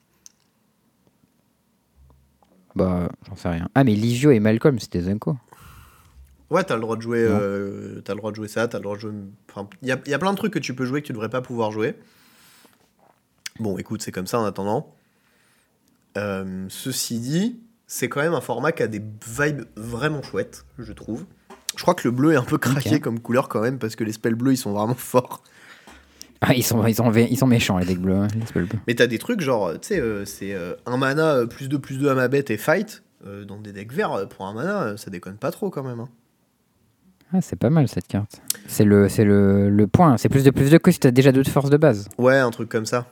Bah, j'en sais rien. Ah, mais Livio et Malcolm, c'était Zenko. Ouais, t'as le droit de jouer, Non. euh, t'as le droit de jouer ça, t'as le droit de jouer. Enfin, il y a, y a plein de trucs que tu peux jouer que tu devrais pas pouvoir jouer. Bon, écoute, c'est comme ça en attendant. Euh, ceci dit, c'est quand même un format qui a des vibes vraiment chouettes, je trouve. Je crois que le bleu est un peu craqué Ok. comme couleur quand même parce que les spells bleus ils sont vraiment forts. Ah, ils sont, ils sont, vé- ils sont méchants, les decks bleus. hein, les spells bleus. Mais t'as des trucs genre, tu sais, euh, c'est euh, un mana euh, plus deux plus deux à ma bête et fight. Euh, dans des decks verts, euh, pour un mana, euh, ça déconne pas trop quand même. Hein. Ah, c'est pas mal cette carte. C'est le, c'est le, le point. C'est plus de plus de que si t'as déjà deux de force de base. Ouais, un truc comme ça.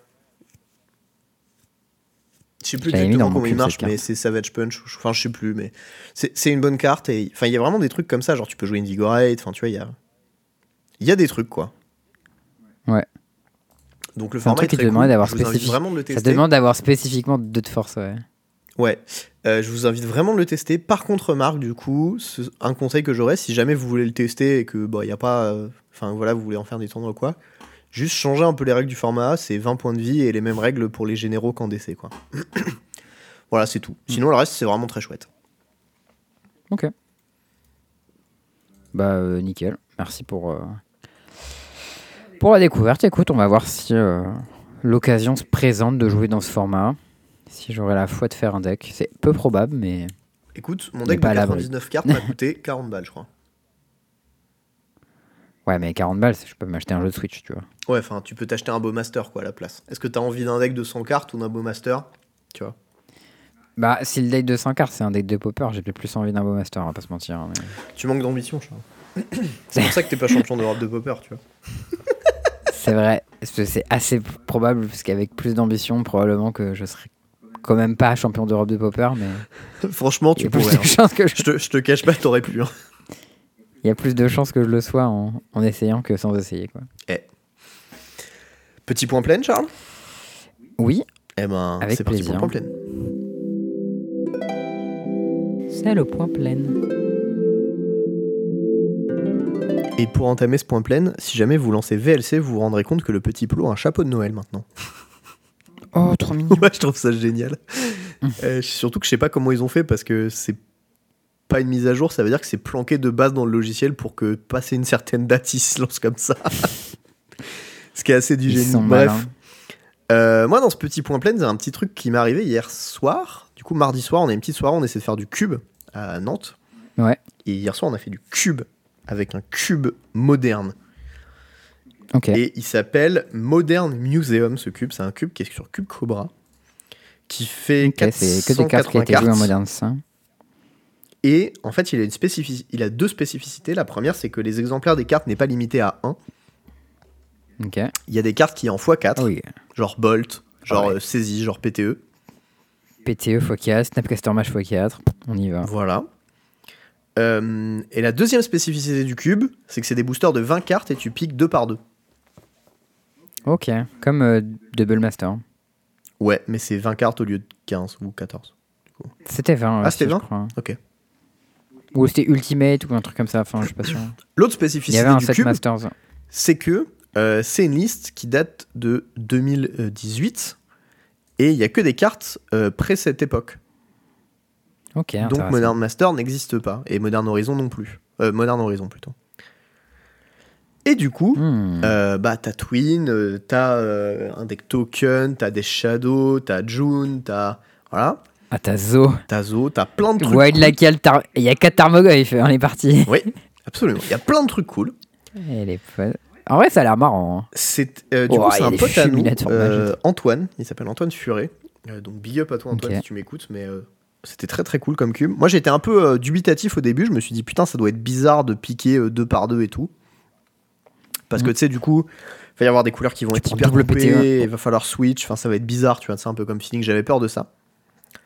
Je sais plus Je l'avais mis exactement dans mon comment il cube, marche, cette carte. mais c'est Savage Punch. Enfin, je sais plus, mais c'est c'est une bonne carte. Et enfin, il y a vraiment des trucs comme ça. Genre, tu peux jouer Invigorate. Enfin, tu vois, il y a, il y a des trucs quoi. Ouais. Donc le C'est un format est truc qui très te demande cool. d'avoir Je vous invite spécifique. vraiment de le Ça tester. demande d'avoir spécifiquement deux de force, ouais. Ouais, Euh, je vous invite vraiment de le tester. Par contre, Marc, du coup, ce- un conseil que j'aurais, si jamais vous voulez le tester et que bah il y a pas, euh, enfin voilà, vous voulez en faire des tournois ou quoi, juste changer un peu les règles du format. C'est vingt points de vie et les mêmes règles pour les généraux qu'en D C quoi. Voilà, c'est tout. Sinon, le reste c'est vraiment très chouette. Ok. Bah, euh, nickel. Merci pour, euh, pour la découverte. Écoute, on va voir si euh, l'occasion se présente de jouer dans ce format. Si j'aurai la foi de faire un deck. C'est peu probable, mais Écoute, mon On deck est pas de à l'abri. quatre-vingt-dix-neuf cartes m'a coûté quarante balles, je crois. ouais, mais quarante balles, je peux m'acheter un jeu de Switch, tu vois. Ouais, enfin, tu peux t'acheter un beau master quoi à la place. Est-ce que t'as envie d'un deck de cent cartes ou d'un beau master? Tu vois. Bah, si le deck de cent cartes, c'est un deck de popper, j'ai peut-être plus envie d'un beau master, on va pas se mentir. hein, mais- Tu manques d'ambition, Charles. C'est pour ça que t'es pas champion d'Europe de popper, tu vois. C'est vrai, parce que c'est assez probable, parce qu'avec plus d'ambition, probablement que je serais quand même pas champion d'Europe de popper, mais Franchement, il y tu a plus pourrais. de hein. chances que je... Je te, je te cache pas, t'aurais pu. Hein. il y a plus de chances que je le sois en, en essayant que sans essayer, quoi. Petit point plein, Charles? Oui, Eh ben, Avec c'est parti plaisir. pour le point plein. c'est le point plein. Et pour entamer ce point plein, si jamais vous lancez V L C, vous vous rendrez compte que le petit Plot a un chapeau de Noël maintenant. Oh, trop mignon. Ouais, je trouve ça génial. Euh, surtout que je sais pas comment ils ont fait parce que c'est pas une mise à jour, ça veut dire que c'est planqué de base dans le logiciel pour que passer une certaine date, il se lance comme ça. Ce qui est assez du Ils génie. sont Bref, malins. Euh, moi dans ce petit point plein, il y a un petit truc qui m'est arrivé hier soir. Du coup, mardi soir, on a une petite soirée, on essaie de faire du cube à Nantes. Ouais, Et hier soir, on a fait du cube avec un cube moderne. ok. Et il s'appelle Modern Museum, ce cube. C'est un cube qui est sur Cube Cobra. Qui fait Ok, c'est que des cartes qui ont quatre cent quatre-vingts été jouées en cartes. Modern cinq. Et en fait, il a, une spécifici- il a deux spécificités. La première, c'est que les exemplaires des cartes n'est pas limité à un. Ok. Il y a des cartes qui en fois quatre, Ah oui. genre Bolt, genre Ah ouais. euh, Saisie, genre P T E. P T E x quatre, Snapcaster Mage x quatre, on y va. Voilà. Euh, et la deuxième spécificité du cube, c'est que c'est des boosters de vingt cartes et tu piques deux par deux. Ok, comme euh, Double Master. Ouais, mais c'est vingt cartes au lieu de quinze ou quatorze. C'était vingt. Ah, aussi, c'était je vingt crois. Ok. Ou c'était Ultimate ou un truc comme ça, enfin je suis pas sûr. L'autre Il y spécificité avait un du set cube, Masters. c'est que euh, c'est une liste qui date de deux mille dix-huit et il n'y a que des cartes euh, près cette époque. Ok, Donc intéressant. Modern Master n'existe pas et Modern Horizon non plus. Euh, Modern Horizon plutôt. Et du coup, Hmm. euh, bah t'as Twin, euh, t'as euh, un deck token, t'as des Shadows, t'as June, t'as voilà, Ah, t'as Zo. t'as Zo, t'as plein de trucs. Wild cool. Lacal, Tar... il y a quatre Tarmogoyf, on est parti. Oui, absolument. Il y a plein de trucs cool. Elle est pas- En vrai, ça a l'air marrant. hein. C'est euh, du Oh, coup il c'est y a un des pote à nous, fulminateurs euh, magiques. Antoine. Il s'appelle Antoine Furet. Euh, donc big up à toi Antoine Ok. si tu m'écoutes, mais euh, c'était très très cool comme cube. Moi j'étais un peu euh, dubitatif au début. Je me suis dit putain ça doit être bizarre de piquer euh, deux par deux et tout. Parce que Mm. tu sais du coup il va y avoir des couleurs qui vont Tu être prends hyper double P T E. coupées, il va falloir switch. Enfin ça va être bizarre tu vois. C'est un peu comme feeling. J'avais peur de ça.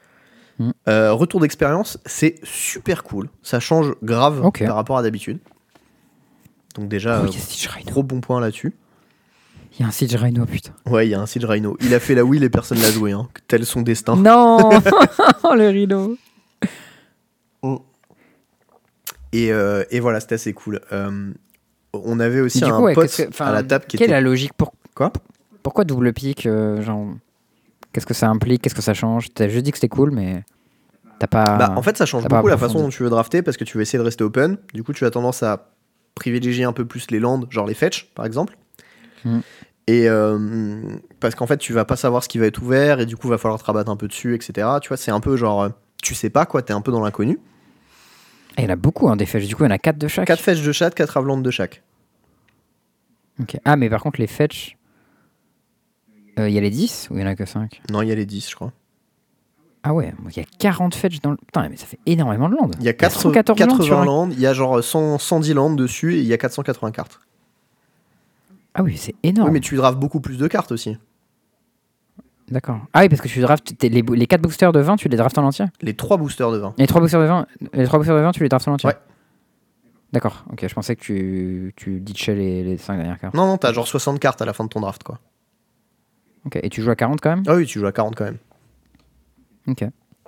Mm. Euh, retour d'expérience, c'est super cool. Ça change grave okay. par rapport à d'habitude. Donc déjà, oh, euh, gros bon point là-dessus. Il y a un Siege Rhino, putain. Ouais, il y a un Siege Rhino. Il a fait la wheel et personne l'a joué. Hein. Tel son destin. Non. Le Rhino. Mm. Et, euh, et voilà, c'était assez cool. Euh, on avait aussi un coup, ouais, pote que, à la table qui quelle était... est la logique pour... Quoi ? Pourquoi double pique euh, genre... Qu'est-ce que ça implique ? Qu'est-ce que ça change ? T'as juste dit que c'était cool, mais t'as pas... Bah, en fait, ça change beaucoup la façon dont tu veux drafter, parce que tu veux essayer de rester open. Du coup, tu as tendance à privilégier un peu plus les lands, genre les fetch, par exemple. Mm. Et euh, parce qu'en fait, tu vas pas savoir ce qui va être ouvert, et du coup, il va falloir te rabattre un peu dessus, et cetera. Tu vois, c'est un peu genre... Tu sais pas, quoi, t'es un peu dans l'inconnu. Et il y en a beaucoup, hein, des fetch. Du coup, il y en a quatre de chaque. quatre fetch de chaque, quatre avalanches de chaque. Ok. Ah, mais par contre, les fetch... Il euh, y a les dix ou il y en a que cinq ? Non, il y a les dix, je crois. Ah ouais, il y a quarante fetch dans le... Putain, mais ça fait énormément de landes. Il y a quatre-vingts landes, il y a genre cent, cent dix landes dessus et il y a quatre cent quatre-vingts cartes. Ah oui, c'est énorme. Oui, mais tu drafts beaucoup plus de cartes aussi. D'accord. Ah oui, parce que tu draftes les, les quatre boosters de vingt, tu les draftes en entier ? Les trois boosters de vingt. Les trois boosters de vingt, les trois boosters de vingt, tu les draftes en entier ? Ouais. D'accord, ok, je pensais que tu, tu ditchais les, les cinq dernières cartes. Non, non, t'as genre soixante cartes à la fin de ton draft, quoi. Ok, et tu joues à quarante quand même ? Ah oui, tu joues à quarante quand même. Ok.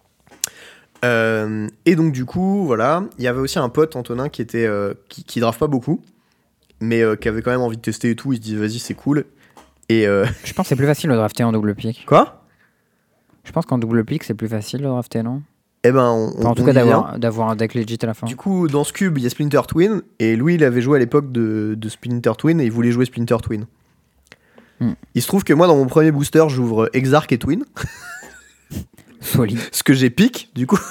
Euh, et donc du coup, voilà, il y avait aussi un pote, Antonin, qui était euh, qui, qui draft pas beaucoup, mais euh, qui avait quand même envie de tester et tout. Il se dit vas-y, c'est cool. Et euh... je pense que c'est plus facile de drafter en double pick. Quoi ? Je pense qu'en double pick c'est plus facile de drafter, non ? Eh ben, on, enfin, en tout on cas d'avoir, d'avoir un deck legit à la fin. Du coup, dans ce cube, il y a Splinter Twin, et lui, il avait joué à l'époque de, de Splinter Twin, et il voulait jouer Splinter Twin. Hmm. Il se trouve que moi, dans mon premier booster, j'ouvre Exarch et Twin. Solide. Ce que j'ai pique, du coup.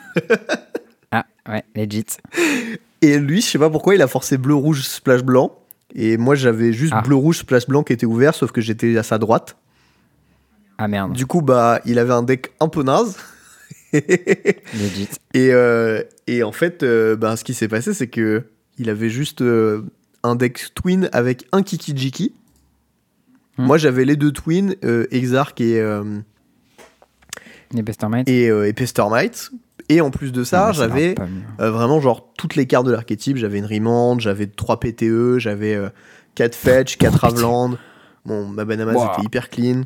Ah, ouais, legit. Et lui, je sais pas pourquoi, il a forcé bleu, rouge, splash blanc. Et moi, j'avais juste ah. bleu, rouge, splash blanc qui était ouvert, sauf que j'étais à sa droite. Ah merde. Du coup, bah, il avait un deck un peu naze. Legit. Et, euh, et en fait, euh, bah, ce qui s'est passé, c'est que il avait juste euh, un deck Twin avec un Kiki Jiki. Hmm. Moi, j'avais les deux Twins, euh, Exarch et... Euh, Et Pestermite. Et, euh, et Pestermite. Et en plus de ça, ouais, j'avais euh, vraiment genre toutes les cartes de l'archétype. J'avais une Remand, j'avais trois P T E, j'avais euh, quatre Fetch, quatre Avaland. Bon, ma Banamaz wow. était hyper clean.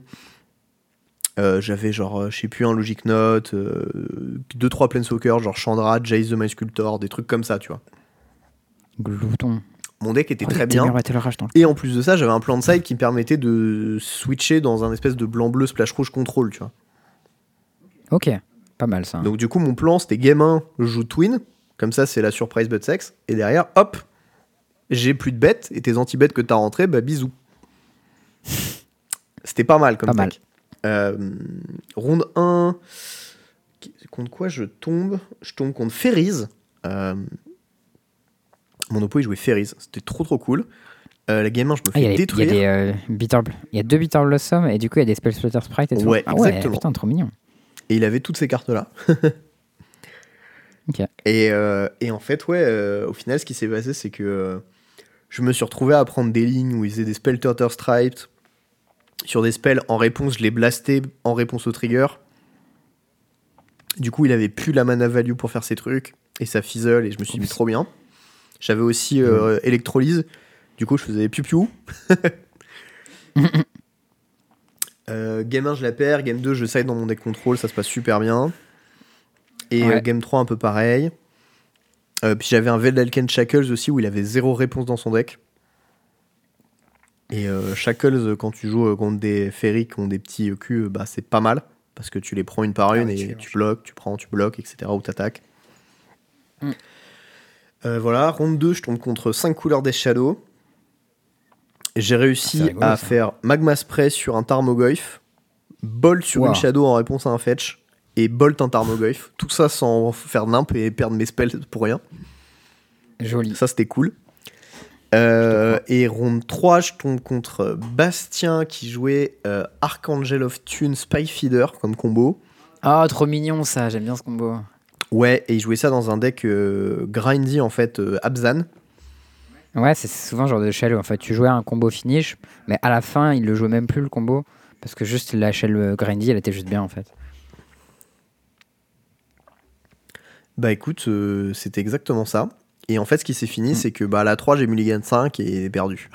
Euh, j'avais genre, euh, je sais plus, un Logic Note, deux trois Planeswalkers, genre Chandra, Jace the Mind Sculptor, des trucs comme ça, tu vois. Glouton. Mon deck était oh, très bien. Et en plus de ça, j'avais un plan de side qui me permettait de switcher dans un espèce de blanc-bleu splash rouge contrôle, tu vois. Ok, pas mal ça. Donc du coup, mon plan, c'était game un, je joue Twin, comme ça c'est la surprise but sex, et derrière, hop, j'ai plus de bêtes, et tes anti-bêtes que t'as rentrées, bah bisous. C'était pas mal comme pas deck. Euh, ronde un, contre quoi je tombe ? Je tombe contre Ferryz. Euh, mon oppo, il jouait Ferryz, c'était trop trop cool. Euh, la game un, je me fais ah, y a, détruire. Il y a des euh, bitter, il y a deux Bitter Blossom, et du coup il y a des Spell Splitter Sprite et tout. Ouais, ah exactement. Ouais, putain, trop mignon. Et il avait toutes ces cartes-là. Okay. Et, euh, et en fait, ouais, euh, au final, ce qui s'est passé, c'est que euh, je me suis retrouvé à prendre des lignes où ils faisaient des Spell Turtle Striped. Sur des spells, en réponse, je les blastais en réponse au trigger. Du coup, il avait plus la mana value pour faire ses trucs. Et ça fizzle, et je me suis dit trop bien. J'avais aussi euh, mmh. électrolyse. Du coup, je faisais piou-piou. Euh, game un, je la perds. Game deux, je side dans mon deck contrôle. Ça se passe super bien. Et ouais. euh, game trois, un peu pareil. Euh, puis j'avais un Veldalken Shackles aussi où il avait zéro réponse dans son deck. Et euh, Shackles, quand tu joues contre des Ferry qui ont des petits culs, bah, c'est pas mal. Parce que tu les prends une par une ah, et tu bloques, tu prends, tu bloques, et cetera. Ou t'attaques. Mm. Euh, voilà, ronde deux, je tombe contre cinq couleurs des Shadows. J'ai réussi rigolo, à ça. faire Magma Spray sur un Tarmogoyf, Bolt sur wow. une Shadow en réponse à un Fetch, et Bolt un Tarmogoyf. Tout ça sans faire nimp et perdre mes spells pour rien. Joli. Ça, c'était cool. Euh, et ronde trois, je tombe contre Bastien qui jouait euh, Archangel of Tune Spy Feeder comme combo. Ah, trop mignon ça, j'aime bien ce combo. Ouais, et il jouait ça dans un deck euh, grindy en fait, euh, Abzan. Ouais, c'est souvent ce genre de shell. En fait, tu jouais un combo finish, mais à la fin, il le jouait même plus le combo parce que juste la shell grindy, elle était juste bien en fait. Bah écoute, euh, c'était exactement ça. Et en fait, ce qui s'est fini, Mm. c'est que bah, à la trois, j'ai Mulligan cinq et perdu.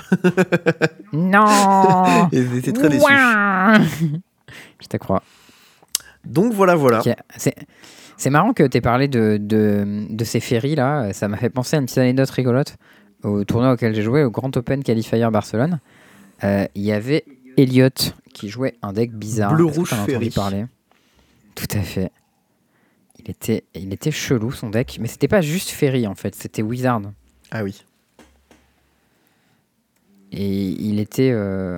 Non. Et j'étais très déçu. Ouah. Je te crois. Donc voilà, voilà. Ok. C'est, c'est marrant que tu aies parlé de, de, de ces ferries là. Ça m'a fait penser à une petite anecdote rigolote. Au tournoi auquel j'ai joué, au Grand Open Qualifier Barcelone, il euh, y avait Elliot qui jouait un deck bizarre. Bleu Est-ce que rouge t'en as entendu ferry. parler ? Tout à fait. Il était, il était chelou son deck, mais c'était pas juste Ferry en fait, c'était Wizard. Ah oui. Et il était. Euh...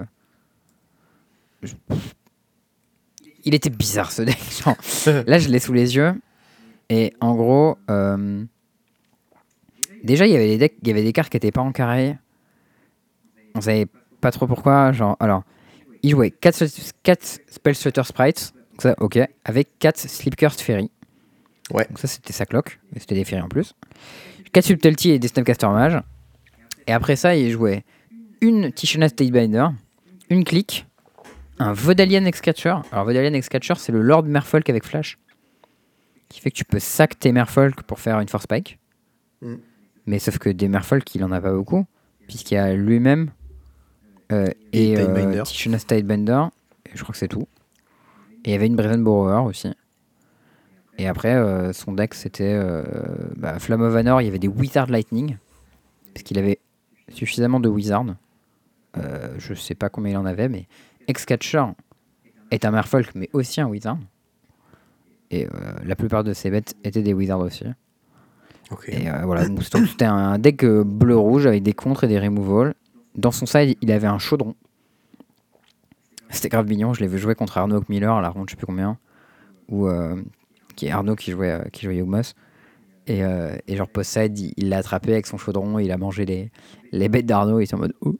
Il était bizarre ce deck. Genre, là, je l'ai sous les yeux. Et en gros, euh... déjà, il y avait des decks, il y avait des cartes qui n'étaient pas en carré. On savait pas trop pourquoi. Genre, alors, il jouait quatre Spellstutter Sprites, donc ça, ok, avec quatre Slipcurse Ferry. Ouais. Donc ça, c'était sa cloque, mais c'était des Ferry en plus. quatre Subtlety et des Snapcaster Mage. Et après ça, il jouait une Tishana Statebinder, une clique, un Vodalian X-Catcher. Alors, Vodalian X-Catcher, c'est le Lord Merfolk avec Flash, qui fait que tu peux sac tes Merfolk pour faire une Force Spike. Mm. Mais sauf que des Merfolk, il en a pas beaucoup, puisqu'il y a lui-même euh, et, Et euh, Tidebender. Tishana Statebender, et je crois que c'est tout. Et il y avait une Brazen Borrower aussi. Et après, euh, son deck, c'était euh, bah, Flamme of Vanor, il y avait des Wizard Lightning, parce qu'il avait suffisamment de Wizard. Euh, je sais pas combien il en avait, mais X-Catcher est un Merfolk, mais aussi un Wizard. Et euh, la plupart de ses bêtes étaient des Wizards aussi. Ok. Et euh, voilà, donc c'était un deck euh, bleu-rouge avec des contres et des removals. Dans son side, il avait un chaudron. C'était grave mignon, je l'ai vu jouer contre Arnaud Miller à la ronde, je sais plus combien. Ou, euh, qui est Arnaud qui jouait, euh, qui jouait Yugmoth. Et, euh, et genre post-side, il, il l'a attrapé avec son chaudron, il a mangé les, les bêtes d'Arnaud, il était en mode oh.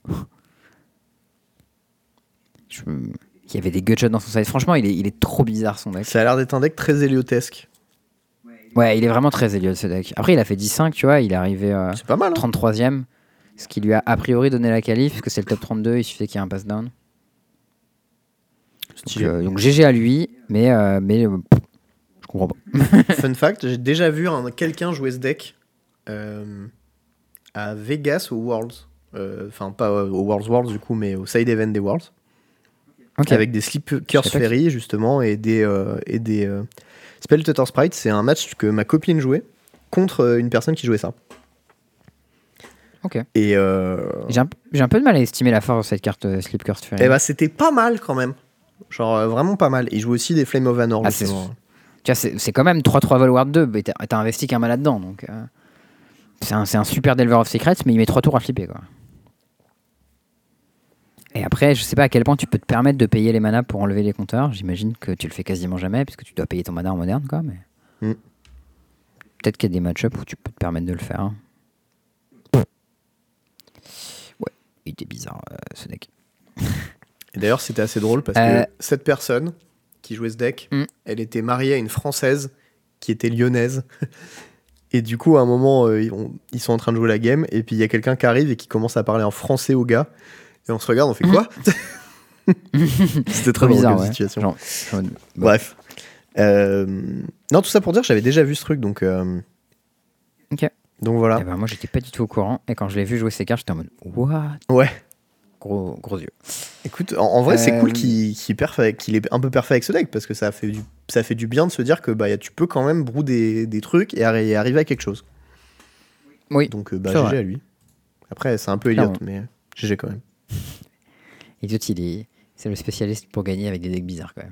Je... Il y avait des gutshots dans son side. Franchement, il est, il est trop bizarre son deck. Ça a l'air d'être un deck très héliotesque. Ouais, il est vraiment très Elliot ce deck. Après, il a fait dix cinq, tu vois, il est arrivé euh, C'est pas mal. Hein. trente-troisième, ce qui lui a a priori donné la qualif, parce que c'est le top trente-deux, il suffit qu'il y ait un pass down. Donc, euh, donc G G à lui, mais, euh, mais euh, pff, je comprends pas. Fun fact, j'ai déjà vu un, quelqu'un jouer ce deck euh, à Vegas au Worlds. Enfin, euh, pas euh, au Worlds Worlds du coup, mais au side event des Worlds. Okay. Avec des Slipcurse Ferry justement et des, euh, et des euh, Spellstutter Sprites. C'est un match que ma copine jouait contre euh, une personne qui jouait ça. Ok. Et euh... j'ai, un, j'ai un peu de mal à estimer la force de cette carte euh, Slipcurse Ferry. Et bah c'était pas mal quand même. Genre euh, vraiment pas mal. Il joue aussi des Flame of Vanor. Ah, c'est, tu vois, c'est, c'est quand même trois trois Valward deux. Mais t'as, t'as investi qu'un mana dedans. Donc, euh, c'est, un, c'est un super Delver of Secrets, mais il met trois tours à flipper quoi. Et après, je sais pas à quel point tu peux te permettre de payer les manas pour enlever les compteurs. J'imagine que tu le fais quasiment jamais, puisque tu dois payer ton mana en moderne, quoi. Mais mm. peut-être qu'il y a des match-ups où tu peux te permettre de le faire. Ouais, il était bizarre, euh, ce deck. Et d'ailleurs, c'était assez drôle, parce euh... que cette personne qui jouait ce deck, mm. elle était mariée à une Française qui était lyonnaise. Et du coup, à un moment, euh, ils, on, ils sont en train de jouer la game, et puis il y a quelqu'un qui arrive et qui commence à parler en français au gars. Et on se regarde, on fait quoi? C'était très bizarre comme ouais. situation. Genre, genre, bon. Bref. Euh, non, tout ça pour dire que j'avais déjà vu ce truc, donc. Euh, ok. Donc voilà. Et ben, moi, j'étais pas du tout au courant, et quand je l'ai vu jouer ces cartes, j'étais en mode what? Ouais. Gros, gros yeux. Écoute, en, en vrai, euh... c'est cool qu'il, qu'il, perf- qu'il est un peu parfait avec ce deck, parce que ça fait du, ça fait du bien de se dire que bah, tu peux quand même brouder des, des trucs et, arri- et arriver à quelque chose. Oui. Donc, bah, G G vrai. À lui. Après, c'est un peu Elliot, mais G G quand même. Elliot, il est... c'est le spécialiste pour gagner avec des decks bizarres quand même.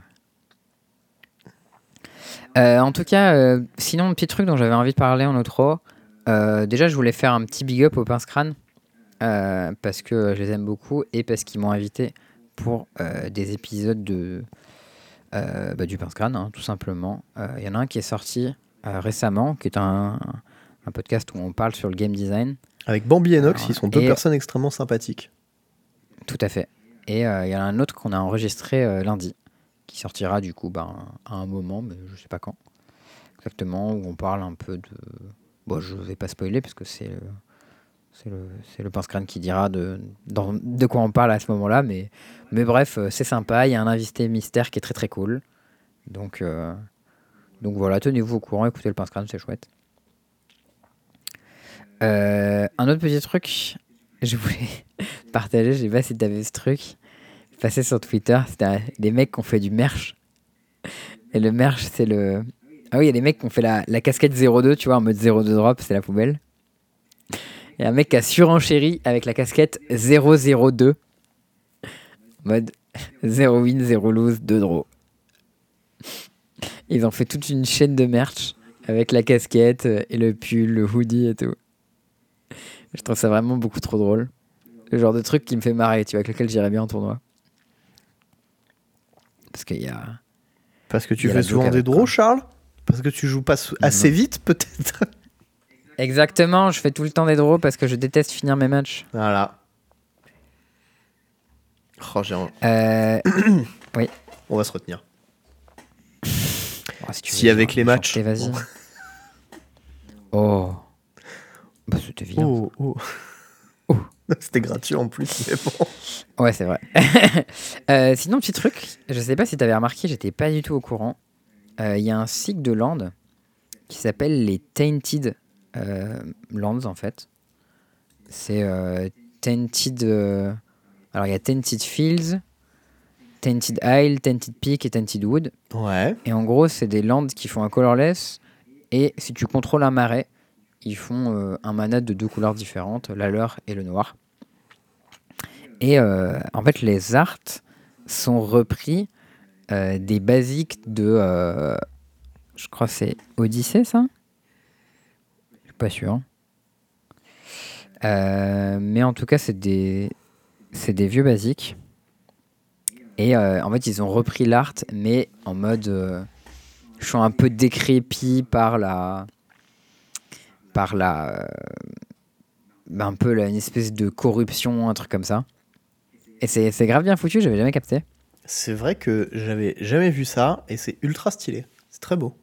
Euh, en tout cas, euh, sinon, petit truc dont j'avais envie de parler en outro. Euh, déjà, je voulais faire un petit big up au Pince Crâne euh, parce que je les aime beaucoup et parce qu'ils m'ont invité pour euh, des épisodes de, euh, bah, du Pince Crâne, hein, tout simplement. Il euh, y en a un qui est sorti euh, récemment, qui est un, un podcast où on parle sur le game design. Avec Bambi et Nox, Alors, ils sont deux et... personnes extrêmement sympathiques. Tout à fait. Et il euh, y en a un autre qu'on a enregistré euh, lundi, qui sortira du coup ben, à un moment, mais je sais pas quand exactement, où on parle un peu de... Bon, je vais pas spoiler, parce que c'est le, c'est le, c'est le Pince-Crâne qui dira de, dans, de quoi on parle à ce moment-là, mais, mais bref, c'est sympa, il y a un invité mystère qui est très très cool. Donc, euh, donc voilà, tenez-vous au courant, écoutez le Pince-Crâne, c'est chouette. Euh, un autre petit truc, je voulais partager, je sais pas si t'avais ce truc, passé sur Twitter, c'était un- des mecs qui ont fait du merch. Et le merch, c'est le... Ah oui, il y a des mecs qui ont fait la, la casquette zéro deux, tu vois, en mode zéro deux drop, c'est la poubelle. Il y a un mec qui a surenchéri avec la casquette zéro zéro deux, mode zéro win, zéro lose, deux draws. Ils ont fait toute une chaîne de merch avec la casquette euh, et le pull, le hoodie et tout. Je trouve ça vraiment beaucoup trop drôle. Le genre de truc qui me fait marrer, tu vois, avec lequel j'irais bien en tournoi. Parce qu'il y a... Parce que Il y tu a fais la souvent bloc des avec, draws, quoi. Charles? Parce que tu joues pas sou- assez Non. vite, peut-être? Exactement, je fais tout le temps des draws parce que je déteste finir mes matchs. Voilà. Oh, j'ai un- Euh... On va se retenir. oh, si tu Si veux avec genre les me matchs. chanter, vas-y. Bon. Oh. Bah, c'était évident. Oh, oh. Oh. C'était gratuit en plus, mais bon. Ouais, c'est vrai. Euh, sinon, petit truc, je sais pas si t'avais remarqué, j'étais pas du tout au courant. Il y a un cycle de land qui s'appelle les Tainted euh, Lands, en fait. C'est euh, Tainted... euh, Alors, il y a Tainted Fields, Tainted Isle, Tainted Peak et Tainted Wood. Ouais. Et en gros, c'est des lands qui font un colorless. Et si tu contrôles un marais, ils font euh, un mana de deux couleurs différentes, la leur et le noir. Et euh, en fait, les arts sont repris euh, des basiques de... euh, je crois que c'est Odyssée, ça? Je suis pas sûr. Euh, mais en tout cas, c'est des, c'est des vieux basiques. Et euh, en fait, ils ont repris l'art, mais en mode... euh, je suis un peu décrépit par la... Par la... euh, bah, un peu là, une espèce de corruption, un truc comme ça. Et c'est c'est grave bien foutu, j'avais jamais capté. C'est vrai que j'avais jamais vu ça et c'est ultra stylé. C'est très beau.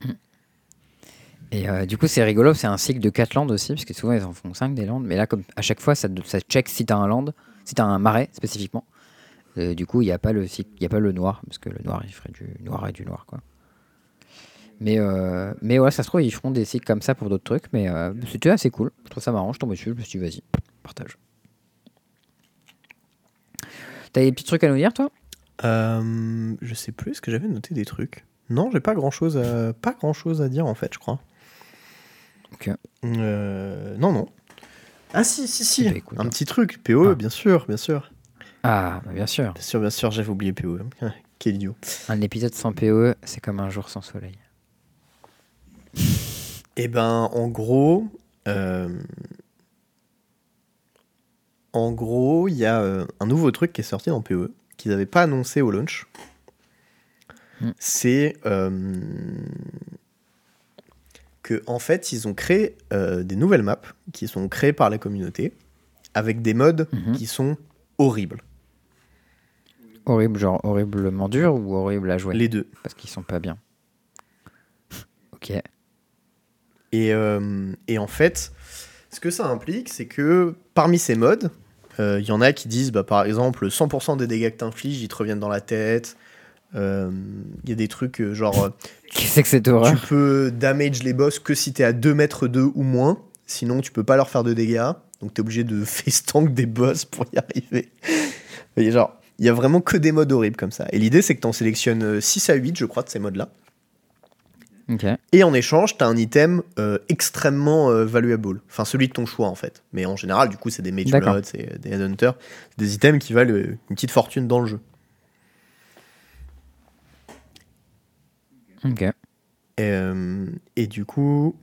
Et euh, du coup, c'est rigolo, c'est un cycle de quatre landes aussi, parce que souvent ils en font cinq des landes. Mais là, comme à chaque fois, ça, ça check si t'as un land, si t'as un marais spécifiquement. Euh, du coup, il n'y a pas le cycle, il y a pas le noir, parce que le noir, il ferait du noir et du noir, quoi. Mais, euh, mais ouais, ça se trouve, ils feront des cycles comme ça pour d'autres trucs, mais euh, c'était assez cool. Je trouve ça marrant, je tombe dessus, je me suis dit, vas-y, partage. T'as des petits trucs à nous dire, toi? Euh, je sais plus, est-ce que j'avais noté des trucs? Non, j'ai pas grand-chose à... pas grand-chose à dire en fait, je crois. Ok. Euh, non, non. Ah si, si, si. Eh ben, écoute. Un petit truc. P O E, Ah. bien sûr, bien sûr. Ah, bah, bien sûr. Bien sûr, bien sûr, j'avais oublié P O E. Ah, quel idiot. Un épisode sans P O E, c'est comme un jour sans soleil. Eh ben, en gros... euh, En gros, il y a euh, un nouveau truc qui est sorti dans P O E, qu'ils n'avaient pas annoncé au launch. Mm. C'est euh, que en fait, ils ont créé euh, des nouvelles maps qui sont créées par la communauté avec des modes Mhm. qui sont horribles. Horrible, genre horriblement dur ou horrible à jouer? Les deux. Parce qu'ils sont pas bien. Ok. Et, euh, et en fait, ce que ça implique, c'est que parmi ces modes, il euh, y en a qui disent, bah, par exemple, cent pour cent des dégâts que t'infliges, ils te reviennent dans la tête. Il euh, y a des trucs euh, genre... Qu'est-ce que c'est cette Tu horreur? peux damage les boss que si t'es à deux mètres d'eux ou moins. Sinon, tu peux pas leur faire de dégâts. Donc, t'es obligé de face tank des boss pour y arriver. Et genre, il y a vraiment que des modes horribles comme ça. Et l'idée, c'est que t'en sélectionnes six à huit, je crois, de ces modes-là. Ok. Et en échange, t'as un item euh, extrêmement euh, valuable. Enfin, celui de ton choix, en fait. Mais en général, du coup, c'est des Mage D'accord. Blood, c'est des Headhunters. C'est des items qui valent euh, une petite fortune dans le jeu. Ok. Et, euh, et du coup...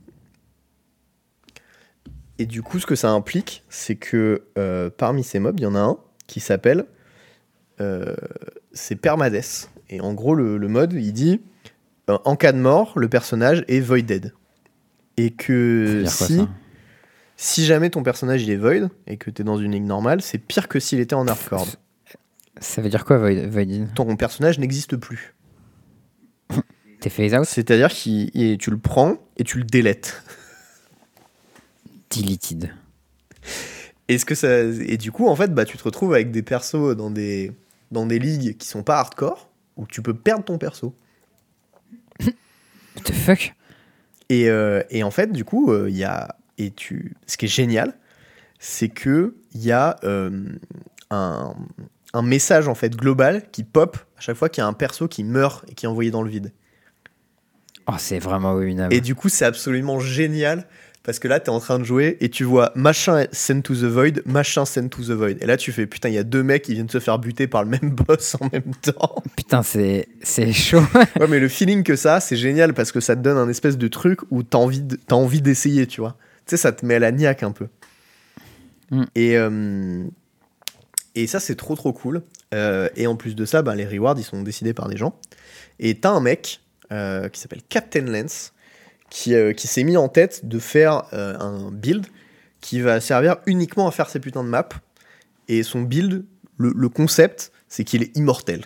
Et du coup, ce que ça implique, c'est que euh, parmi ces mobs, il y en a un qui s'appelle... Euh, c'est Permades. Et en gros, le, le mode, il dit... euh, en cas de mort, le personnage est voided. Et Ça que veut dire quoi, si... ça? Si jamais ton personnage il est void et que t'es dans une ligue normale, c'est pire que s'il était en hardcore. Ça veut dire quoi, Void, Void? Ton personnage n'existe plus. T'es phase out? C'est-à-dire que tu le prends et tu le délètes. Deleted. Et, ce que ça, et du coup, en fait, bah, tu te retrouves avec des persos dans des, dans des ligues qui sont pas hardcore, où tu peux perdre ton perso. What the fuck? Et, euh, et en fait, du coup, il euh, y a et tu... ce qui est génial, c'est qu'il y a euh, un, un message en fait global qui pop à chaque fois qu'il y a un perso qui meurt et qui est envoyé dans le vide. Oh, c'est vraiment abominable. Et du coup, c'est absolument génial parce que là, t'es en train de jouer et tu vois machin send to the void, machin send to the void. Et là, tu fais putain, il y a deux mecs qui viennent se faire buter par le même boss en même temps. Putain, c'est, c'est chaud. Ouais, mais le feeling que ça, c'est génial parce que ça te donne un espèce de truc où t'as envie, de, t'as envie d'essayer, tu vois. Tu sais, ça te met à la niaque un peu. Mm. Et, euh, et ça, c'est trop trop cool. Euh, et en plus de ça, bah, les rewards, ils sont décidés par des gens. Et t'as un mec euh, qui s'appelle Captain Lance qui, euh, qui s'est mis en tête de faire euh, un build qui va servir uniquement à faire ces putains de maps. Et son build, le, le concept, c'est qu'il est immortel.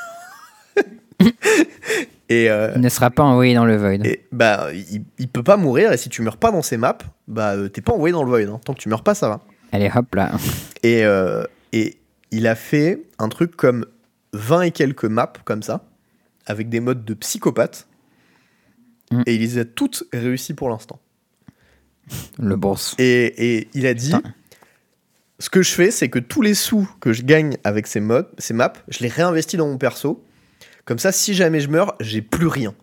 Et euh, il ne sera pas envoyé dans le void. Et bah, il, il peut pas mourir, et si tu meurs pas dans ces maps, bah, euh, t'es pas envoyé dans le void. Hein. Tant que tu meurs pas, ça va. Allez, hop là. Et, euh, et il a fait un truc comme vingt et quelques maps, comme ça, avec des modes de psychopathe. Mm. Et il les a toutes réussies pour l'instant. Le boss. Et, et il a dit... Putain. Ce que je fais, c'est que tous les sous que je gagne avec ces, modes, ces maps, je les réinvestis dans mon perso. Comme ça, si jamais je meurs, j'ai plus rien.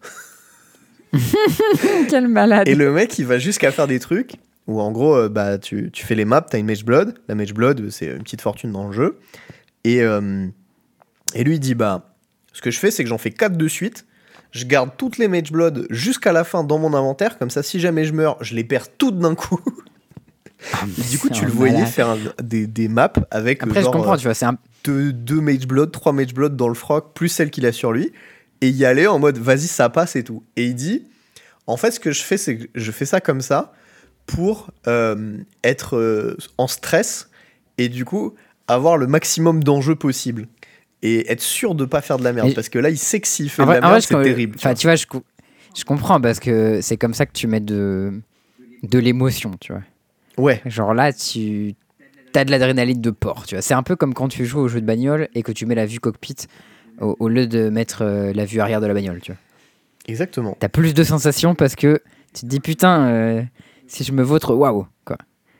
Quel malade. Et le mec, il va jusqu'à faire des trucs où, en gros, euh, bah, tu, tu fais les maps, t'as une Mage Blood. La Mage Blood, c'est une petite fortune dans le jeu. Et, euh, et lui, il dit, bah, ce que je fais, c'est que j'en fais quatre de suite. Je garde toutes les Mage Blood jusqu'à la fin dans mon inventaire. Comme ça, si jamais je meurs, je les perds toutes d'un coup. Ah, du coup, tu le voyais malade. faire un, des, des maps avec Après, genre, je comprends, tu vois, c'est un... deux, deux Mage Blood, trois Mage Blood dans le froc, plus celle qu'il a sur lui, et y aller en mode vas-y, ça passe et tout. Et il dit, en fait, ce que je fais, c'est que je fais ça comme ça pour euh, être euh, en stress et du coup avoir le maximum d'enjeux possible et être sûr de pas faire de la merde. Et parce que là, il sait que s'il fait de vrai, la merde, vrai, c'est je, terrible. Enfin, tu vois, je, je comprends parce que c'est comme ça que tu mets de, de l'émotion, tu vois. Ouais. Genre là, tu as de l'adrénaline de porc, tu vois. C'est un peu comme quand tu joues au jeu de bagnole et que tu mets la vue cockpit au, au lieu de mettre euh, la vue arrière de la bagnole, tu vois. Exactement. T'as plus de sensations parce que tu te dis putain, euh, si je me vautre, waouh, quoi.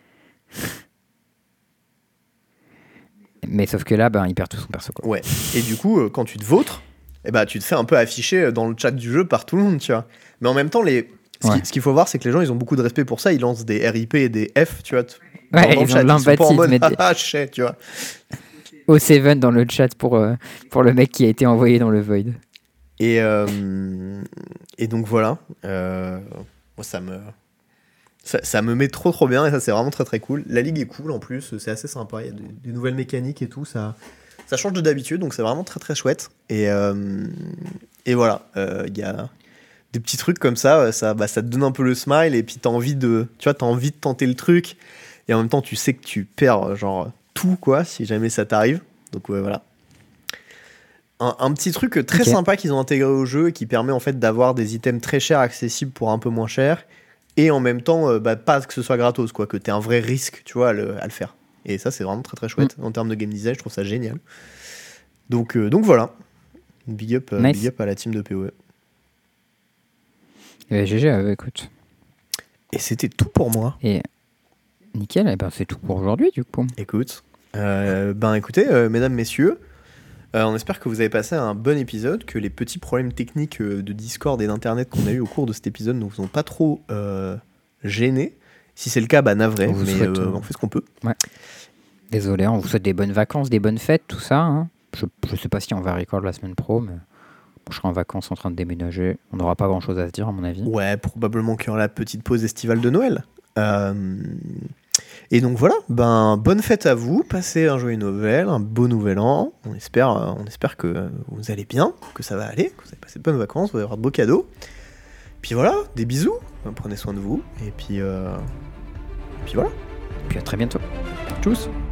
Mais sauf que là, ben, il perd tout son perso, quoi. Ouais. Et du coup, euh, quand tu te vautres, eh ben, tu te fais un peu afficher dans le chat du jeu par tout le monde, tu vois. Mais en même temps, les... Ce, ouais. qui, ce qu'il faut voir, c'est que les gens, ils ont beaucoup de respect pour ça. Ils lancent des R I P et des F, tu vois. Ouais, dans ils le chat. ont l'empathie. Ils sont pas en mode, mais ah, chais, tu vois. O sept dans le chat pour, euh, pour le mec qui a été envoyé dans le void. Et, euh, et donc voilà. Euh, moi, ça me, ça, ça me met trop trop bien et ça, c'est vraiment très très cool. La ligue est cool en plus, c'est assez sympa. Il y a des, des nouvelles mécaniques et tout. Ça, ça change de d'habitude, donc c'est vraiment très très chouette. Et, euh, et voilà. Euh, il y a des petits trucs comme ça, ça, bah, ça te donne un peu le smile et puis t'as envie de, tu vois, t'as envie de tenter le truc et en même temps tu sais que tu perds genre tout quoi si jamais ça t'arrive. Donc ouais, voilà. Un, un petit truc très okay. sympa qu'ils ont intégré au jeu et qui permet en fait d'avoir des items très chers accessibles pour un peu moins cher et en même temps euh, bah, pas que ce soit gratos quoi, que t'aies un vrai risque tu vois à le, à le faire. Et ça c'est vraiment très très chouette mmh. en termes de game design, je trouve ça génial. Donc euh, donc voilà. Big up, euh, nice. Big up à la team de P O E. Et G G, euh, écoute. Et c'était tout pour moi. Et nickel, et ben c'est tout pour aujourd'hui du coup. Écoute, euh, ben écoutez, euh, mesdames, messieurs, euh, on espère que vous avez passé un bon épisode, que les petits problèmes techniques euh, de Discord et d'internet qu'on a eu au cours de cet épisode ne vous ont pas trop euh, gêné. Si c'est le cas, bah navré, on mais souhaite, euh, on fait ce qu'on peut. Ouais. Désolé, on vous souhaite des bonnes vacances, des bonnes fêtes, tout ça. Hein. Je, je sais pas si on va record la semaine pro, mais je serai en vacances en train de déménager. On n'aura pas grand chose à se dire, à mon avis. Ouais, probablement qu'il y aura la petite pause estivale de Noël. Euh... Et donc voilà, ben, bonne fête à vous. Passez un joyeux Noël, un beau nouvel an. On espère, on espère que vous allez bien, que ça va aller, que vous avez passé de bonnes vacances, vous allez avoir de beaux cadeaux. Puis voilà, des bisous. Prenez soin de vous. Et puis, euh... et puis voilà. Et puis à très bientôt. Tchuss.